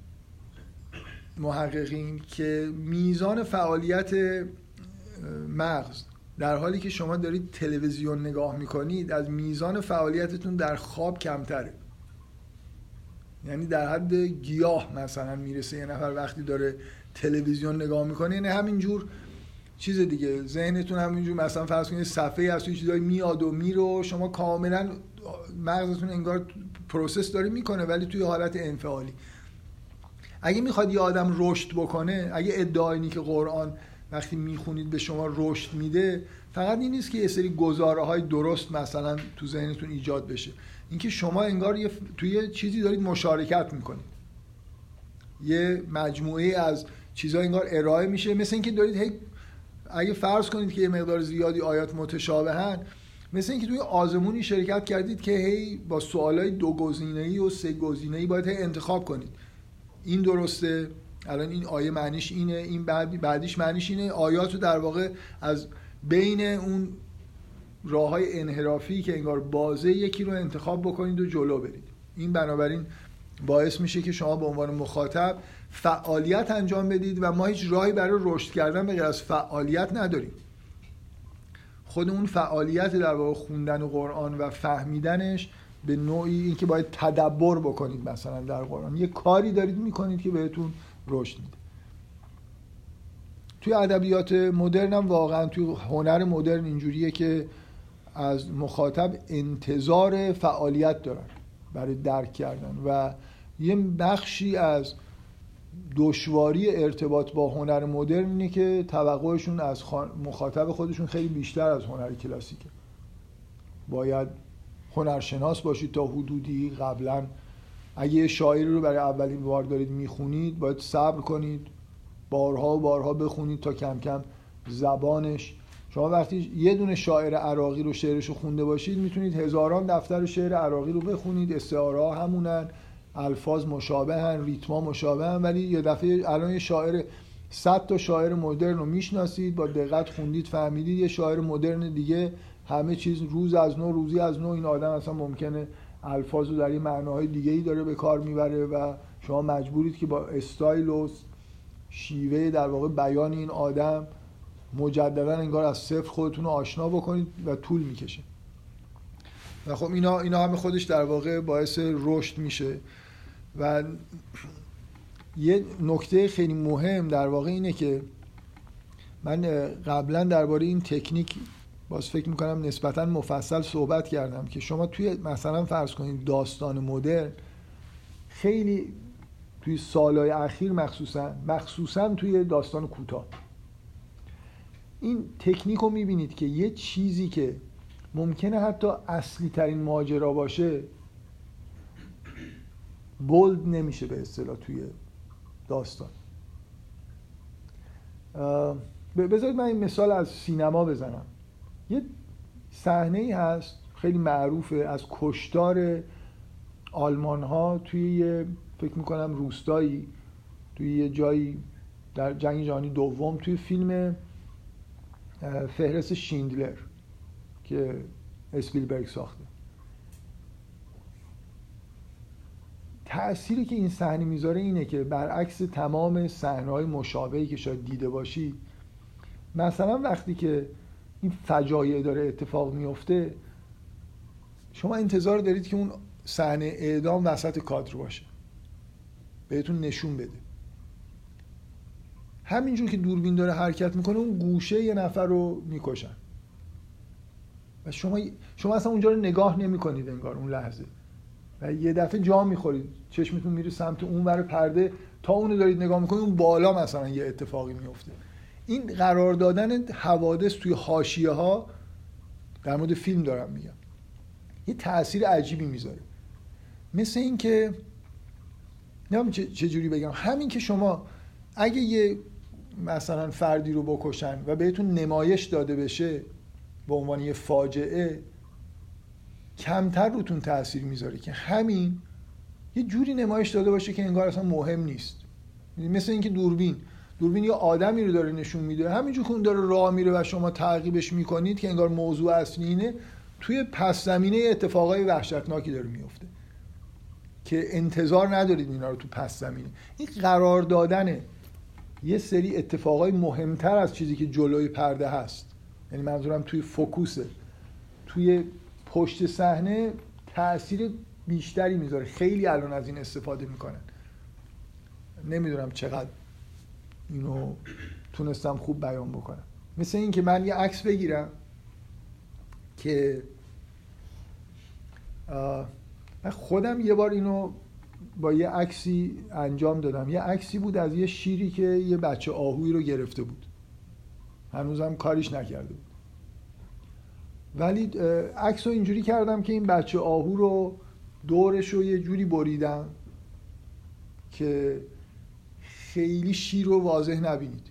S1: محققین که میزان فعالیت مغز در حالی که شما دارید تلویزیون نگاه میکنید از میزان فعالیتتون در خواب کمتره. یعنی در حد گیاه مثلا میرسه یه نفر وقتی داره تلویزیون نگاه میکنه، یعنی همینجور چیز دیگه ذهنتون همینجور مثلا فرض کنید صفحه‌ای از توی چیزای میاد و میره، شما کاملا مغزتون انگار پروسس داره میکنه ولی توی حالت انفعالی. اگه میخواد یه آدم رشد بکنه، اگه ادعا اینی که قرآن وقتی میخونید به شما رشد میده، فقط این نیست که یه سری گزاره‌های درست مثلا تو ذهنتون ایجاد بشه، اینکه شما انگار توی چیزی دارید مشارکت میکنید، یه مجموعه از چیزا انگار ارائه میشه. مثل اینکه دارید اگه فرض کنید که یه مقدار زیادی آیات متشابهن، مثل اینکه توی آزمونی شرکت کردید که هی با سوالای 2 گزینه‌ای و 3 گزینه‌ای باید انتخاب کنید. این درسته، الان این آیه معنیش اینه، این بعدیش معنیش اینه. آیاتو در واقع از بین اون راه‌های انحرافی که انگار بازه یکی رو انتخاب بکنید و جلو برید. این بنابراین باعث میشه که شما به عنوان مخاطب فعالیت انجام بدید و ما هیچ راهی برای رشد کردن به غیر از فعالیت نداریم. خود اون فعالیت در واقع خوندن قرآن و فهمیدنش به نوعی اینکه باید تدبر بکنید مثلا در قرآن، یه کاری دارید میکنید که بهتون رشد میده. توی ادبیات مدرن هم واقعا توی هنر مدرن اینجوریه که از مخاطب انتظار فعالیت دارن برای درک کردن و یه بخشی از دشواری ارتباط با هنر مدرن اینه که توقعشون از مخاطب خودشون خیلی بیشتر از هنر کلاسیکه. باید هنرشناس باشید تا حدودی. قبلا اگه یه شاعری رو برای اولین بار دارید میخونید باید صبر کنید، بارها و بارها بخونید تا کم کم زبانش. شما وقتی یه دونه شاعر عراقی رو شعرش رو خونده باشید میتونید هزاران دفتر شعر عراقی رو بخونید، استعاره همونن، الفاظ مشابهن، ریتما مشابهن، ولی یه دفعه الان یه شاعر 100 تا شاعر مدرن رو میشناسید، با دقت خوندید فهمیدید یه شاعر مدرن دیگه همه چیز روز از نو روزی از نو، این آدم اصلا ممکنه الفاظ رو در یه معناهای دیگه‌ای داره به کار میبره و شما مجبورید که با استایل و شیوه در واقع بیان این آدم مجددا انگار از صفر خودتون رو آشنا بکنید و طول میکشه. و خب اینا همه خودش در واقع باعث رشد میشه. و یه نکته خیلی مهم در واقع اینه که من قبلا درباره این تکنیک باز فکر میکنم نسبتا مفصل صحبت کردم که شما توی مثلا فرض کنید داستان مدرن خیلی توی سالهای اخیر مخصوصا توی داستان کوتاه این تکنیک رو میبینید که یه چیزی که ممکنه حتی اصلی ترین ماجرا باشه بولد نمیشه به اصطلاح توی داستان. بذارید من این مثال از سینما بزنم. یه صحنه‌ای هست خیلی معروفه از کشتار آلمان ها توی یه فکر میکنم روستایی توی یه جایی در جنگ جهانی دوم، توی فیلم فهرست شیندلر که اسپیلبرگ ساخته. تأثیری که این صحنه میذاره اینه که برعکس تمام صحنه‌های مشابهی که شاید دیده باشید، مثلا وقتی که این فجایع داره اتفاق میفته شما انتظار دارید که اون صحنه اعدام وسط کادر باشه، بهتون نشون بده. همینجور که دوربین داره حرکت میکنه اون گوشه یه نفر رو میکشن و شما اصلا اونجا رو نگاه نمیکنید انگار اون لحظه و یه دفعه جا میخورید، چشمتون میره سمت اون ور پرده، تا اونو دارید نگاه میکنید اون بالا مثلا یه اتفاقی میفته. این قرار دادن حوادث توی حاشیه ها، در مورد فیلم دارم میگم، یه تأثیر عجیبی میذاره. مثل این که نمیدونم چه جوری بگم، همین که شما اگه یه مثلا فردی رو بکشن و بهتون نمایش داده بشه به عنوان یه فاجعه، کمتر روتون تأثیر میذاره که همین یه جوری نمایش داده باشه که انگار اصلا مهم نیست. مثل اینکه دوربین یه آدمی رو داره نشون میده، همینجور که اون داره راه میره و شما تعقیبش میکنید که انگار موضوع اصلی اینه، توی پس زمینه اتفاقای وحشتناکی داره میفته که انتظار ندارید اینا رو تو پس زمینه. این قرار دادن یه سری اتفاقای مهمتر از چیزی که جلوی پرده هست، یعنی منظورم توی فوکوسه، توی پشت صحنه تأثیر بیشتری میذاره. خیلی الان از این استفاده میکنن. نمیدونم چقدر اینو تونستم خوب بیان بکنم. مثل این که من یه عکس بگیرم که من خودم یه بار اینو با یه عکسی انجام دادم. یه عکسی بود از یه شیری که یه بچه آهویی رو گرفته بود، هنوزم کاریش نکرده بود، ولی عکس رو اینجوری کردم که این بچه آهو رو دورش رو یه جوری بریدم که خیلی شیر رو واضح نبینید.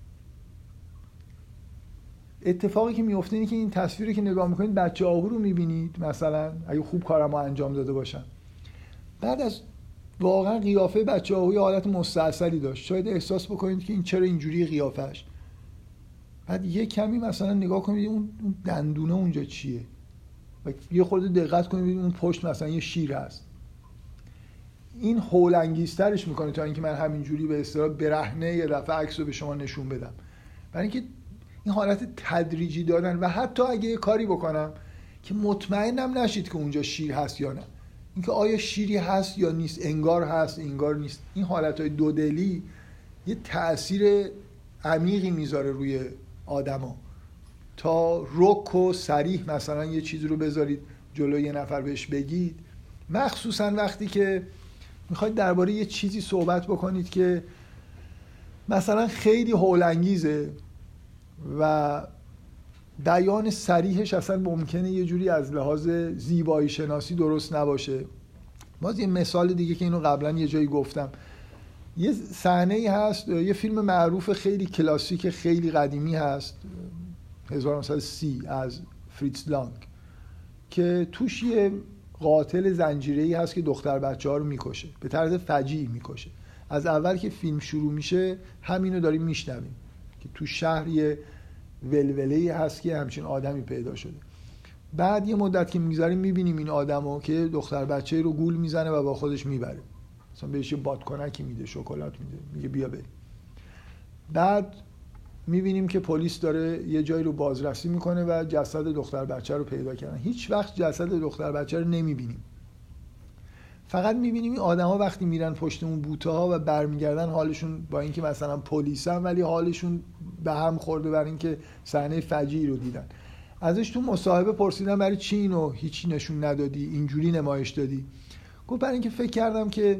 S1: اتفاقی که میفته اینه که این تصویری که نگاه میکنید بچه آهو رو میبینید، مثلا اگه خوب کارم رو انجام داده باشم، بعد از واقعا قیافه بچه آهوی حالت مستعصلی داشت، شاید احساس بکنید که این چرا اینجوری قیافش. بعد یه کمی مثلا نگاه کنید اون دندونه اونجا چیه و یه خورده دقت کنید اون پشت مثلا یه شیر هست. این هول انگیزترش میکنه تا اینکه من همینجوری به اصطلاح برهنه یه دفعه عکس رو به شما نشون بدم. برای اینکه این حالت تدریجی دادن و حتی اگه یه کاری بکنم که مطمئنم نشید که اونجا شیر هست یا نه. اینکه آیا شیری هست یا نیست، انگار هست انگار نیست، این حالتهای دودلی یه تأثیر عمیقی میذاره روی آدما. تا رک و صریح مثلا یه چیزی رو بذارید جلوی یه نفر بهش بگید، مخصوصا وقتی که میخواید درباره یه چیزی صحبت بکنید که مثلا خیلی هولانگیزه و بیان صریحش اصلا ممکنه یه جوری از لحاظ زیبایی شناسی درست نباشه. باز یه مثال دیگه که اینو قبلا یه جایی گفتم، یه صحنه‌ای هست، یه فیلم معروف خیلی کلاسیک خیلی قدیمی هست 1930 از فریتز لانگ که توش یه قاتل زنجیره‌ای هست که دختر بچه‌ها رو میکشه، به طرز فجیعی میکشه. از اول که فیلم شروع میشه همینو داریم میشنویم که تو شهر یه ولوله‌ای هست که همچین آدمی پیدا شده. بعد یه مدت که میگذاریم میبینیم این آدمو که دختر بچه‌ای رو گول میزنه و با خودش میبره، مثلا بهش یه بادکنکی میده، شکلات میده، میگه بیا بریم. بعد میبینیم که پلیس داره یه جایی رو بازرسی میکنه و جسد دختر بچه رو پیدا کردن. هیچ وقت جسد دختر بچه رو نمیبینیم، فقط میبینیم این آدما وقتی میرن پشت اون بوته‌ها و برمیگردن حالشون با اینکه مثلا پلیسن ولی حالشون به هم خورده برای اینکه صحنه فجیعی رو دیدن. ازش تو مصاحبه پرسیدن برای چی اینو هیچی نشون ندادی، اینجوری نمایش دادی؟ گفت برای اینکه فکر کردم که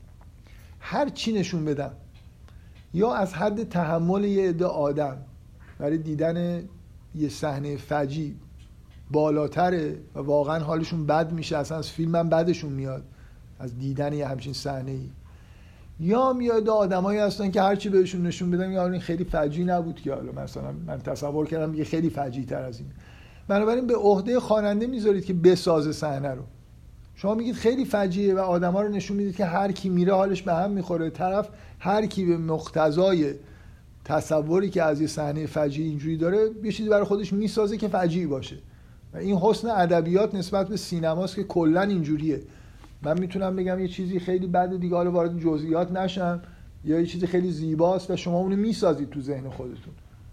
S1: هر چی نشون بدم یا از حد تحمل یه عده آدم برای دیدن یه صحنه فجیع بالاتره و واقعا حالشون بد میشه، اصلا از فیلمم بدشون میاد از دیدن یه همچین صحنه‌ای، یا میاد آدمایی هستن که هر چی بهشون نشون بدم یا این خیلی فجیع نبود که حالا مثلا من تصور کردم یه خیلی فجیع تر از این. بنابراین به عهده خواننده میذارید که بسازه صحنه رو. شما میگید خیلی فجیعه و آدما رو نشون میدید که هر کی میره حالش به هم میخوره، طرف هر کی به مقتضای تصوری که از یه صحنه فجیع اینجوری داره یه چیزی برای خودش میسازه که فجیع باشه. و این حسن ادبیات نسبت به سینماست که کلا اینجوریه. من میتونم بگم یه چیزی خیلی بده دیگه، حالا وارد جزئیات نشم، یا یه چیزی خیلی زیباست و شما اونو میسازید تو ذهن خودتون.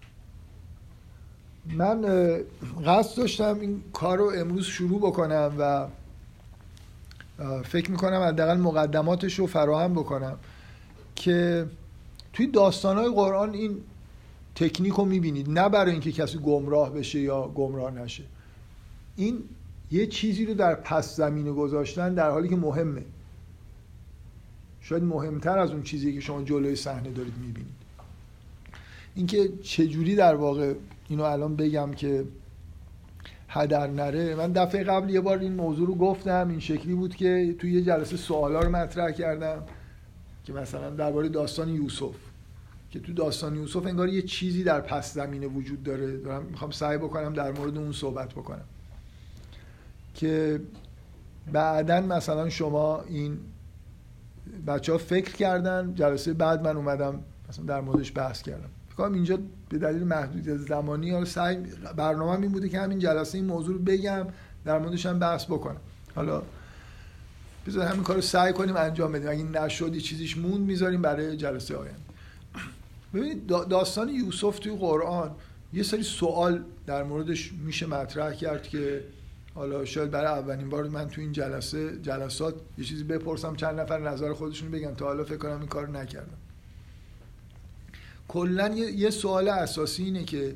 S1: من قصد داشتم این کار رو امروز شروع بکنم و فکر میکنم حداقل مقدماتش رو فراهم بکنم که توی داستانهای قرآن این تکنیک رو میبینید، نه برای اینکه کسی گمراه بشه یا گمراه نشه، این یه چیزی رو در پس زمینه گذاشتن در حالی که مهمه، شاید مهمتر از اون چیزی که شما جلوی صحنه دارید میبینید. اینکه چجوری در واقع اینو الان بگم که هدر نره. من دفعه قبل یه بار این موضوع رو گفتم، این شکلی بود که توی یه جلسه سوالا رو مطرح کردم که مثلا درباره داستان یوسف، که تو داستان یوسف انگار یه چیزی در پس زمینه وجود داره، دارم میخوام سعی بکنم در مورد اون صحبت بکنم که بعداً مثلا شما این بچه‌ها فکر کردن، جلسه بعد من اومدم مثلا در موردش بحث کردم. فکر کنم اینجا به دلیل محدودیت زمانی حالا برنامه‌م این بوده که همین جلسه این موضوع رو بگم، در موردش هم بحث بکنم. حالا بذار همین کارو سعی کنیم انجام بدیم، اگه نشد چیزیش موند میذاریم برای جلسه آینده. ببینید داستان یوسف توی قرآن یه سری سوال در موردش میشه مطرح کرد که حالا شاید برای اولین بار من تو این جلسات یه چیزی بپرسم، چند نفر نظر خودشون بگن، تا حالا فکر کنم این کارو نکردم. کلا یه سوال اساسی اینه که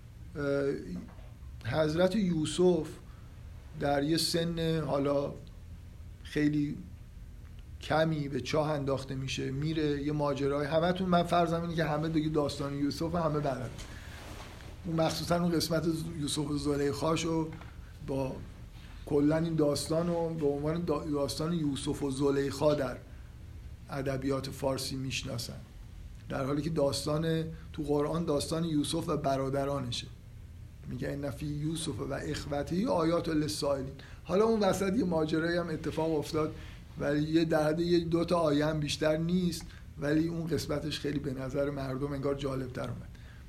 S1: حضرت یوسف در یه سن حالا خیلی کمی به چاه انداخته میشه، میره یه ماجرای، همتون من فرضم اینه که همه دیگه داستان یوسف همه بلدن، اون مخصوصا اون قسمت یوسف و زلیخاشو با کلا این داستان رو به عنوان داستان یوسف و زلیخا در ادبیات فارسی میشناسن، در حالی که داستان تو قرآن داستان یوسف و برادرانشه. میگه ان فی یوسف و اخوته آیات للسائلین. حالا اون وسط یه ماجرایی هم اتفاق افتاد ولی یه در حد یه دو تا آیه هم بیشتر نیست، ولی اون قسمتش خیلی به نظر مردم انگار جالب‌تر اومد.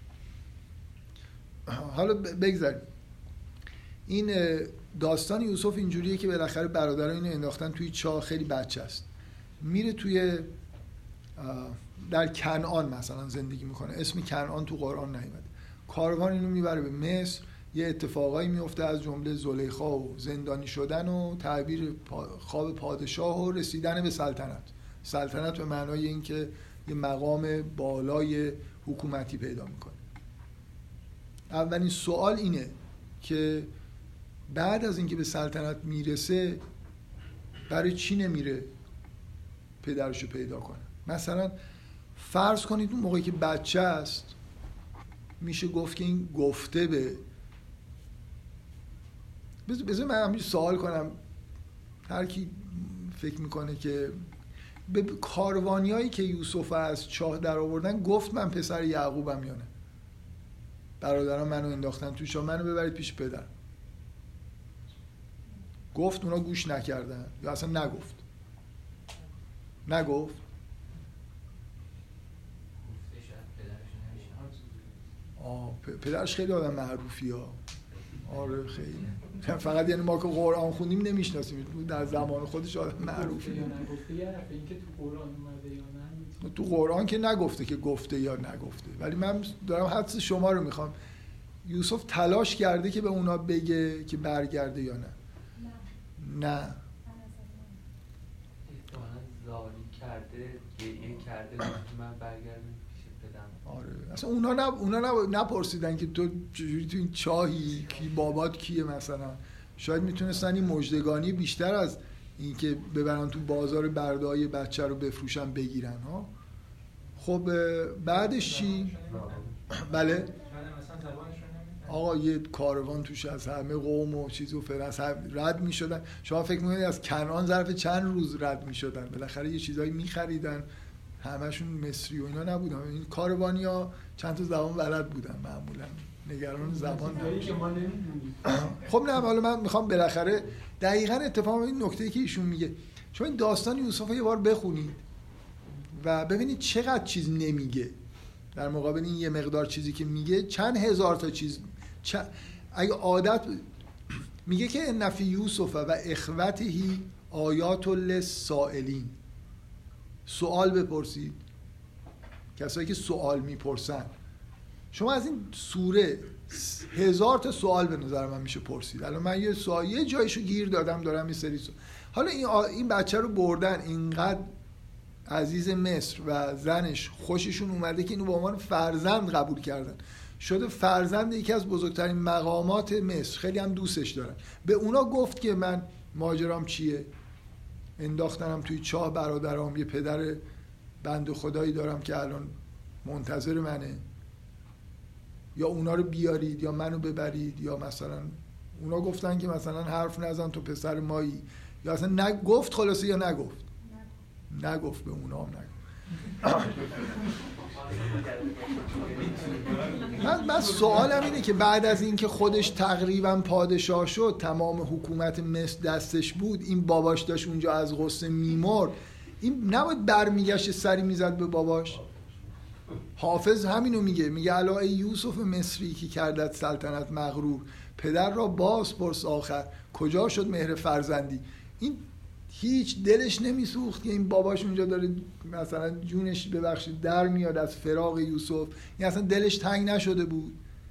S1: حالا بگذاریم. این داستان یوسف اینجوریه که بالاخره برادران اینو انداختن توی چاه، خیلی بچه است، میره توی در کنعان مثلا زندگی میکنه، اسم کنعان تو قرآن نیومده. کاروان اینو میبره به مصر، یه اتفاقایی میفته، از جمله زلیخا و زندانی شدن و تعبیر خواب پادشاه و رسیدن به سلطنت. سلطنت به معنای این که یه مقام بالای حکومتی پیدا میکنه. اولین سوال اینه که بعد از اینکه به سلطنت میرسه برای چی نمیره پدرشو پیدا کنه؟ مثلا فرض کنید اون موقعی که بچه است میشه گفت که این گفته به بذار من همین سوال کنم، هر کی فکر میکنه که به کاروانیایی که یوسف از چاه در آوردن گفت من پسر یعقوبم یا نه؟ برادران منو انداختن تو چاه، منو ببرید پیش پدر. گفت، اونا گوش نکردن یا اصلا نگفت؟ نگفت. پدرش خیلی آدم معروفی ها. آره خیلی. فقط یعنی ما که قرآن خوندیم نمیشناسیم، در زمان خودش آدم معروفی. تو قرآن که نگفته که گفته یا نگفته، ولی من دارم حدس شما رو میخوام. یوسف تلاش کرده که به اونا بگه که برگرده یا نه؟ نه.
S7: زاری کرده، گریه کرده من برگردم پیش پدرم.
S1: آره اصلا اونا نپرسیدن که تو چجوری تو این چاهی، کی بابات کیه مثلا. شاید میتونستن این مژدگانی بیشتر از این که ببرن تو بازار برده‌های بچه رو بفروشن بگیرن ها. خب بعدش چی؟ بله آقا یه کاروان توش از همه قوم و چیز و فرانس رد می شدن. شما فکر میکنید از کنعان ظرف چند روز رد می شدن؟ بالاخره یه چیزایی می خریدن، همشون مصری و اینا نبودن. این کاروانی ها چند تا زبان بلد بودن معمولا، نگران زبان نبودن. خب نه حالا من میخوام بالاخره دقیقاً اتفاق این نکته‌ای که ایشون میگه، شما این داستان یوسف یه بار بخونید و ببینید چقدر چیز نمیگه در مقابل این یه مقدار چیزی که میگه. چند هزار تا چیز اگه عادت میگه که ان فی یوسف و اخوته آیات للسائلین. سوال بپرسید، کسایی که سوال میپرسن. شما از این سوره 1000 تا سوال به نظر من میشه پرسید. الان من یه سوال یه جایشو گیر دادم، دارم یه سری سوال. حالا این بچه رو بردن، اینقدر عزیز مصر و زنش خوششون اومده که اینو به عنوان فرزند قبول کردن، شده فرزند یکی از بزرگترین مقامات مصر، خیلی هم دوستش دارن. به اونا گفت که من ماجرام چیه، انداختنم توی چاه برادرام، یه پدر بنده خدایی دارم که الان منتظر منه، یا اونا رو بیارید یا منو ببرید، یا مثلا اونا گفتن که مثلا حرف نزن تو پسر مایی، یا اصلا نگفت خلاصه یا نگفت؟ نگفت. به اونا هم نگفت. من سوالم اینه که بعد از این که خودش تقریبا پادشاه شد، تمام حکومت مصر دستش بود، این باباش داشت اونجا از غصه میمرد، این نباید برمیگشت سری میزد به باباش؟ حافظ همینو میگه الا ای یوسف مصری که کردت سلطنت مغرور، پدر را باز پرس آخر کجا شد مهر فرزندی. این هیچ دلش نمیسوخت که این باباش اونجا داره مثلا جونش ببخشید در میاد از فراق یوسف. این اصلا دلش تنگ نشده بود؟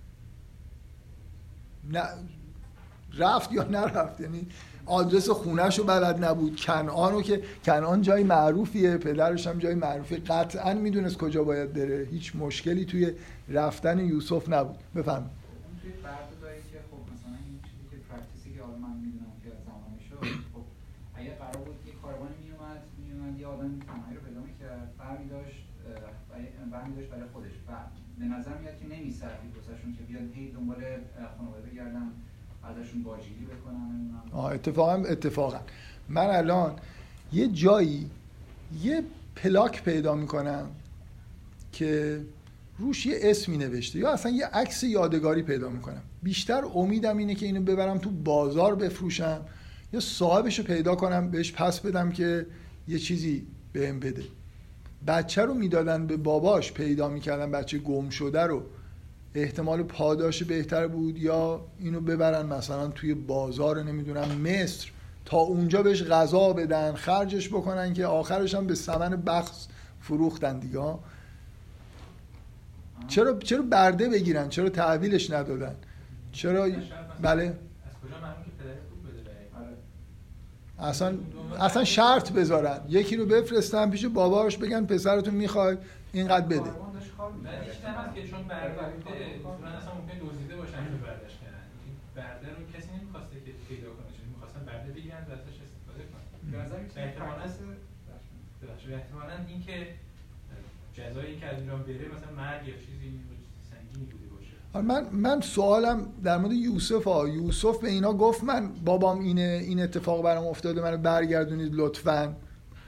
S1: نه رفت یا نرفت؟ یعنی آدرس خونه‌شو بلد نبود. کنعانو که کنعان جای معروفیه، پدرش هم جای معروفی، قطعاً میدونست کجا باید بره. هیچ مشکلی توی رفتن یوسف نبود. بفهم.
S8: توی برده‌ای که خب مثلا این چیزی که پرکتیسی که حالا من میدونم که از زمانش خب اگه قرار بود که کاروان میومد یه آدم تنهایی رو پیدا می‌کرد، برمی‌داشت برای خودش و به نظر میاد که نمی‌صرفید واسهشون که بیان هی دنبال خانواده بگردن، ازشون باجگیری بکنن.
S1: اتفاقا من الان یه جایی یه پلاک پیدا میکنم که روش یه اسمی نوشته یا اصلا یه عکس یادگاری پیدا میکنم. بیشتر امیدم اینه که اینو ببرم تو بازار بفروشم یا صاحبشو پیدا کنم بهش پس بدم که یه چیزی بهم بده. بچه رو میدادن به باباش، پیدا میکردن بچه گم شده رو، احتمال پاداش بهتر بود یا اینو ببرن مثلا توی بازار نمیدونم مصر تا اونجا بهش غذا بدن، خرجش بکنن که آخرش هم به ثمن بخس فروختن دیگه. چرا برده بگیرن؟ چرا تحویلش ندادن؟ چرا؟ بله
S3: از کجا معلومه که پدر خوب بده بره؟
S1: اصلا شرط بذارن، یکی رو بفرستن پیش باباش بگن پسرتون میخواد اینقدر بده.
S3: بعد هیچ هست که چون برده بوده اصلا ممکن دزدیده باشن که برداشت کردن. این برده رو کسی نمیخواسته که پیدا کنه، چون میخواستن برده بگیرن و ازش استفاده کنن.
S8: به نظر
S3: احتمالاً این که جزایی که از ایران بره مثلا مرگ یا چیزی سنگینی بوده باشه.
S1: من سوالم در مورد یوسف به اینا گفت من بابام این اتفاق برام افتاده منو برگردونید لطفاً.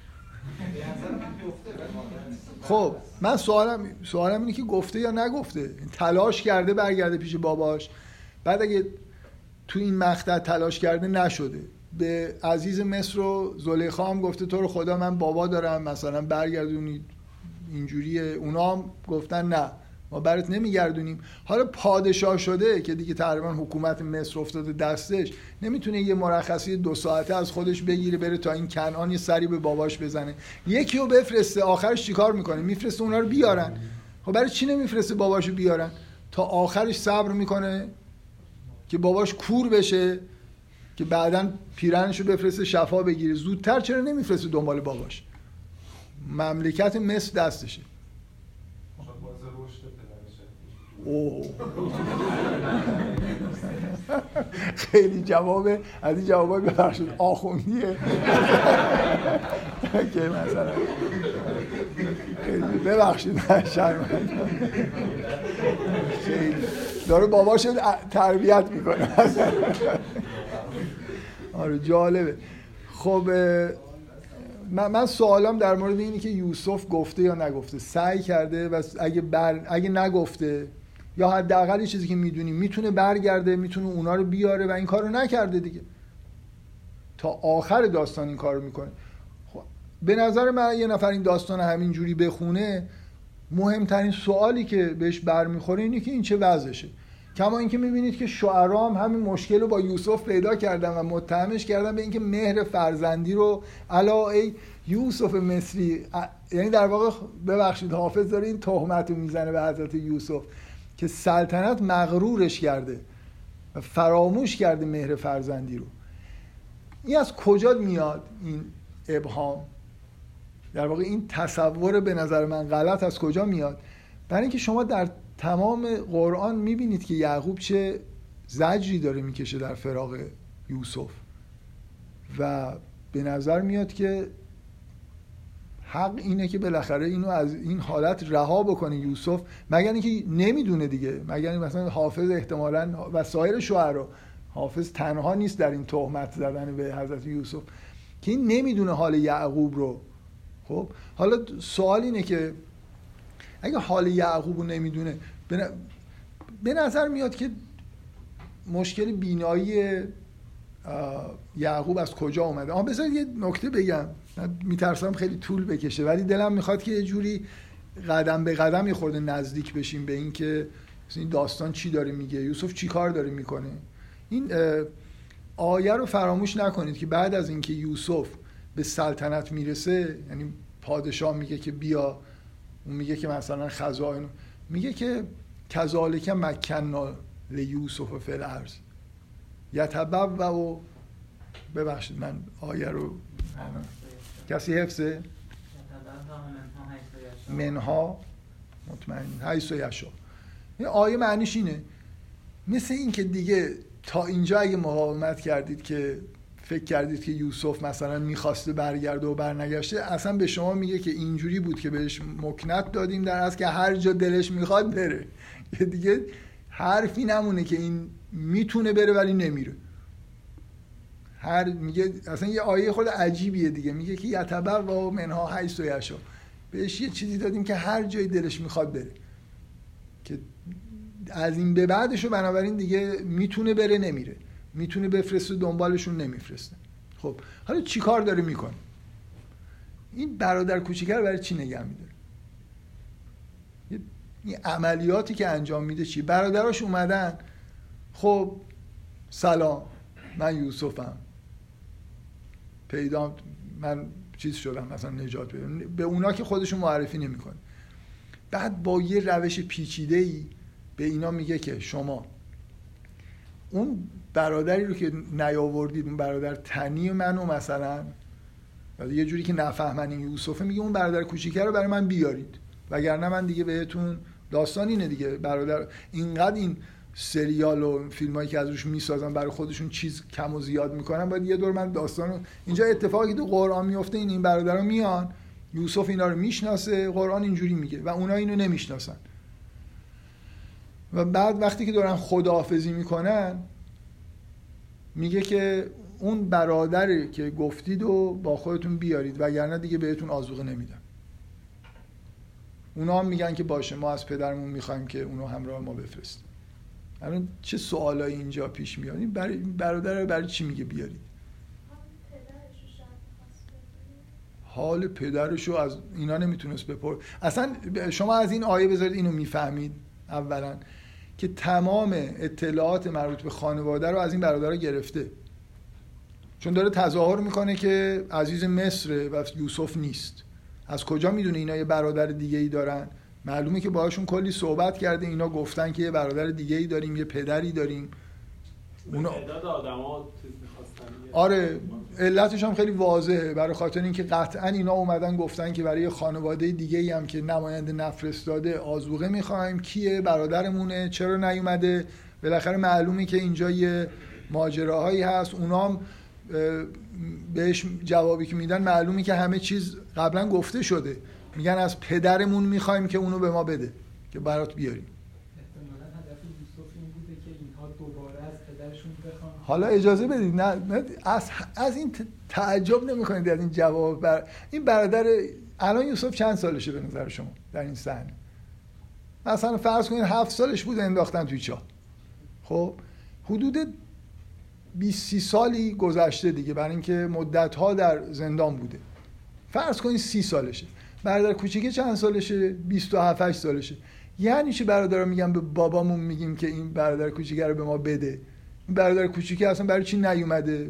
S1: خب من سوالم اینه که گفته یا نگفته. تلاش کرده برگرده پیش باباش، بعد اگه تو این مقطع تلاش کرده نشده به عزیز مصر و زلیخا هم گفته تو رو خدا من بابا دارم مثلا برگردونید اینجوریه، اونا هم گفتن نه ما برات نمیگردونیم. حالا پادشاه شده که دیگه تقریبا حکومت مصر افتاده دستش، نمیتونه یه مرخصی 2 ساعته از خودش بگیره بره تا این کنعان یه سری به باباش بزنه. یکی رو بفرسته، آخرش چیکار میکنه؟ میفرسته اونا رو بیارن. خب برای چی نمیفرسته باباشو بیارن؟ تا آخرش صبر میکنه که باباش کور بشه که بعداً پیرنشو بفرسته شفا بگیره. زودتر چرا نمیفرسته دنبال باباش؟ مملکت مصر دستشه. خیلی جوابه از این جوابای ببخشید آخوندیه که مثلا ببخشید شرمنده خیلی داره باباشو تربیت میکنه. آره جالبه. خب من سوالم در مورد اینه که یوسف گفته یا نگفته، سعی کرده و اگه نگفته یا حداقل چیزی که میدونیم میتونه برگرده، میتونه اونا رو بیاره و این کارو نکرده دیگه. تا آخر داستان این کارو میکنه. خب به نظر من یه نفر این داستان همینجوری بخونه، مهمترین سوالی که بهش برمیخوره اینه که این چه وضعشه. کما اینکه میبینید که شعرا هم همین مشکل رو با یوسف پیدا کردن و متهمش کردن به اینکه مهر فرزندی رو علا ای یوسف مصری، یعنی در واقع ببخشید حافظ داره این تهمت رو میزنه به حضرت یوسف که سلطنت مغرورش کرده و فراموش کرده مهر فرزندی رو. این از کجا میاد این ابهام؟ در واقع این تصور به نظر من غلط از کجا میاد؟ برای اینکه شما در تمام قرآن میبینید که یعقوب چه زجری داره میکشه در فراق یوسف و به نظر میاد که حق اینه که بالاخره اینو از این حالت رها بکنه یوسف، مگر اینکه نمیدونه دیگه، مگر مثلا حافظ احتمالاً و سایر شعرا، حافظ تنها نیست در این تهمت زدن به حضرت یوسف که این نمیدونه حال یعقوب رو. خب حالا سوال اینه که اگه حال یعقوب رو نمیدونه، به نظر میاد که مشکل بینایی یعقوب از کجا اومده. بذارید یه نکته بگم، میترسم خیلی طول بکشه ولی دلم میخواد که یه جوری قدم به قدم یه خورده نزدیک بشیم به این که این داستان چی داره میگه، یوسف چی کار داره میکنه. این آیه رو فراموش نکنید که بعد از اینکه یوسف به سلطنت میرسه، یعنی پادشاه میگه که بیا، اون میگه که مثلا خزائن، میگه که کذالک مکننا لیوسف فی الارض یتبوأ و ببخشید من آیه رو کسی حفظه؟ منها مطمئن حیث یشاء. این آیه معنیش اینه مثل این که دیگه تا اینجا اگه مقاومت کردید که فکر کردید که یوسف مثلا میخواسته برگرده و برنگشته، اصلا به شما میگه که اینجوری بود که بهش مکنت دادیم در اصل که هر جا دلش میخواد بره. دیگه حرفی نمونه که این میتونه بره ولی نمیره. میگه اصلا یه آیه خود عجیبیه دیگه، میگه که یتبوأ منها حیث یشاء، بهش یه چیزی دادیم که هر جای دلش میخواد بره، که از این به بعدشو بنابراین دیگه میتونه بره نمیره، میتونه بفرسته دنبالشون نمیفرسته. خب حالا چی کار داره میکنه؟ این برادر کوچیکه برای چی نگه میداره؟ این عملیاتی که انجام میده چی؟ برادراش اومدن، خب سلام من یوسفم، پیدا من چیز شدم مثلا نجات بدم، به اونا که خودشون معرفی نمیکنه. بعد با یه روش پیچیده‌ای به اینا میگه که شما اون برادری رو که نیاوردید، اون برادر تنی منو مثلا یه جوری که نفهمن این یوسفه، میگه اون برادر کوچیکه رو برای من بیارید وگرنه من دیگه بهتون داستان اینه دیگه. برادر اینقدر این سریال و فیلمایی که از روش میسازن برای خودشون چیز کم و زیاد میکنن، باید یه دور من داستانو اینجا اتفاقی تو قرآن میفته این برادرها میان، یوسف اینا رو میشناسه، قرآن اینجوری میگه و اونا اینو نمیشناسن و بعد وقتی که دارن خداحافظی میکنن میگه که اون برادری که گفتید و با خودتون بیارید وگرنه دیگه بهتون آذوقه نمیدم. اونا هم میگن که باشه ما از پدرمون میخوایم که اونو همراه ما بفرستیم. الان چه سوالایی اینجا پیش میاد؟ این برادر رو برای چی میگه بیارید؟ حال پدرشو از اینا نمیتونست بپرسه. اصلا شما از این آیه بذارید اینو میفهمید اولا که تمام اطلاعات مربوط به خانواده رو از این برادرها گرفته، چون داره تظاهر میکنه که عزیز مصر و یوسف نیست. از کجا میدونه اینا یه برادر دیگه ای دارن؟ معلومه که باهاشون کلی صحبت کرده، اینا گفتن که یه برادر دیگه ای داریم، یه پدری داریم. اونا
S2: تعداد آدما می‌خواستن.
S1: آره علتش هم خیلی واضحه، برای خاطر اینکه قطعا اینا اومدن گفتن که برای خانواده دیگه ای هم که نماینده نفرستاده آذوقه می‌خوایم، کیه برادرمونه، چرا نیومده؟ بالاخره معلومه که اینجا یه ماجراهایی هست. اونا هم بهش جوابی که میدن معلومه که همه چیز قبلا گفته شده، میگن از پدرمون میخوایم که اونو به ما بده که برات بیاریم.
S4: احتمالاً هدف یوسف این بوده که اینها دوباره از پدرشون بخوان.
S1: حالا اجازه بدید نه از این تعجب نمی‌کنید از این جواب. این برادر الان یوسف چند سالشه به نظر شما در این صحنه؟ مثلا فرض کنید 7 سالش بود انداختن توی چاه. خب حدود 20 سالی گذشته دیگه، برای اینکه مدت‌ها در زندان بوده. فرض کنید 30 سالشه. برادر کوچیکه چند سالشه؟ 27 سالشه. یعنی چه برادرها میگن به بابامون میگیم که این برادر کوچیکه رو به ما بده؟ این برادر کوچیکه اصلا برای چی نیومده؟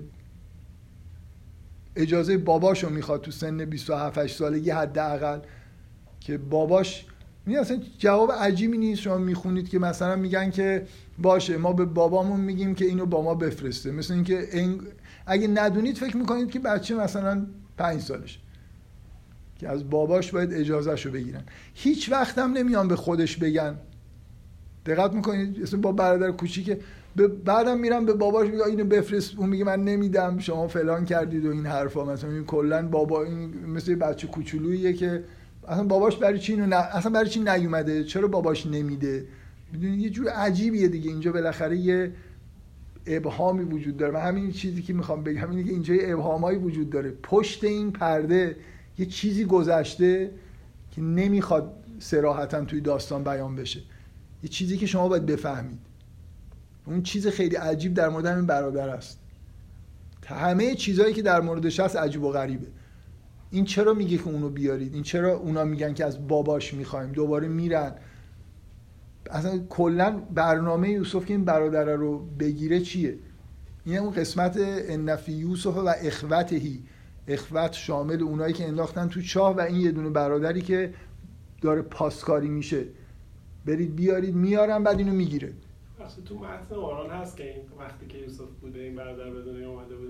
S1: اجازه باباشو میخواد تو سن 27 سالگی حداقل که باباش. این اصلا جواب عجیبی نیست. شما میخونید که مثلا میگن که باشه ما به بابامون میگیم که اینو با ما بفرسته، مثل اینکه اگه ندونید فکر میکنید که بچه مثلا 5 سالشه که از باباش باید اجازهشو بگیرن. هیچ وقت هم نمیان به خودش بگن. دقت میکنید مثلا با برادر کوچیکه بعدم میرن به باباش میگه اینو بفرست، اون میگه من نمیدم شما فلان کردید و این حرفا. مثلا این کلا بابا این مثل بچه کوچولوییه که اصلا باباش برای چی اینو اصلا برای چی نیومده، چرا باباش نمیده؟ میدونید یه جور عجیبیه دیگه. اینجا بالاخره یه ابهامی وجود داره. من همین چیزی که میخوام بگم اینه که اینجا یه ابهامایی وجود داره. پشت این پرده یه چیزی گذشته که نمیخواد صراحتاً توی داستان بیان بشه، یه چیزی که شما باید بفهمید. اون چیز خیلی عجیب در مورد همین برادر است. همه چیزایی که در موردش هست عجیب و غریبه. این چرا میگه که اونو بیارید؟ این چرا اونا میگن که از باباش میخوایم؟ دوباره میرن. اصلا کلا برنامه یوسف که این برادر رو بگیره چیه؟ این اون قسمت انفی یوسف و اخوتهی، اخوت شامل اونایی که انداختن تو چاه و این یه دونه برادری که داره پاسکاری میشه. برید بیارید، میارن بعد اینو میگیره.
S2: اصلا تو متن قرآن هست که این وقتی که یوسف بوده این برادر به دنیا اومده بوده؟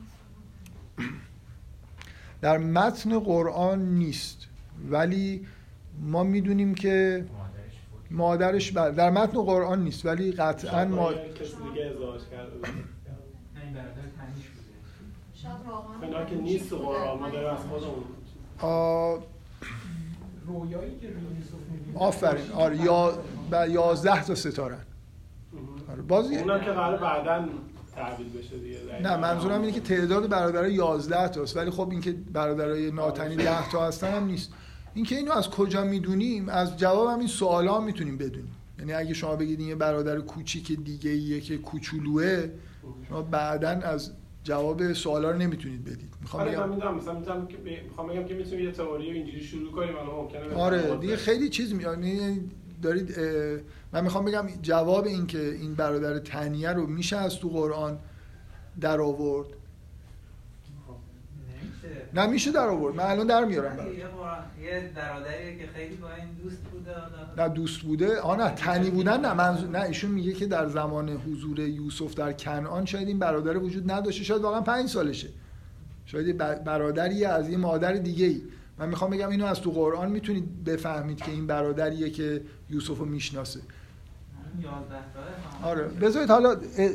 S1: در متن قرآن نیست، ولی ما میدونیم که مادرش در متن قرآن نیست، ولی قطعاً
S2: کسی دیگه ازدواج کرده بود.
S3: این برادر تنیش بوده.
S9: شاید واقعا
S2: اینا که نیست تو قرآن، ما داریم از خودمون
S4: رویایی که یوسف می‌بینه.
S1: آفرین. آره 11 تا ستاره. آره بازی
S2: اونا که قراره بعداً تعبیل بشه دیگه.
S1: نه منظورم اینه که تعداد برادرها 11 تاست، ولی خب اینکه برادرای ناتنی 10 تا هستن هم نیست. اینکه اینو از کجا میدونیم؟ از جواب همین سوالا میتونیم بدونیم. یعنی اگه شما بگید این یه برادر کوچیک دیگه ایه که کوچولوئه، شما بعداً از جواب سوالا رو نمیتونید بدید. میخوام
S2: بگم که میتونیم یه تئوری اینجوری شروع کنیم، الان ممکنه
S1: آره دیگه خیلی چیز دارید. من میخوام بگم جواب این که این برادر تنیه رو میشه از تو قرآن در آورد.
S3: نمیشه
S1: نه میشه در آورد، من الان در میارم
S9: یه برادریه که خیلی با این دوست بوده.
S1: نه دوست بوده، نه تنی بودن، نه منظور، نه ایشون میگه که در زمان حضور یوسف در کنعان شاید این برادر وجود نداشته، شاید واقعا 5 سالشه، شاید برادری از یه مادر دیگه‌ای. من میخوام بگم اینو از تو قرآن میتونید بفهمید که این برادریه که یوسفو میشناسه.
S9: 11 ساله.
S1: آره بذارید حالا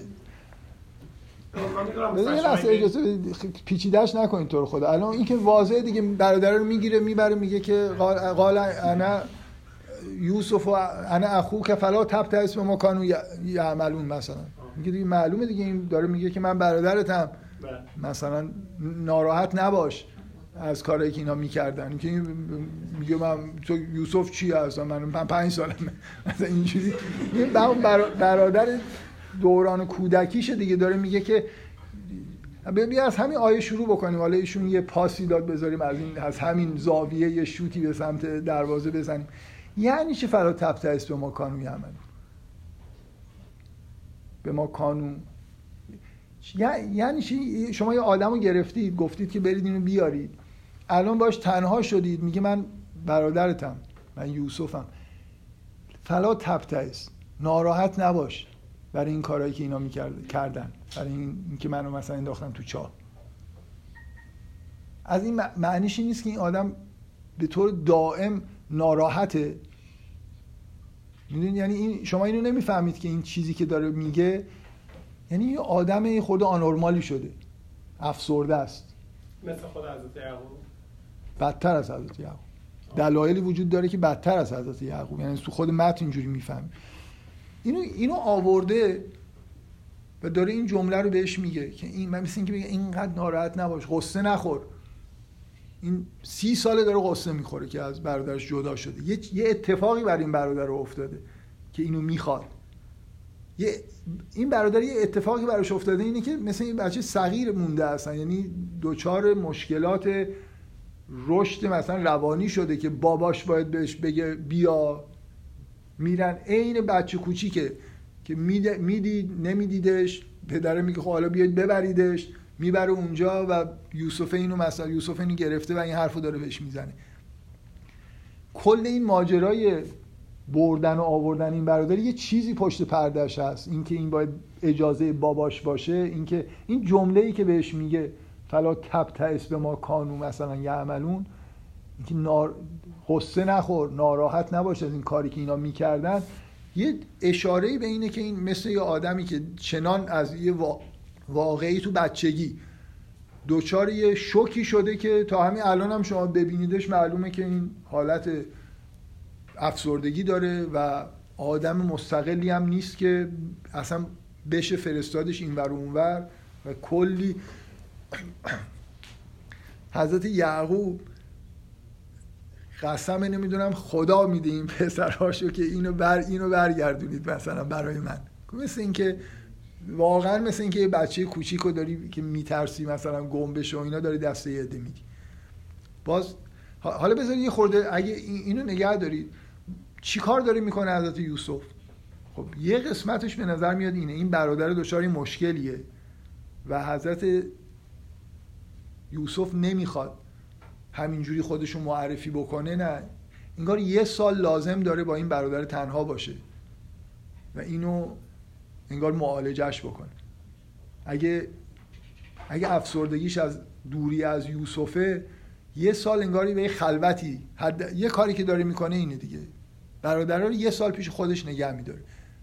S1: بذارید یه لحظه اجازه بدید پیچیده‌اش نکنید تو رو خدا. الان این که واضحه دیگه، برادر رو میگیره میبره میگه که قال انا یوسف و انا اخوک فلا تبتئس بما کانوا یعملون مثلا. میگه دیگه معلومه دیگه، این داره میگه که من برادرتم، مثلا ناراحت نباش از کارهایی که اینا میکردن. این که میگه من تو یوسف چی هستم، من 5 سالمه مثلا اینجوری. این برادر دوران کودکیشه دیگه، داره میگه که بیا از همین آیه شروع بکنیم، حالا ایشون یه پاسی داد بذاریم از همین زاویه یه شوتی به سمت دروازه بزنیم. یعنی چه فلا تبتئس بما کانوا یعملون؟ به ما کانون یعنی چی؟ شما یه آدمو گرفتید گفتید که برید اینو بیارید، الان باش تنها شدید، میگه من برادرتم، من یوسفم، فلا تبتئس، ناراحت نباش برای این کارهایی که اینا کردن، برای این که منو مثلا انداختن تو چاه. از این معنیش این نیست که این آدم به طور دائم ناراحته. میدونید یعنی این شما اینو نمیفهمید که این چیزی که داره میگه یعنی یه آدم خود آنورمالی شده، افسرده است،
S2: مثل خود حضرت یعقوب،
S1: بدتر از حضرت یعقوب. دلایلی وجود داره که بدتر از حضرت یعقوب، یعنی تو خود متن اینجوری میفهمی. اینو آورده و داره این جمله رو بهش میگه که این، من مثل این که بگه اینقدر ناراحت نباش، غصه نخور. این 30 ساله داره غصه میخوره که از برادرش جدا شده. یه اتفاقی برای این برادر افتاده که اینو میخواد. این برادر یه اتفاقی براش افتاده اینه که مثل این بچه صغیر مونده اصلا، یعنی دوچار مشکلات رشد مثلا روانی شده که باباش باید بهش بگه بیا، میرن عین بچه کوچیکه که میدید نمیدیدش، پدره میگه خب حالا بیاید ببریدش، میبره اونجا و یوسف اینو گرفته و این حرفو داره بهش میزنه. کل این ماجرای بردن و آوردن این برادر یه چیزی پشت پردهش هست، اینکه این باید اجازه باباش باشه، اینکه این جمله‌ای که بهش میگه فلا تبتئس بما کانوا مثلا یعملون، اینکه غصه نخور، ناراحت نباش از این کاری که اینا میکردن، یه اشاره‌ای به اینه که این مثل یه آدمی که چنان از یه واقعی تو بچگی دوچار یه شوکی شده که تا همین الان هم شما ببینیدش معلومه که این حالت افسردگی داره و آدم مستقلی هم نیست که اصلا بشه فرستادش اینور و اونور و کلی. حضرت یعقوب قسم نمیدونم خدا میده این پسرهاشو که اینو برگردونید مثلا برای من، مثل این که واقعا مثل این که یه بچه کوچیکو داری که میترسی مثلا گم بشه و اینا داری دسته یه عده میدی. باز حالا بذارید یه خورده اگه اینو نگه دارید چی کار داره میکنه حضرت یوسف. خب یه قسمتش به نظر میاد اینه، این برادر دچار مشکلیه و حضرت یوسف نمیخواد همینجوری خودشو معرفی بکنه، نه انگار 1 سال لازم داره با این برادر تنها باشه و اینو انگار معالجهش بکنه. اگه افسردگیش از دوری از یوسفه، 1 سال انگاری به خلوتی، یه کاری که داره میکنه اینه دیگه، برادرها رو 1 سال پیش خودش نگه میداره.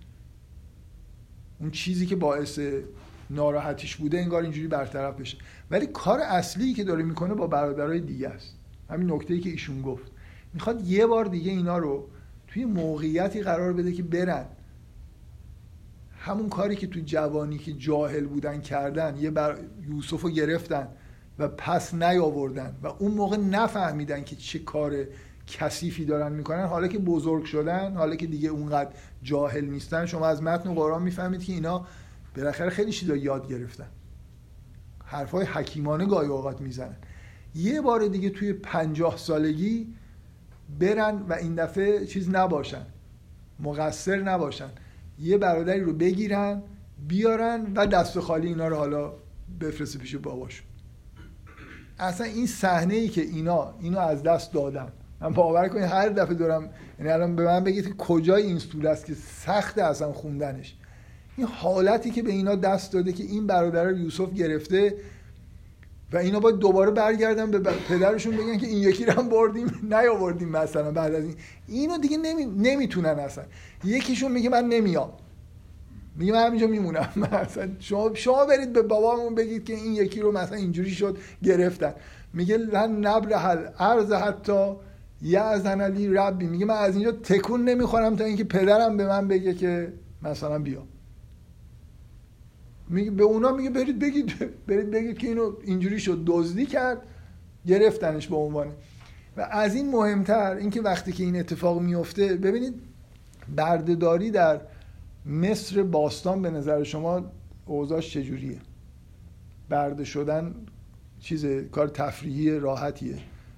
S1: اون چیزی که باعث ناراحتیش بوده انگار اینجوری برطرف بشه، ولی کار اصلی که داره میکنه با برادرای دیگه است. همین نکته‌ای که ایشون گفت، میخواد یه بار دیگه اینا رو توی موقعیتی قرار بده که برن همون کاری که تو جوانی که جاهل بودن کردن، یوسفو گرفتن و پس نیاوردن و اون موقع نفهمیدن که چه کار کثیفی دارن میکنن. حالا که بزرگ شدن، حالا که دیگه اونقدر جاهل نیستن، شما از متن قرآن میفهمید که اینا بالاخره خیلی چیزا یاد گرفتن، حرفای حکیمانه گاهی اوقات میزنن. یه بار دیگه توی 50 سالگی برن و این دفعه چیز نباشن، مقصر نباشن، یه برادری رو بگیرن بیارن و دست خالی اینا رو حالا بفرسته پیش باباشون. اصلا این صحنه ای که اینو از دست دادم، من باور کنید هر دفعه دارم، یعنی الان به من بگید کجای این سوره است که سخته اصلا خوندنش، این حالتی که به اینا دست داده که این برادر یوسف گرفته و اینا باید دوباره برگردن به پدرشون بگن که این یکی رو هم بردیم نیاوردیم، مثلا بعد از اینو دیگه نمیتونن اصلا. یکیشون میگه من نمیام، میگه من همینجا میمونم، مثلا شما برید به بابامون بگید که این یکی رو مثلا اینجوری شد گرفتن. میگه لن نبرح الارض حتی یأذن لی ربی، میگه من از اینجا تکون نمیخورم تا اینکه پدرم به من بگه که مثلا بیا. میگه به اونا میگه برید بگید که اینو اینجوری شد، دزدی کرد، گرفتنش به عنوان. و از این مهمتر اینکه وقتی که این اتفاق میفته، ببینید بردهداری در مصر باستان به نظر شما اوضاعش چجوریه؟ برده شدن کار تفریحی راحتیه،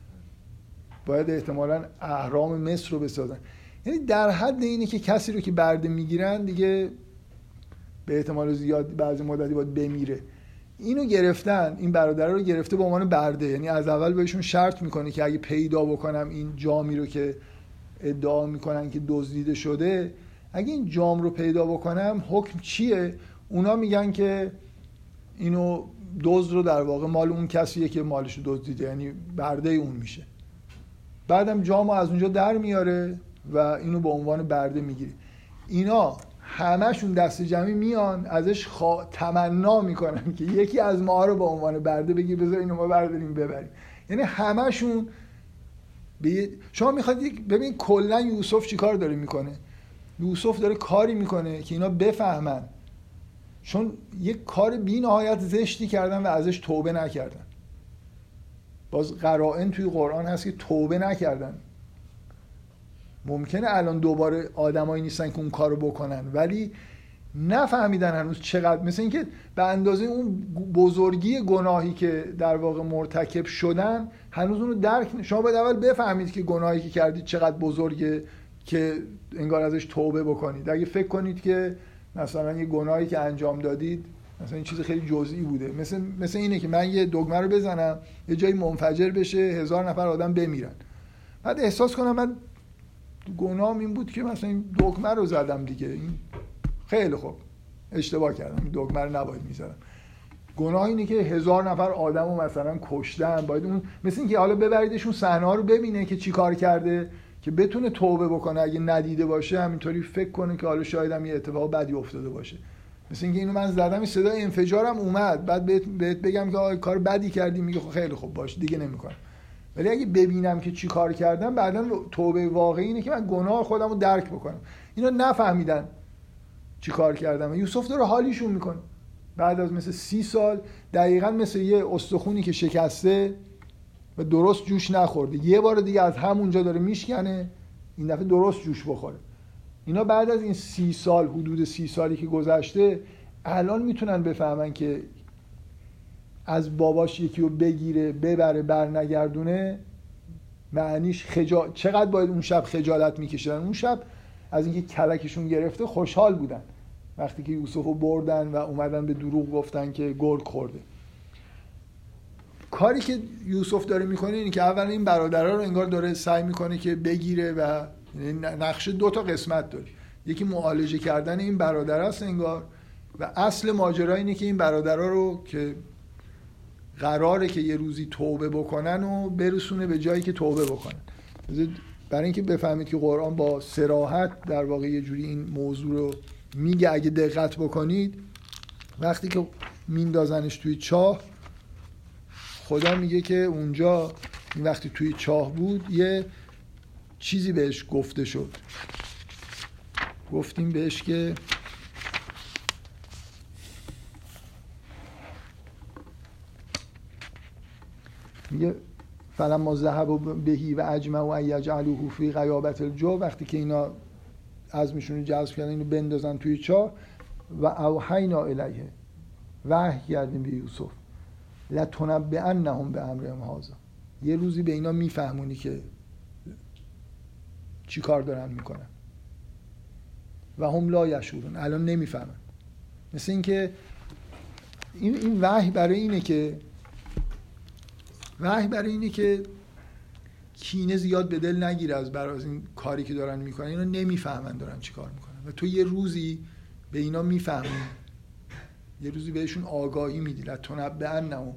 S1: باید احتمالاً اهرام مصر رو بسازن، یعنی در حد اینه که کسی رو که برده میگیرن دیگه به احتمال زیاد بعضی مدتی باید بمیره. اینو گرفتن، این برادر رو گرفته به عنوان برده، یعنی از اول بهشون شرط میکنه که اگه پیدا بکنم این جامی رو که ادعا میکنن که دزدیده شده، اگه این جام رو پیدا بکنم حکم چیه؟ اونا میگن که اینو دزد رو در واقع مال اون کسیه که مالش رو دزدیده، یعنی برده اون میشه. بعدم جامو از اونجا در میاره و اینو به عنوان برده میگیره. اینا همشون دست جمعی میان ازش تمنا میکنن که یکی از ما رو به عنوان برده بگیر، بذار اینو ما برداریم ببریم. یعنی همشون شما میخواید ببین کلا یوسف چیکار داره میکنه؟ یوسف داره کاری میکنه که اینا بفهمن، چون یک کار بی نهایت زشتی کردن و ازش توبه نکردن. باز قرائن توی قرآن هست که توبه نکردن. ممکنه الان دوباره آدمایی نیستن که اون کارو بکنن، ولی نفهمیدن هنوز چقدر، مثل اینکه به اندازه اون بزرگی گناهی که در واقع مرتکب شدن هنوز اونو درک. شما باید اول بفهمید که گناهی که کردید چقدر بزرگه که انگار ازش توبه بکنید. اگه فکر کنید که مثلا یه گناهی که انجام دادید مثلا این چیز خیلی جزئی بوده، مثل اینه که من یه دگمه رو بزنم یه جایی منفجر بشه 1000 نفر آدم بمیرن، بعد احساس کنم من گناهم این بود که مثلا این دگمه رو زدم دیگه، این خیلی خوب اشتباه کردم، این دگمه رو نباید میزدم. گناه اینه که 1000 نفر آدمو مثلا کشتن، باید اون مثل اینکه حالا ببریدشون صحنه ها رو ببینه که چی کار کرده که بتونه توبه بکنه، اگه ندیده باشه همینطوری فکر کنه که حالا شاید هم یه اتفاق بدی افتاده باشه. مثل اینکه اینو من زدم این صدای انفجارم اومد، بعد بهت بگم که کار بدی کردی، میگه خیلی خوب باشه دیگه نمیکنم. ولی اگه ببینم که چی کار کردم، بعداً توبه واقعی اینه که من گناه خودم رو درک بکنم. اینا نفهمیدن چی کار کردم. یوسف داره حالیشون میکنه بعد از مثل 30 سال، دقیقاً مثل یه استخونی که شکسته و درست جوش نخورده، یه بار دیگه از همونجا داره میشکنه، این دفعه درست جوش بخوره. اینا بعد از این 30 سال، حدود 30 سالی که گذشته، الان میتونن بفهمن که از باباش یکی رو بگیره ببره برنگردونه معنیش چقدر باید اون شب خجالت میکشیدن. اون شب از اینکه کلکشون گرفته خوشحال بودن وقتی که یوسف رو بردن و اومدن به دروغ گفتن که گرگ خورده. کاری که یوسف داره میکنه اینه که اول این برادرها رو انگار داره سعی میکنه که بگیره و نقشه 2 تا قسمت داره. یکی معالجه کردن این برادر است انگار، و اصل ماجرا اینه که این برادرها رو که قراره که یه روزی توبه بکنن و برسونه به جایی که توبه بکنن. برای اینکه بفهمید که قرآن با صراحت در واقع یه جوری این موضوع رو میگه، اگه دقت بکنید وقتی که میندازنش توی چاه، خدا میگه که اونجا این وقتی توی چاه بود یه چیزی بهش گفته شد. گفتیم بهش که میگه فلما ذهب بهی و اجمعوا ان یجعلوه فی غیابة الجب، وقتی که اینا عزمشون رو جذب کردن اینو بندازن توی چاه، و اوحینا الیه، وحی کردیم به یوسف، لتنبئنهم بامرهم هذا، یه روزی به اینا میفهمونی که چی کار دارن میکنن، و هم لا یشعرون، الان نمیفهمن. مثل این که این وحی برای اینه که وحی برای اینه که کینه زیاد به دل نگیره از این کاری که دارن میکنن. اینا نمیفهمن دارن چی کار میکنن و تو یه روزی به اینا میفهمی، یه روزی بهشون آگاهی میدی. لتنبئنهم.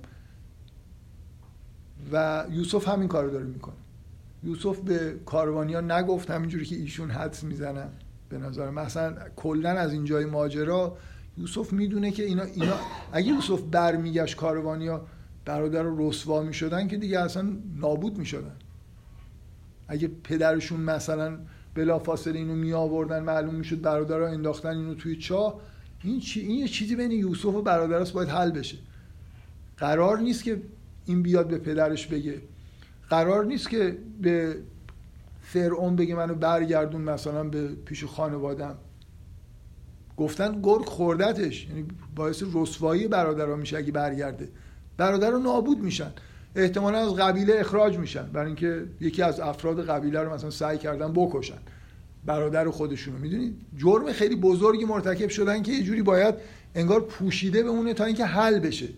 S1: و یوسف همین کارو داره میکنه. یوسف به کاروانیا نگفت همینجوری که ایشون حدس میزنن. به نظر مثلا کلا از این جای ماجرا یوسف میدونه که اینا اگه یوسف برمیگشت کاروانیا برادر رو رسوا میشدن که دیگه اصلا نابود میشدن. اگه پدرشون مثلا بلافاصله اینو می آوردن معلوم میشد برادرها انداختن اینو توی چاه، این یه چیزی بین یوسف و برادرش باید حل بشه. قرار نیست که این بیاد به پدرش بگه، قرار نیست که به فرعون بگه منو برگردون مثلا به پیش خانوادم. گفتن گرگ خوردتش، یعنی باعث رسوایی برادرها میشه. اگه برگرده برادرها نابود میشن، احتمالا از قبیله اخراج میشن، برای اینکه یکی از افراد قبیله رو مثلا سعی کردن بکشن برادر خودشونو. میدونید جرم خیلی بزرگی مرتکب شدن که یه جوری باید انگار پوشیده بمونه تا اینکه حل بشه.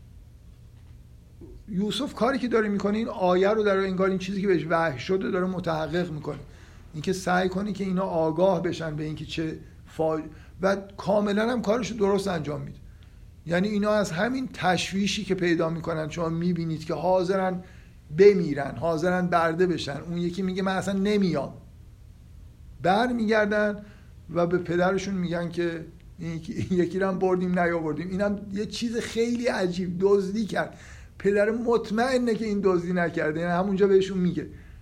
S1: یوسف کاری که داره میکنه این آیه رو داره انگار این چیزی که بهش وحی شده داره متحقق میکنه، اینکه سعی کنه که اینا آگاه بشن به اینکه چه و کاملا هم کارش درست انجام میده. یعنی اینا از همین تشویشی که پیدا میکنن، شما میبینید که حاضرن بمیرن، حاضرن برده بشن. اون یکی میگه من اصلا نمیام، برمیگردن و به پدرشون میگن که این یکی رو هم بردیم نیاوردیم. اینم یه چیز خیلی عجیب، دزدی کرد. پدر مطمئنه که این دزدی نکرده، یعنی همونجا بهشون میگه.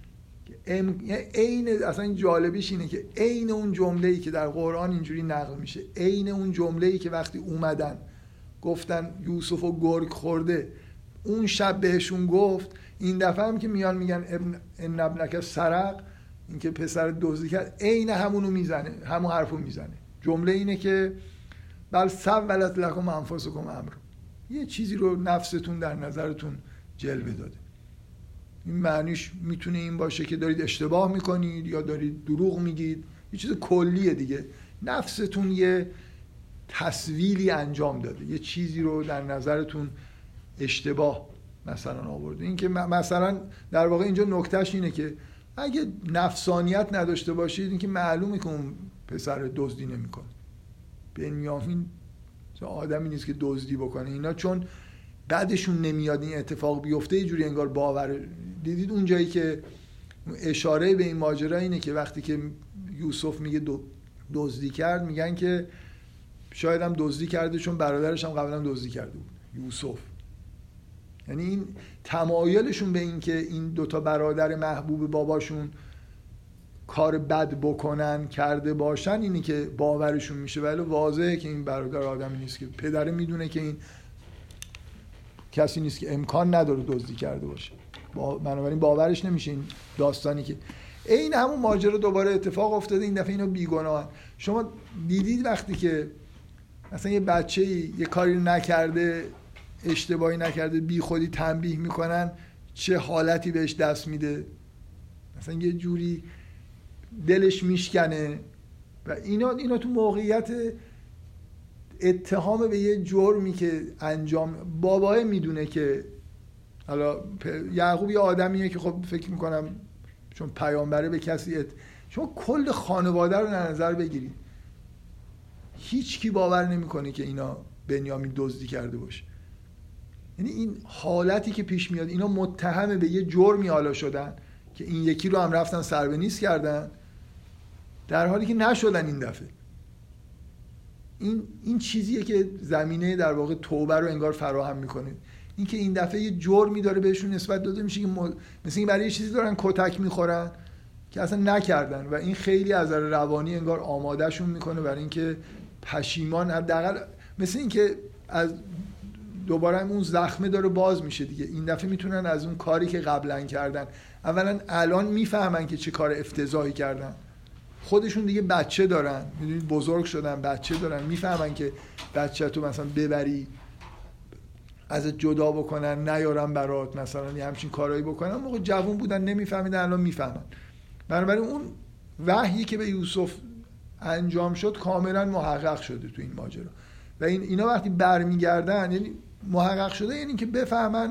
S1: عین اصلا جالبیش اینه که عین اون جمله‌ای که در قرآن اینجوری نقل میشه، عین اون جمله‌ای که وقتی اومدن گفتن یوسفو گرگ خورده اون شب بهشون گفت، این دفعه هم که میان میگن ان ابنک سرق، این که پسر دزدی کرد، عین همونو میزنه، همون حرفو میزنه. جمله اینه که بل سولت لکم انفسکم امر، یه چیزی رو نفستون در نظرتون جلوه داده. این معنیش میتونه این باشه که دارید اشتباه میکنید یا دارید دروغ میگید، یه چیز کلیه دیگه. نفستون یه تسویلی انجام داده، یه چیزی رو در نظرتون اشتباه مثلا آورده. این که مثلا در واقع اینجا نکتهش اینه که اگه نفسانیت نداشته باشید، این که معلومه که اون پسر دزدی نمیکنه. بنیامین آدمی نیست که دزدی بکنه. اینا چون بعدشون نمیاد این اتفاق بیفته، یه جوری انگار باور. دیدید اون جایی که اشاره به این ماجرا اینه که وقتی که یوسف میگه دزدی کرد، میگن که شاید هم دزدی کرده چون برادرش هم قبلا دزدی کرده بود، یوسف. یعنی این تمایلشون به این که این دوتا برادر محبوب باباشون کار بد بکنن کرده باشن، اینی که باورشون میشه. ولی واضحه که این برادر آدمی نیست که پدره میدونه که این کسی نیست که امکان نداره دزدی کرده باشه، بنابراین باورش نمیشه. این داستانی که این همون ماجرا دوباره اتفاق افتاده، این دفعه اینا بیگناهن. شما دیدید وقتی که مثلا یه بچه‌ای یه کاری نکرده، اشتباهی نکرده، بی خودی تنبیه میکنن، چه حالتی بهش دست میده؟ مثلا یه جوری دلش میشکنه. و اینا تو موقعیت اتهام به یه جرمی که انجام، باباه میدونه که حالا یعقوب یه آدمیه که خب فکر میکنم چون پیامبره به کسی شما کل خانواده رو در نظر بگیرید، هیچ کی باور نمیکنه که اینا بنیامین دزدی کرده باشه. یعنی این حالتی که پیش میاد، اینا متهم به یه جرمی حالا شدن که این یکی رو هم رفتن سر به نیست کردن، در حالی که نشدن این دفعه. این چیزیه که زمینه در واقع توبه رو انگار فراهم میکنه. این که این دفعه یه جرمی داره بهشون نسبت داده میشه که مثل این برای یه چیزی دارن کتک میخورن که اصلا نکردن، و این خیلی از نظر روانی انگار آمادهشون میکنه برای اینکه پشیمان، حداقل مثل این که از دوباره اون زخمه داره باز میشه دیگه. این دفعه میتونن از اون کاری که قبلا کردن، اولا الان میفهمن که چه کار افتضاحی کردن، خودشون دیگه بچه دارن، میدونید بزرگ شدن، بچه دارن، میفهمن که بچه تو مثلا ببری ازت جدا بکنن، نیارن برات مثلا یه همچین کارهایی بکنن. موقع جوون بودن نمیفهمیدن، الان میفهمن. بنابراین اون وحیی که به یوسف انجام شد کاملا محقق شده تو این ماجرا. و اینا وقتی برمیگردن، یعنی محقق شده، یعنی که بفهمن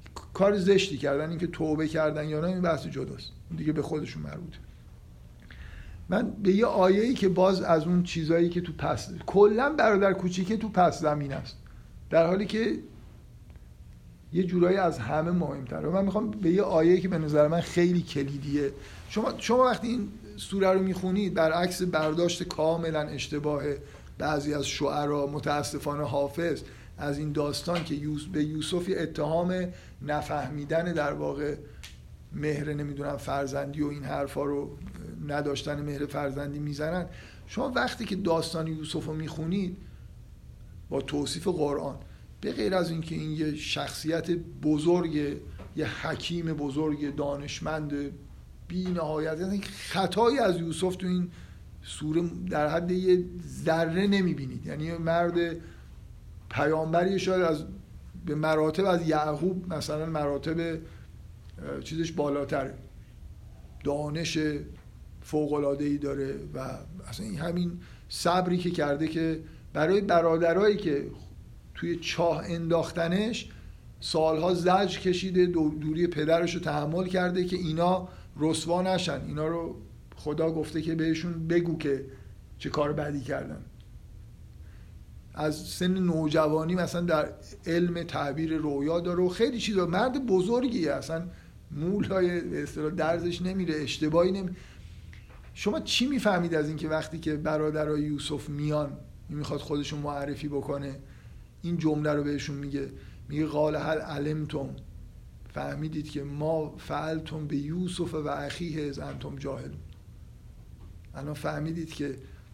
S1: کار زشتی کردن، اینکه توبه کردن یا نه این بحث جداست دیگه، به خودشون مربوطه. من به یه آیه‌ای که باز از اون چیزایی که تو پس کلا برادر کوچیکه تو پس زمین است، در حالی که یه جورایی از همه مهمتره. من میخوام به یه آیه‌ای که به نظر من خیلی کلیدیه. شما وقتی این سوره رو میخونید برعکس برداشت کاملا اشتباه بعضی از شعرا، متاسفانه حافظ از این داستان که به یوسف اتهام نفهمیدن در واقع مهر نمیدونم فرزندی و این حرفا رو نداشتن مهر فرزندی میزنن. شما وقتی که داستان یوسف رو میخونید با توصیف قرآن، به غیر از اینکه این یه شخصیت بزرگ، یه حکیم بزرگ، دانشمند بی نهایت، یعنی خطایی از یوسف تو این سوره در حد یه ذره نمیبینید. یعنی مرد پیامبری شاید به مراتب از یعقوب مثلا مراتب چیزش بالاتره، دانش فوق‌العاده‌ای داره و اصلا همین صبری که کرده که برای برادرایی که توی چاه انداختنش سالها زجر کشیده، دوری پدرش رو تحمل کرده که اینا رسوا نشن. اینا رو خدا گفته که بهشون بگو که چه کار بدی کردن. از سن نوجوانی مثلا در علم تعبیر رویا داره و خیلی چیزا، مرد بزرگیه، اصلا مولای به اصطلاح درزش نمیره، اشتباهی نمیره. شما چی میفهمید از این که وقتی که برادرای یوسف میان میخواد خودشون معرفی بکنه این جمله رو بهشون میگه قال هل علمتم، فهمیدید که ما فعلتم به یوسف و اخیه از انتم جاهلون، الان فهمیدید که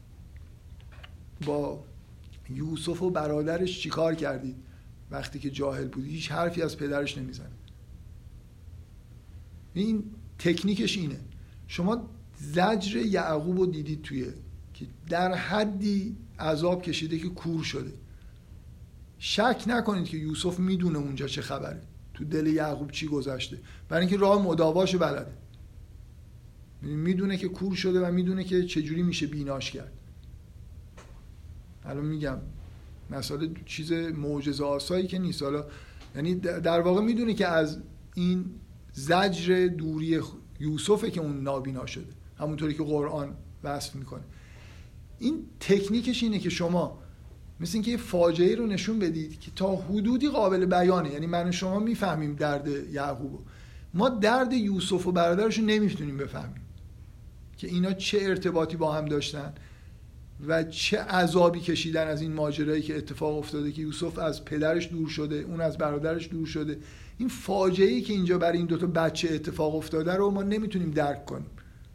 S1: با یوسف و برادرش چیکار کردید وقتی که جاهل بود، هیچ حرفی از پدرش نمیزنه. این تکنیکش اینه. شما زجر یعقوب رو دیدید توی که در حدی عذاب کشیده که کور شده. شک نکنید که یوسف میدونه اونجا چه خبره، تو دل یعقوب چی گذشته، برای اینکه راه مداواشو بلده، میدونه که کور شده و میدونه که چجوری میشه بیناش کرد. الان میگم مثلا چیز معجزه آسایی که نیست، حالا یعنی در واقع میدونه که از این زجر دوری یوسفه که اون نابینا شده، همونطوری که قرآن وصف میکنه. این تکنیکش اینه که شما مثل اینکه یه فاجعه رو نشون بدید که تا حدودی قابل بیانه. یعنی من و شما میفهمیم درد یعقوبو، ما درد یوسف و برادرش رو نمیتونیم بفهمیم که اینا چه ارتباطی با هم داشتن و چه عذابی کشیدن از این ماجرایی که اتفاق افتاده که یوسف از پدرش دور شده، اون از برادرش دور شده. این فاجعه‌ای که اینجا برای این دوتا بچه اتفاق افتاده رو ما نمیتونیم درک کنیم،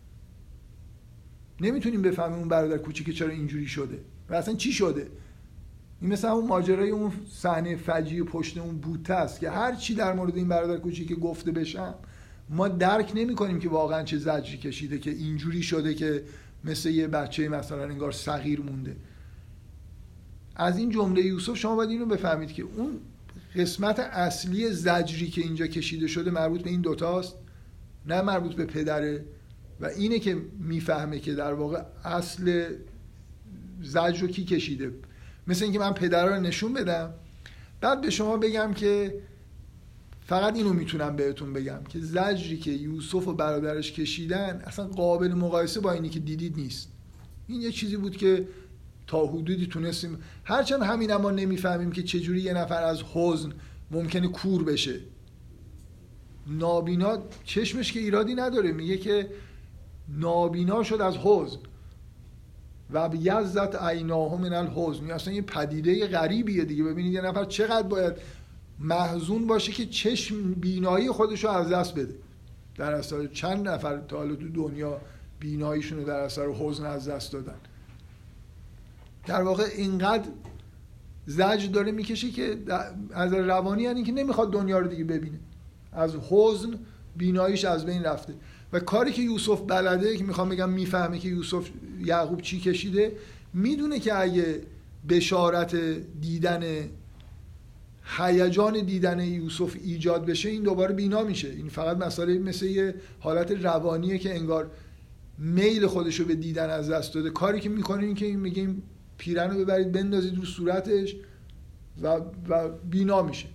S1: نمیتونیم بفهمیم اون برادر کوچیک چرا اینجوری شده و اصلا چی شده. این مثلا اون ماجرای اون صحنه فجیع پشت اون بوته است که هر چی در مورد این برادر کوچیک گفته بشم ما درک نمی‌کنیم که واقعا چه زجری کشیده که اینجوری شده که مثل یه بچه مثلا انگار صغیر مونده. از این جمله یوسف شما باید اینو بفهمید که اون قسمت اصلی زجری که اینجا کشیده شده مربوط به این دوتاست، نه مربوط به پدره. و اینه که میفهمه که در واقع اصل زجر رو کی کشیده. مثل اینکه من پدر رو نشون بدم بعد به شما بگم که فقط اینو میتونم بهتون بگم که زجری که یوسف و برادرش کشیدن اصلا قابل مقایسه با اینی که دیدید نیست. این یه چیزی بود که تا حدودی تونستیم، هرچند همین ما نمیفهمیم که چجوری یه نفر از حزن ممکنه کور بشه. نابینا چشمش که ایرادی نداره، میگه که نابینا شد از حزن و بیزت عیناه من الحزن. اصلا یه پدیده غریبیه دیگه. ببینید یه نفر چقدر باید محزون باشه که چشم بینایی خودشو از دست بده. در اثر چند نفر تا حالا تو دنیا بیناییشون رو در اثر حزن از دست دادن. در واقع اینقدر زجر داره میکشه که از روانی یعنی که نمیخواد دنیا رو دیگه ببینه، از حزن بیناییش از بین رفته. و کاری که یوسف بلده، که میخوام بگم میفهمه که یعقوب چی کشیده، میدونه که اگه بشارت دیدن، هیجان دیدن یوسف ایجاد بشه این دوباره بینا میشه. این فقط مسئله مثل یه حالت روانیه که انگار میل خودشو به دیدن از دست داده. کاری که میکنه این که میگیم پیرنو ببرید بندازید رو صورتش و بینا میشه.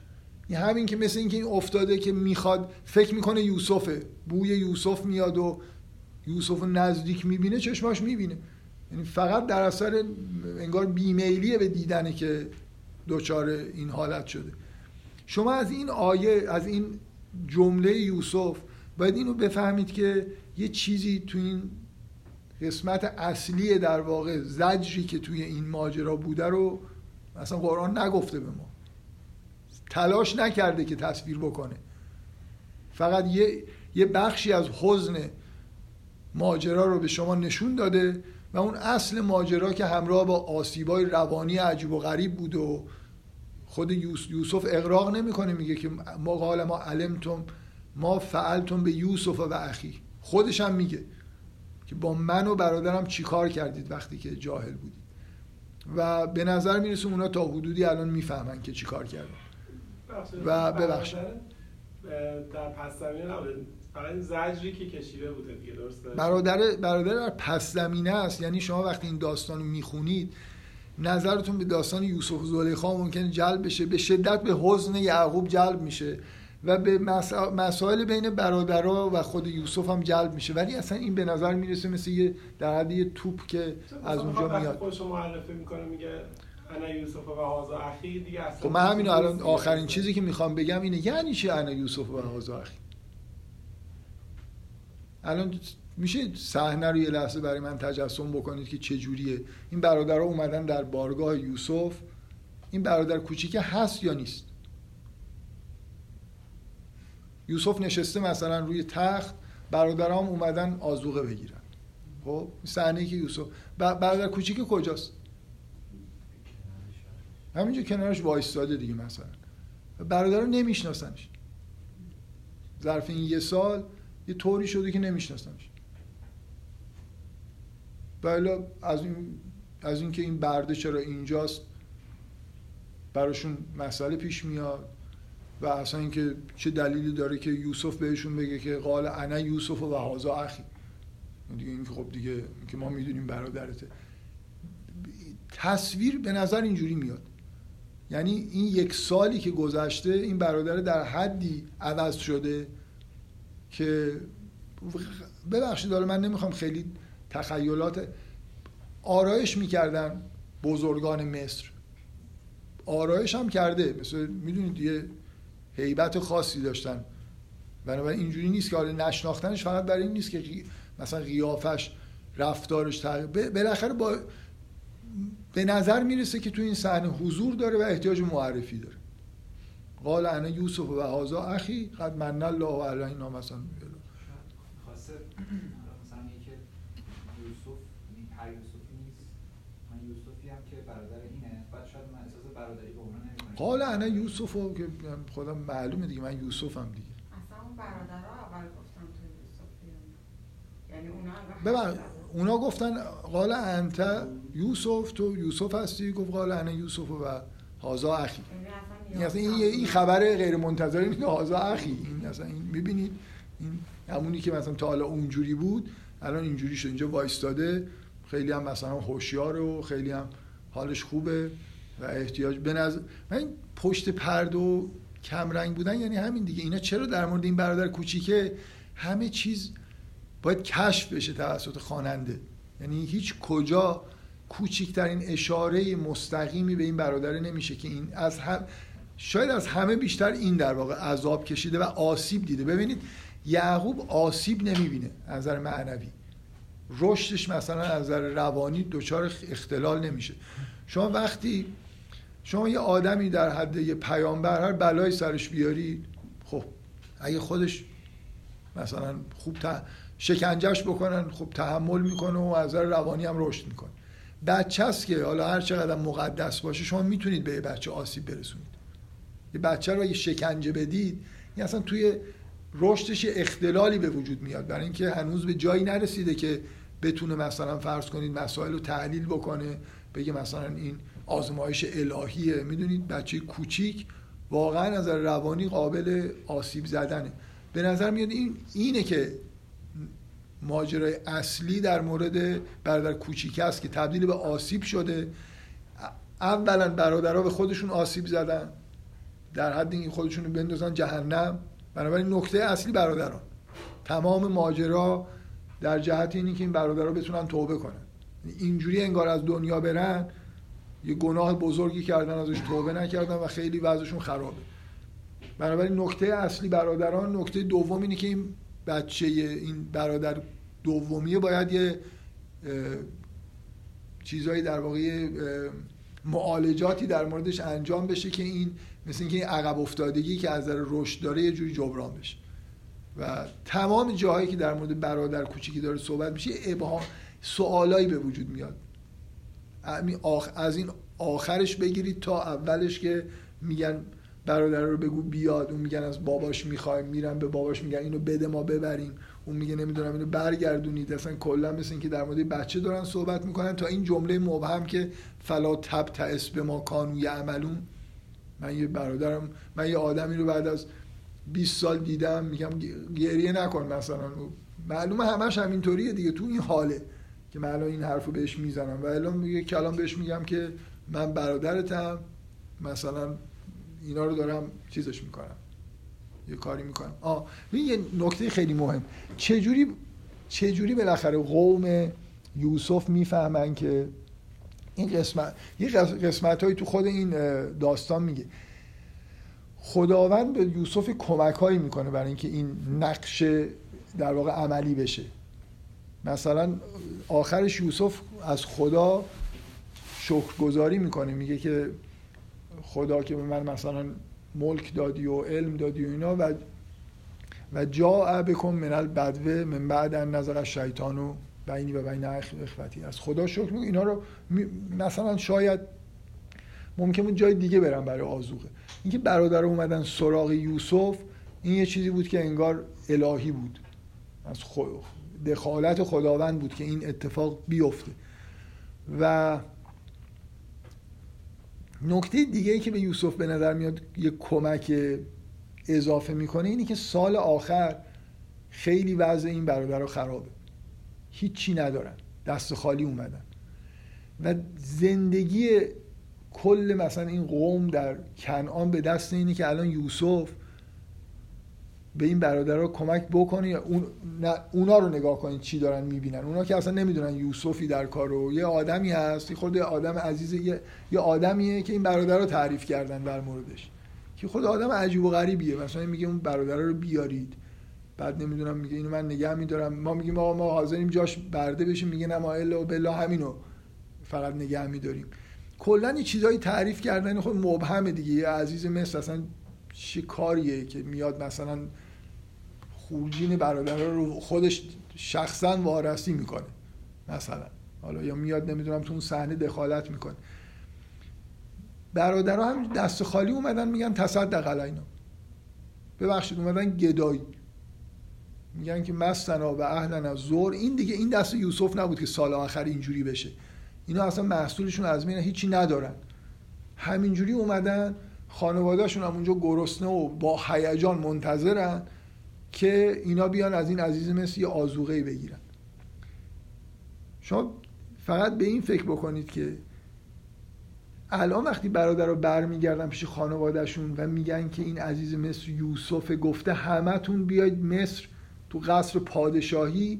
S1: این همین که مثل این که این افتاده که میخواد فکر میکنه یوسفه، بوی یوسف میاد و یوسف نزدیک میبینه، چشماش میبینه. یعنی فقط در اثر انگار بیمیلیه به دیدنه که دچار این حالت شده. شما از این آیه، از این جمله یوسف باید اینو بفهمید که یه چیزی تو این قسمت اصلی در واقع زجری که توی این ماجرا بوده رو مثلا قرآن نگفته به ما، تلاش نکرده که تصویر بکنه، فقط یه بخشی از حزن ماجرا رو به شما نشون داده و اون اصل ماجرا که همراه با آسیبای روانی عجیب و غریب بود و خود یوسف اغراق نمیکنه، میگه که ما قال ما علمتم ما فعلتم به یوسف و اخی، خودش هم میگه که با من و برادرم چی کار کردید وقتی که جاهل بودید. و به نظر میرسه اونا تا حدودی الان میفهمن که چی کار کردن. و ببخشید
S2: در پس زمینه نبوده، فقط زجری که کشیده بوده دیگه، درسته؟
S1: برادر در پس زمینه است. یعنی شما وقتی این داستان رو میخونید نظرتون به داستان یوسف و زلیخا ممکنه جلب بشه، به شدت به حزن یعقوب جلب میشه و به مسائل بین برادرها و خود یوسف هم جلب میشه، ولی اصلا این به نظر میرسه مثل یه در حد یه توپ که از اونجا میاد.
S2: خودش معرفی میکنه میگه انا یوسف و هذا اخی دیگه اصلا.
S1: خب من همین الان آخرین چیزی که میخوام بگم اینه، یعنی چی انا یوسف و هذا اخی؟ الان میشه صحنه رو یه لحظه برای من تجسم بکنید که چه جوریه؟ این برادرها اومدن در بارگاه یوسف، این برادر کوچیکه هست یا نیست؟ یوسف نشسته مثلا روی تخت، برادرام اومدن آذوقه بگیرن. خب صحنه‌ای که یوسف برادر کوچیک کجاست؟ همینجا کنارش وایستاده دیگه. مثلا برادرها نمیشناسنش، ظرف این یه سال یه طوری شده که نمیشناسنش. بالا از این که این برده چرا اینجاست براشون مسئله پیش میاد و اصلا اینکه چه دلیلی داره که یوسف بهشون بگه که قال انا یوسف و هذا اخی، دیگه این که خب دیگه که ما میدونیم برادرته. تصویر به نظر اینجوری میاد، یعنی این یک سالی که گذشته این برادر در حدی عوض شده که ببخشید حالا من نمیخوام خیلی تخیلات، آرایش میکردن بزرگان مصر، آرایش هم کرده، مثلا میدونید یه هیبت خاصی داشتن، بنابراین اینجوری نیست که حالا نشناختنش فقط برای این نیست که مثلا قیافش رفتارش تغییر، بالاخره به نظر میرسه که تو این صحنه حضور داره و احتیاج معرفی داره. قال انا یوسف و هذا اخی قد من الله علینا مثلا
S8: خواسته مثلا اینکه یوسف هر یوسفی نیست، من یوسفی هم که برادر اینه، بعد شاید من احساس برادری به اونا نمی‌کنم.
S1: قال انا یوسف که خودم معلومه دیگه من یوسفم دیگه.
S10: اصلا اون برادرها اول گفتن تو یوسفی، یعنی
S1: اونا گفتن قال انت یوسف، تو یوسف هستی، گفت قال انا یوسف و هذا اخی. این خبر غیر منتظره نیست، هذا اخی. این اصلا این میبینید این همونی که مثلا تا حالا اونجوری بود الان اینجوری شد، اینجا وایستاده، خیلی هم مثلا هوشیاره و خیلی هم حالش خوبه و احتیاج به نظر من پشت پرده و کم رنگ بودن یعنی همین دیگه. اینا چرا در مورد این برادر کوچیکه همه چیز باید کشف بشه توسط خواننده، یعنی هیچ کجا کوچکترین اشاره مستقیمی به این برادر نمیشه که این شاید از همه بیشتر این در واقع عذاب کشیده و آسیب دیده. ببینید یعقوب آسیب نمیبینه از نظر معنوی، رشدش مثلا از نظر روانی دچار اختلال نمیشه. شما وقتی شما یه آدمی در حد یه پیامبر هر بلایی سرش بیاری، خب اگه خودش مثلا خوب شکنجهش بکنن خب تحمل میکنه و از نظر روانی هم رشد میکنه. بچه است که حالا هر چقدر مقدس باشه شما میتونید به یه بچه آسیب برسونید. یه بچه رو اگه شکنجه بدید این اصلا توی رشدش اختلالی به وجود میاد، برای اینکه هنوز به جایی نرسیده که بتونه مثلا فرض کنید مسائل رو تحلیل بکنه، بگه مثلا این آزمایش الهیه. میدونید بچه کوچیک واقعا از نظر روانی قابل آسیب زدنه. به نظر میاد اینه که ماجرای اصلی در مورد برادر کوچیک است که تبدیل به آسیب شده. اولا برادرها به خودشون آسیب زدن، در حد این خودشون رو بندازن جهنم. بنابراین نکته اصلی برادران، تمام ماجرا در جهت اینی که این برادرها بتونن توبه کنن. اینجوری انگار از دنیا برن یه گناه بزرگی کردن، ازش توبه نکردن و خیلی وضعشون خرابه. بنابراین نکته اصلی برادران. نکته دوم اینه که این بچه، این برادر دومیه باید یه چیزایی در واقع معالجاتی در موردش انجام بشه که این مثل اینکه این عقب افتادگی که از نظر رشد داره یه جوری جبران بشه. و تمام جاهایی که در مورد برادر کوچیکی داره صحبت میشه سوالایی به وجود میاد. از این آخرش بگیرید تا اولش که میگن برادر رو بگو بیاد، اون میگن از باباش میخوایم، میرن به باباش میگن اینو بده ما ببریم، اون میگه نمیدونم اینو برگردونید. اصلا کلا مثل این که در مورد بچه دارن صحبت میکنن تا این جمله مبهم که فلا تبتئس بما کانوا یعملون. من یه آدمی رو بعد از 20 سال دیدم، میگم گریه نکن مثلا، معلومه همش همینطوریه دیگه، تو این حاله که من الان این حرفو بهش میزنم و الان میگه کلام بهش میگم که من برادرتم، مثلا اینا رو دارم چیزش میکنم، یه کاری میکنم. یه نکته خیلی مهم، چجوری بالاخره قوم یوسف میفهمن که این قسمت‌هایی تو خود این داستان میگه خداوند به یوسف کمک‌هایی میکنه برای اینکه این نقش در واقع عملی بشه. مثلا آخرش یوسف از خدا شکرگزاری میکنه، میگه که خدا که به من مثلا ملک دادی و علم دادی و اینا و جاء بکم من البدو من بعد ان نزغ الشیطان بینی و بین اخوتی. از خدا شکر میکنه. اینا رو مثلا شاید ممکنه جای دیگه برن برای آذوقه. اینکه برادر اومدن سراغ یوسف، این یه چیزی بود که انگار الهی بود، از دخالت خداوند بود که این اتفاق بیفته. و نکته دیگه ای که به یوسف به نظر میاد یه کمک اضافه میکنه اینه که سال آخر خیلی وضع این برادرها خرابه، هیچی ندارن، دست خالی اومدن و زندگی کل مثلا این قوم در کنعان به دست اینه که الان یوسف به این برادرها کمک بکنه یا اونا رو نگاه کنید چی دارن میبینن. اونا که اصلا نمیدونن یوسفی در کارو، یه آدمی هست، خود آدم عزیز، یه آدمیه که این برادرها تعریف کردن در موردش که خود آدم عجیب و غریبیه. مثلا میگه اون برادرها رو بیارید، بعد نمیدونم میگه اینو من نگه میدارم، ما میگیم آقا ما حاضریم جاش برده بشیم، میگه نه ما الا بالله همینو فقط نگه میداریم. کلا این چیزایی تعریف کردن خود مبهمه دیگه. یه عزیز مصر اصلا چه کاریه که میاد مثلا خورجین برادرها رو خودش شخصا وارسی میکنه مثلا، حالا یا میاد نمیدونم تو اون صحنه دخالت میکنه. برادرها هم دست خالی اومدن، میگن تصدق علینا، ببخشید اومدن گدایی، میگن که مستنا و اهلنا الزور. این دیگه این دست یوسف نبود که سال آخر اینجوری بشه. اینا اصلا محصولشون از میره هیچی ندارن، همینجوری اومدن، خانواده‌شون هم اونجا گرسنه و با هیجان منتظرن که اینا بیان از این عزیز مصر یه آذوقه‌ای بگیرن. شما فقط به این فکر بکنید که الان وقتی برادرها برمیگردن پیش خانواده‌شون و میگن که این عزیز مصر یوسف گفته همتون بیاید مصر تو قصر پادشاهی،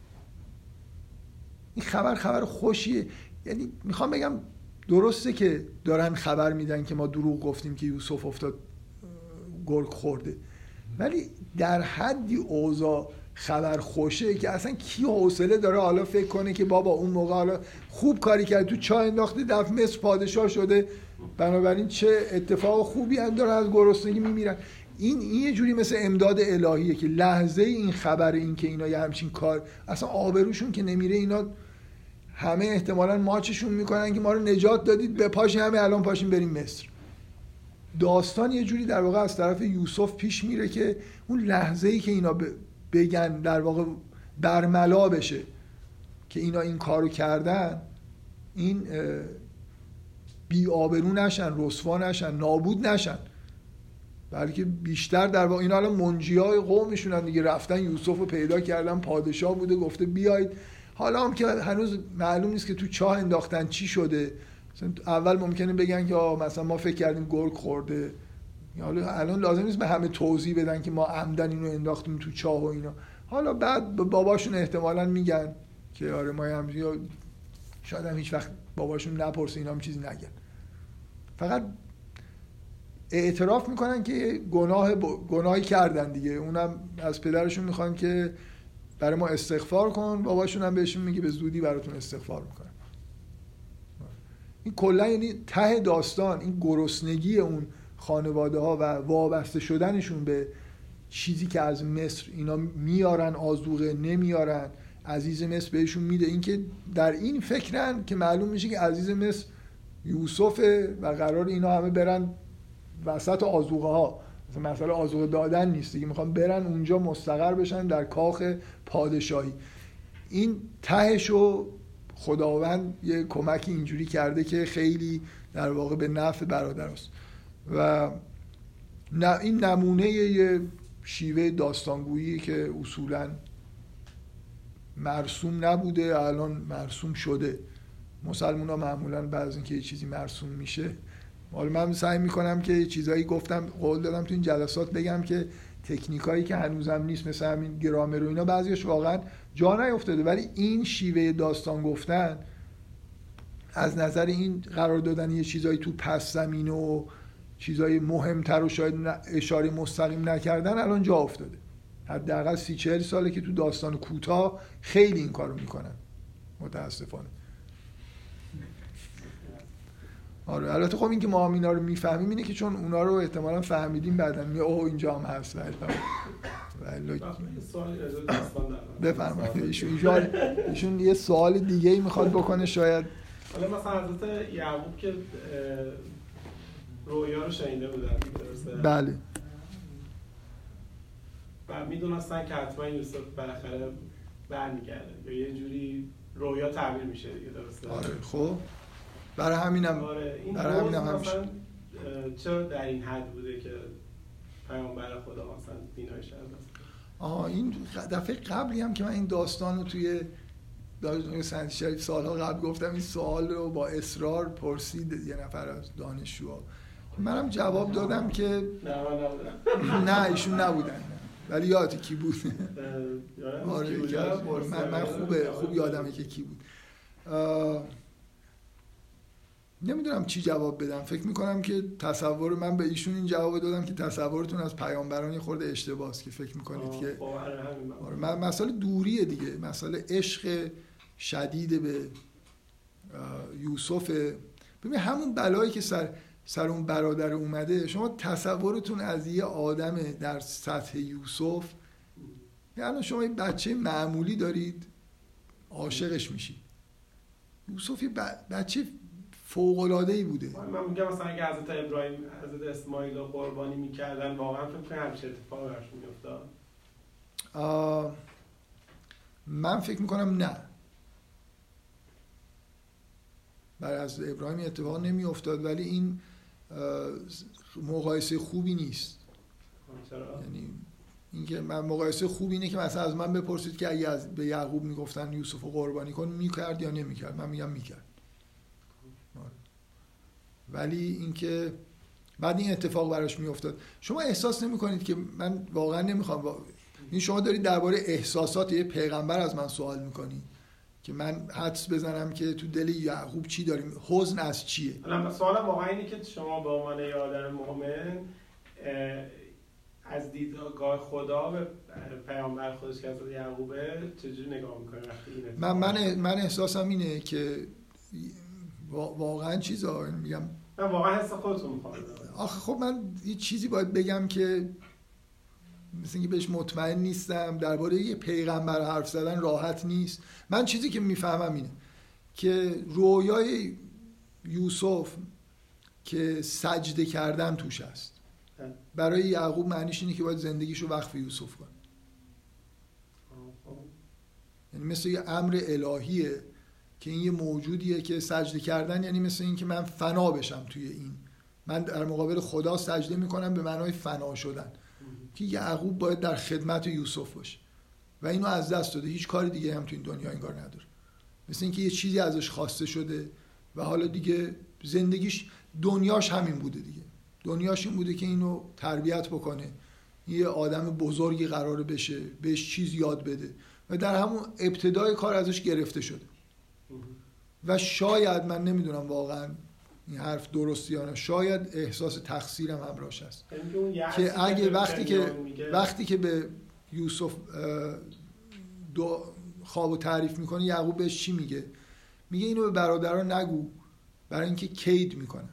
S1: این خبر خوشیه. یعنی میخوام بگم درسته که دارن خبر میدن که ما دروغ گفتیم که یوسف افتاد گرگ خورده، ولی در حدی اوضاع خبر خوشه که اصلا کی حوصله داره حالا فکر کنه که بابا اون موقع حالا خوب کاری کرد تو چاه انداخته دفع مصر پادشاه شده، بنابراین چه اتفاق خوبی هم دارن از گرسنگی میمیرن. این یه جوری مثل امداد الهیه که لحظه این خبر این که اینا یه همچین کار، اصلا آبروشون که نمیره، اینا همه احتمالاً ماچشون میکنن که ما رو نجات دادید، به پاشیم همه الان پاشیم بریم مصر. داستان یه جوری در واقع از طرف یوسف پیش میره که اون لحظه‌ای که اینا بگن در واقع برملا بشه که اینا این کارو کردن، این بی آبرو نشن، رسوا نشن، نابود نشن، بلکه بیشتر در واقع اینا الان منجیای قومشونن دیگه، رفتن یوسف رو پیدا کردن، پادشاه بوده گفته بیاید. حالا هم که هنوز معلوم نیست که تو چاه انداختن چی شده. اول ممکنه بگن که مثلا ما فکر کردیم گرگ خورده، حالا الان لازم نیست به همه توضیح بدن که ما عمدن اینو انداختیم تو چاه و اینا. حالا بعد باباشون احتمالاً میگن که آره ما هم، یا شاید هم هیچ وقت باباشون نپرسه اینا هم چیزی نگن، فقط اعتراف میکنن که گناهی کردن دیگه. اونم از پدرشون میخوان که برای ما استغفار کن، باباشون هم بهشون میگه به زودی براتون استغفار میکنن. این کلا یعنی ته داستان این گرسنگی اون خانواده ها و وابسته شدنشون به چیزی که از مصر اینا میارن، آذوقه نمیارن، عزیز مصر بهشون میده. این که در این فکرن که معلوم میشه که عزیز مصر یوسفه و قرار اینا همه برن وسط آذوقه ها. مثلا آذوقه دادن نیست دیگه، میخوان برن اونجا مستقر بشن در کاخ پادشاهی. این تهشو خداوند یه کمکی اینجوری کرده که خیلی در واقع به نفع برادراست و این نمونه یه شیوه داستانگویی که اصولاً مرسوم نبوده، الان مرسوم شده. مسلمان‌ها معمولاً بعد از اینکه یه چیزی مرسوم میشه، حالا من سعی میکنم که چیزایی گفتم، قول دادم تو این جلسات بگم که تکنیکایی که هنوزم نیست، مثل همین گرامر و اینا بعضیش واقعا جا نیافتاده، ولی این شیوه داستان گفتن از نظر این قرار دادن یه چیزایی تو پس زمین و چیزای مهمتر و شاید اشاره مستقیم نکردن الان جا افتاده. حداقل 30-40 ساله که تو داستان کوتاه خیلی این کارو میکنن متاسفانه. آره البته خب این که ما هم اینا رو میفهمیم اینه که چون اونا رو احتمالاً فهمیدیم بعداً میگه اوه اینجا هم هست. بفرمایید. ایشون یه سوال دیگه ای میخواد بکنه شاید.
S2: حالا مثلا حضرت یعقوب که رویا رو شنیده بودن درسته؟
S1: بله.
S2: و میدونستن که حتما یوسف بالاخره برمیگرده یا یه جوری رویا تعبیر میشه دیگه درسته؟
S1: آره خب برای همینم
S2: این مثلا چرا در این حد بوده که پیامبر خدا مثلا بینایش هست؟
S1: این دفعه قبلی هم که من این داستان رو توی سنت شریف سالها قبل گفتم، این سوال رو با اصرار پرسید یه نفر از دانشجوها، منم جواب دادم که نه ایشون نبودن، ولی یادی کی بود؟ آره من خوب یادمه که کی بود. نمیدونم چی جواب بدم. فکر میکنم که تصور من به ایشون این جواب دادم که تصورتون از پیامبران خورده اشتباهه که فکر میکنید که مسئله دوریه دیگه، مسئله عشق شدید به یوسف. ببین همون بلایی که سر اون برادر اومده، شما تصورتون از یه آدم در سطح یوسف، یعنی شما یه بچه معمولی دارید عاشقش میشید. یوسف یه بچه فوق‌العاده‌ای بوده.
S2: من میگم مثلا اگه حضرت ابراهیم حضرت اسماعیل رو قربانی میکردن واقعا فکر کنم همچین اتفاقی براشون میافتاد؟
S1: من فکر میکنم نه، برای از ابراهیم اتفاق نمیافتاد، ولی این مقایسه خوبی نیست. یعنی اینکه من مقایسه خوبی اینه که مثلا از من بپرسید که اگه به یعقوب میگفتن یوسف رو قربانی کن میکرد یا نمیکرد، من میگم میکرد. ولی اینکه بعد این اتفاق براش میافتاد، شما احساس نمیکنید که من واقعا نمیخوام این شما دارید درباره احساسات یه پیغمبر از من سوال میکنید که من حدس بزنم که تو دل یعقوب چی داریم، حزن از چیه؟
S2: سوالم واقعا اینه که شما به عنوان یه آدم مؤمن از دیدگاه خدا به پیامبر خودش که حضرت یعقوبه چجوری نگاه میکنید وقتی
S1: من احساسم اینه که واقعا چیزا میگم،
S2: من واقعا حس خودتون میخوام.
S1: آخه خب من یه چیزی باید بگم که مثل اینکه بهش مطمئن نیستم، درباره یه پیغمبر حرف زدن راحت نیست. من چیزی که میفهمم اینه که رویای یوسف که سجده کردن توش هست، برای یعقوب معنیش اینه که باید زندگیشو وقف یوسف کنه. یعنی مثل یه امر الهیه که این یه موجودیه که سجده کردن یعنی مثل این که من فنا بشم توی این، من در مقابل خدا سجده میکنم به معنای فنا شدن، که یعقوب باید در خدمت یوسف باشه و اینو از دست داده، هیچ کار دیگه هم توی این دنیا انگار نداره، مثل اینکه یه چیزی ازش خواسته شده و حالا دیگه زندگیش دنیاش همین بوده دیگه، دنیاش این بوده که اینو تربیت بکنه، یه آدم بزرگی قراره بشه، بهش چیز یاد بده و در همون ابتدای کار ازش گرفته شده. و شاید، من نمیدونم واقعا این حرف درستی یا نه، شاید احساس تقصیرم همراهش هست که اگه وقتی که به یوسف خوابو تعریف میکنه، یعقوب بهش چی میگه؟ میگه اینو به برادرها نگو برای اینکه کید میکنن.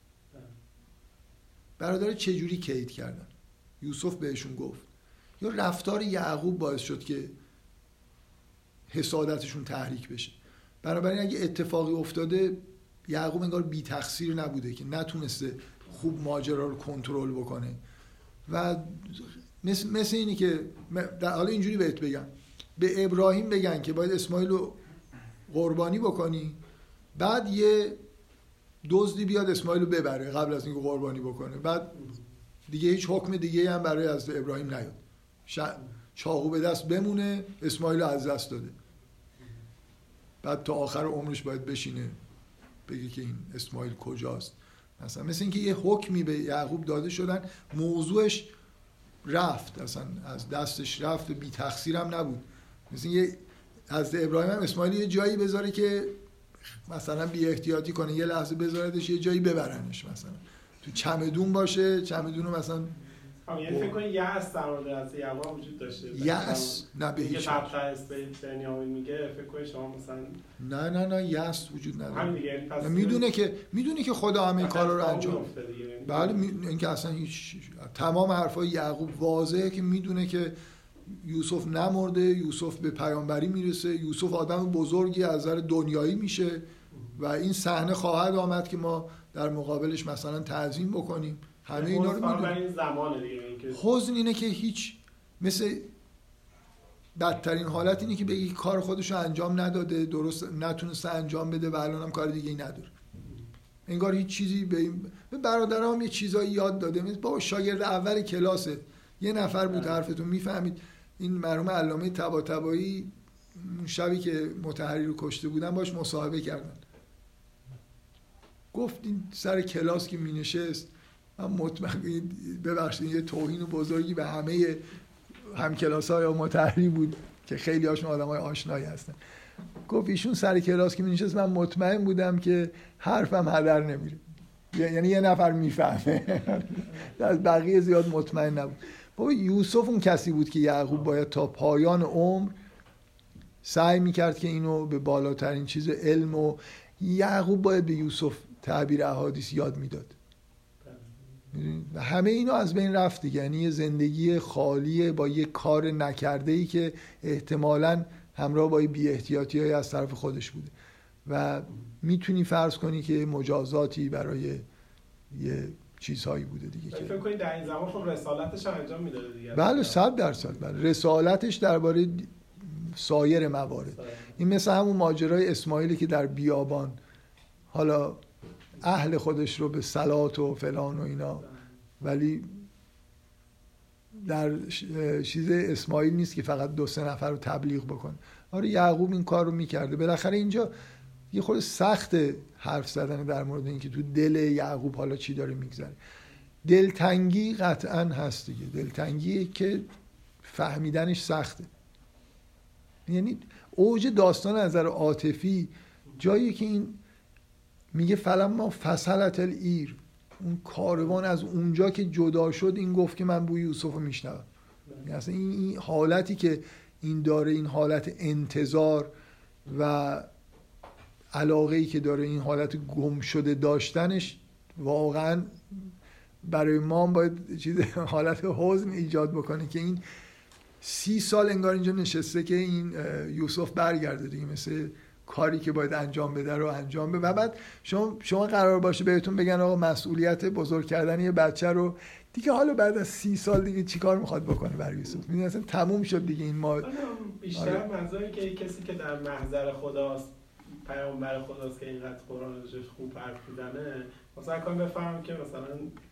S1: برادرها چجوری کید کردن؟ یوسف بهشون گفت. یا رفتار یعقوب باعث شد که حسادتشون تحریک بشه. بنابراین اگه اتفاقی افتاده، یعقوب انگار بی تقصیر نبوده که نتونسته خوب ماجرا رو کنترل بکنه. و مثل اینی که حالا اینجوری بهت بگم، به ابراهیم بگن که باید اسماعیل رو قربانی بکنی، بعد یه دزدی بیاد اسماعیل رو ببره قبل از اینکه قربانی بکنه، بعد دیگه هیچ حکم دیگه هم برای از ابراهیم نیاد، چاقو به دست بمونه، اسماعیل رو از دست داده، بعد تا آخر عمرش باید بشینه بگه که این اسماعیل کجاست. مثلا مثل اینکه یه حکمی به یعقوب داده شدن، موضوعش رفت، اصلا از دستش رفت، بی تقصیر هم نبود. مثل اینکه از ابراهیم هم اسماعیل یه جایی بذاره که مثلا بی احتیاطی کنه، یه لحظه بذاردش یه جایی ببرنش، مثلا تو چمدون باشه، چمدون رو مثلا
S2: یعنی فکر کنید یأس در مورد از یعقوب وجود داشته؟
S1: یأس نه به هیچ وجه.
S2: که بنیامین میگه فکر کنید شما مثلا
S1: نه یأس وجود نداره.
S2: همین دیگه، پس
S1: میدونه که خدا همه کارا رو انجام. بله اینکه اصلا هیچ، تمام حرفای یعقوب واضحه که میدونه که یوسف نمرده، یوسف به پیامبری میرسه، یوسف آدم بزرگی از نظر دنیایی میشه و این صحنه خواهد آمد که ما در مقابلش مثلا تعظیم بکنیم. همه اینا رو میدونه. حزن اینه که هیچ، مثل بدترین حالت اینه که بگی کار خودشو انجام نداده، درست نتونسته انجام بده و الان هم کار دیگه ای نداره. انگار هیچ چیزی به برادرام یه چیزایی یاد داده. مثل بابا شاگرد اول کلاسه، یه نفر بود حرفتون میفهمید. این مرحوم علامه طباطبایی شبی که مطهری رو کشته بودن باش مصاحبه کردن، گفت این سر کلاس که مینشست، من مطمئن، ببخشید یه توهین بزرگی به همه همکلاس‌های مطهری بود که خیلی هاشون آدمای آشنایی هستن، گفت ایشون سر کلاس که مینشست من مطمئن بودم که حرفم هدر نمیره، یعنی یه نفر میفهمه. از بقیه زیاد مطمئن نبود. بابا یوسف اون کسی بود که یعقوب باید تا پایان عمر سعی میکرد که اینو به بالاترین چیز علم، و یعقوب باید به یوسف تعبیر احادیث یاد میداد. و همه اینا از بین رفت دیگه. یعنی یه زندگی خالیه با یه کار نکرده‌ای که احتمالاً همراه با بی احتیاطی‌های از طرف خودش بوده و میتونی فرض کنی که مجازاتی برای یه چیزهایی بوده دیگه. که
S2: فکر کنید در این زمان خب رسالتش هم انجام میداده دیگه.
S1: بله 100%. بله رسالتش درباره سایر موارد. این مثل همون ماجرای اسماعیلی که در بیابان حالا اهل خودش رو به صلات و فلان و اینا، ولی در چیز اسماعیل نیست که فقط 2-3 نفر رو تبلیغ بکنه. آره یعقوب این کار رو میکرده. بالاخره اینجا یه خورده سخت حرف زدن در مورد اینکه تو دل یعقوب حالا چی داره میگذره. دلتنگی قطعا هست دیگه، دلتنگی که فهمیدنش سخته. یعنی اوج داستان از نظر عاطفی جایی که این میگه فلما فصلت العیر، اون کاروان از اونجا که جدا شد این گفت که من بوی یوسف رو میشنوم. یعنی اصلا این حالتی که این داره، این حالت انتظار و علاقه‌ای که داره، این حالت گم شده داشتنش، واقعا برای ما باید چیز حالت حزن ایجاد بکنه که این 30 سال انگار اینجا نشسته که این یوسف برگرده دیگه، مثل کاری که باید انجام بده رو انجام بده و بعد شما قرار باشه بهتون بگن آقا مسئولیت بزرگ کردن یه بچه رو دیگه حالا بعد از 30 سال دیگه چیکار میخواد بکنه برای یوسف؟ میدونی اصلا تموم شد دیگه این ما.
S2: بیشتر منظوری که کسی که در محضر خداست، پیامبر خداست که اینقدر قرآن ازش خوب حرف میزنه، مثلا کاری بفهمم که مثلا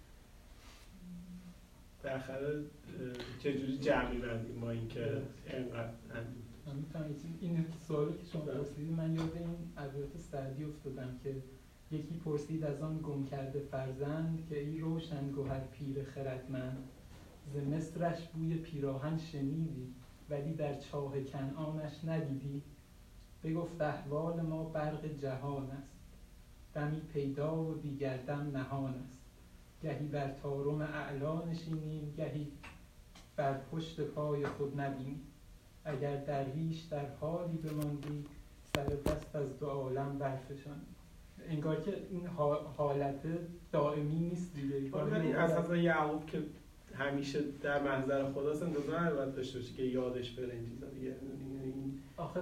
S2: بالاخره چجوری جمع می‌بندیم با اینکه اینقدر
S4: این سوالی که شما پرسیدید من یاد این ابیات سعدی افتادم که یکی پرسید از آن گم کرده فرزند که ای روشن گوهر پیر خردمند، ز مصرش بوی پیراهن شنیدی ولی در چاه کنعانش ندیدی. بگفت احوال ما برق جهان است، دمی پیدا و دیگر دم نهان است. گهی بر طارم اعلا نشینیم، گهی بر پشت پای خود نبینیم. اگر درویش در حالی بماندی، سر دست از دو عالم برفشاندی. انگار که این حالت دائمی نیست دیگه.
S2: ولی اساسا یعقوب که همیشه در محضر خداست، انتظار نباید داشته باشه که یادش بره این چیزا دیگه.
S4: آخه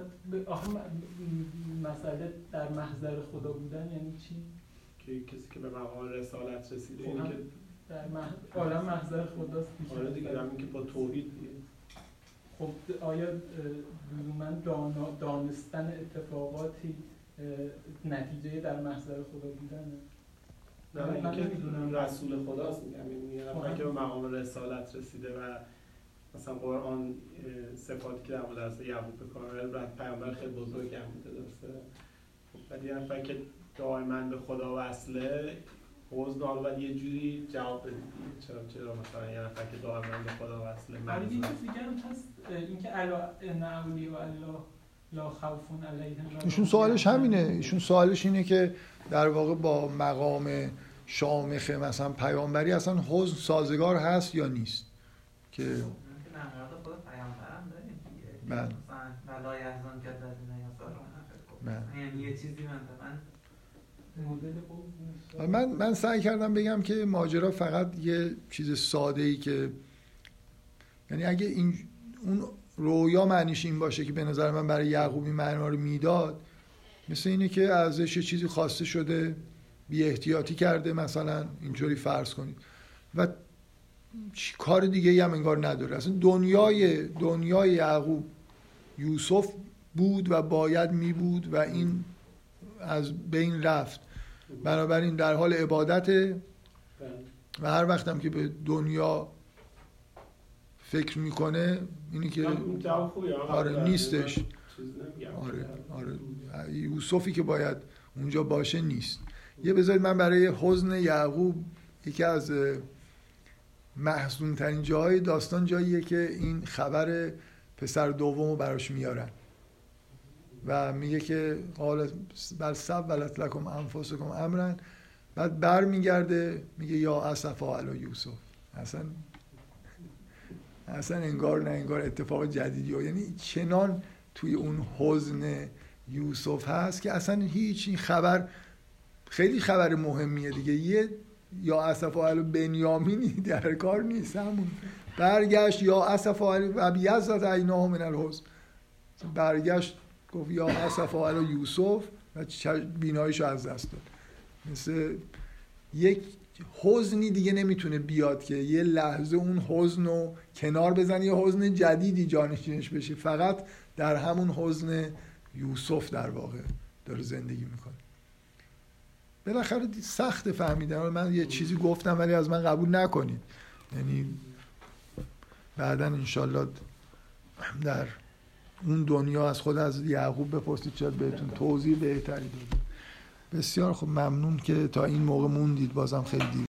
S4: مسئله در محضر خدا بودن یعنی چی؟
S2: که کسی که به مقام رسالت رسیده،
S4: خب
S2: اینی که
S4: در عالم محضر خداست دیگه.
S2: آره دیگه، همین که با توحید دیگه.
S4: خب آیا لزوما دانستن اتفاقاتی نتیجه در محضر خدا بودنه؟
S2: نه اینکه رسول خداست، میگم نفر که به مقام رسالت رسیده و مثلا قرآن صفاتی که در مورد درس یعقوب به کار میبره، پیامبر خیلی بزرگ هم بوده درسته. ولی یه نفر که دائما به خدا وصله، حوض داره باید یه جوری جواب بدید. چرا مثلا یه نفر که دائما به خدا وصله
S4: ولی یه چیز دیگه هم هست، اینکه الا ان اولیاء الله لا خوف علیهم.
S1: ایشون سوالش همینه. ایشون سوالش اینه که در واقع با مقام شامخ مثلا پیامبری اصلا حزن سازگار هست یا نیست که
S9: نقرات خود پیامبرم داریم دیگه.
S1: من
S9: مثلا ولا یحزن که الذین یفرحون. یعنی یه چیزی
S1: من سعی کردم بگم که ماجرا فقط یه چیز ساده ای که یعنی اگه این اون رویا معنیش این باشه که به نظر من برای یعقوب این معنا رو میداد، مثل اینه که ازش یه چیزی خواسته شده، بی احتیاطی کرده مثلا، اینجوری فرض کنید، و کار دیگه ای هم انگار نداره. اصلا دنیای یعقوب یوسف بود و باید می بود و این از بین رفت. بنابراین در حال عبادته و هر وقت هم که به دنیا فکر میکنه اینی که آره نیستش. آره یوسفی که باید اونجا باشه نیست. یه بذارید من برای حزن یعقوب، یکی از محزون ترین جاهای داستان جاییه که این خبر پسر دومو براش میارن و میگه که قال بل سولت لکم انفسکم امرا، بعد بر میگرده میگه یا اسفا علی یوسف. اصلا انگار نه انگار اتفاق جدیدی و یعنی چنان توی اون حزن یوسف هست که اصلا هیچ این خبر خیلی خبر مهمیه دیگه. یه یا اسفا علی بنیامینی در کار نیست، همون برگشت یا اسفا علی ابیضت عیناه من الحزن، برگشت گفت یا اسفا علی یوسف و بیناییشو از دست داد. مثل یک حزنی دیگه نمیتونه بیاد که یه لحظه اون حزن رو کنار بزنه، یه حزن جدیدی جانشینش بشه. فقط در همون حزن یوسف در واقع داره زندگی میکنه. بالاخره سخت فهمیدن. من یه چیزی گفتم ولی از من قبول نکنید، یعنی بعداً انشالله در اون دنیا از خود از یعقوب بپرسید شاید بهتون توضیح بهتری داده. بسیار خب، ممنون که تا این موقع موندید. بازم خیلی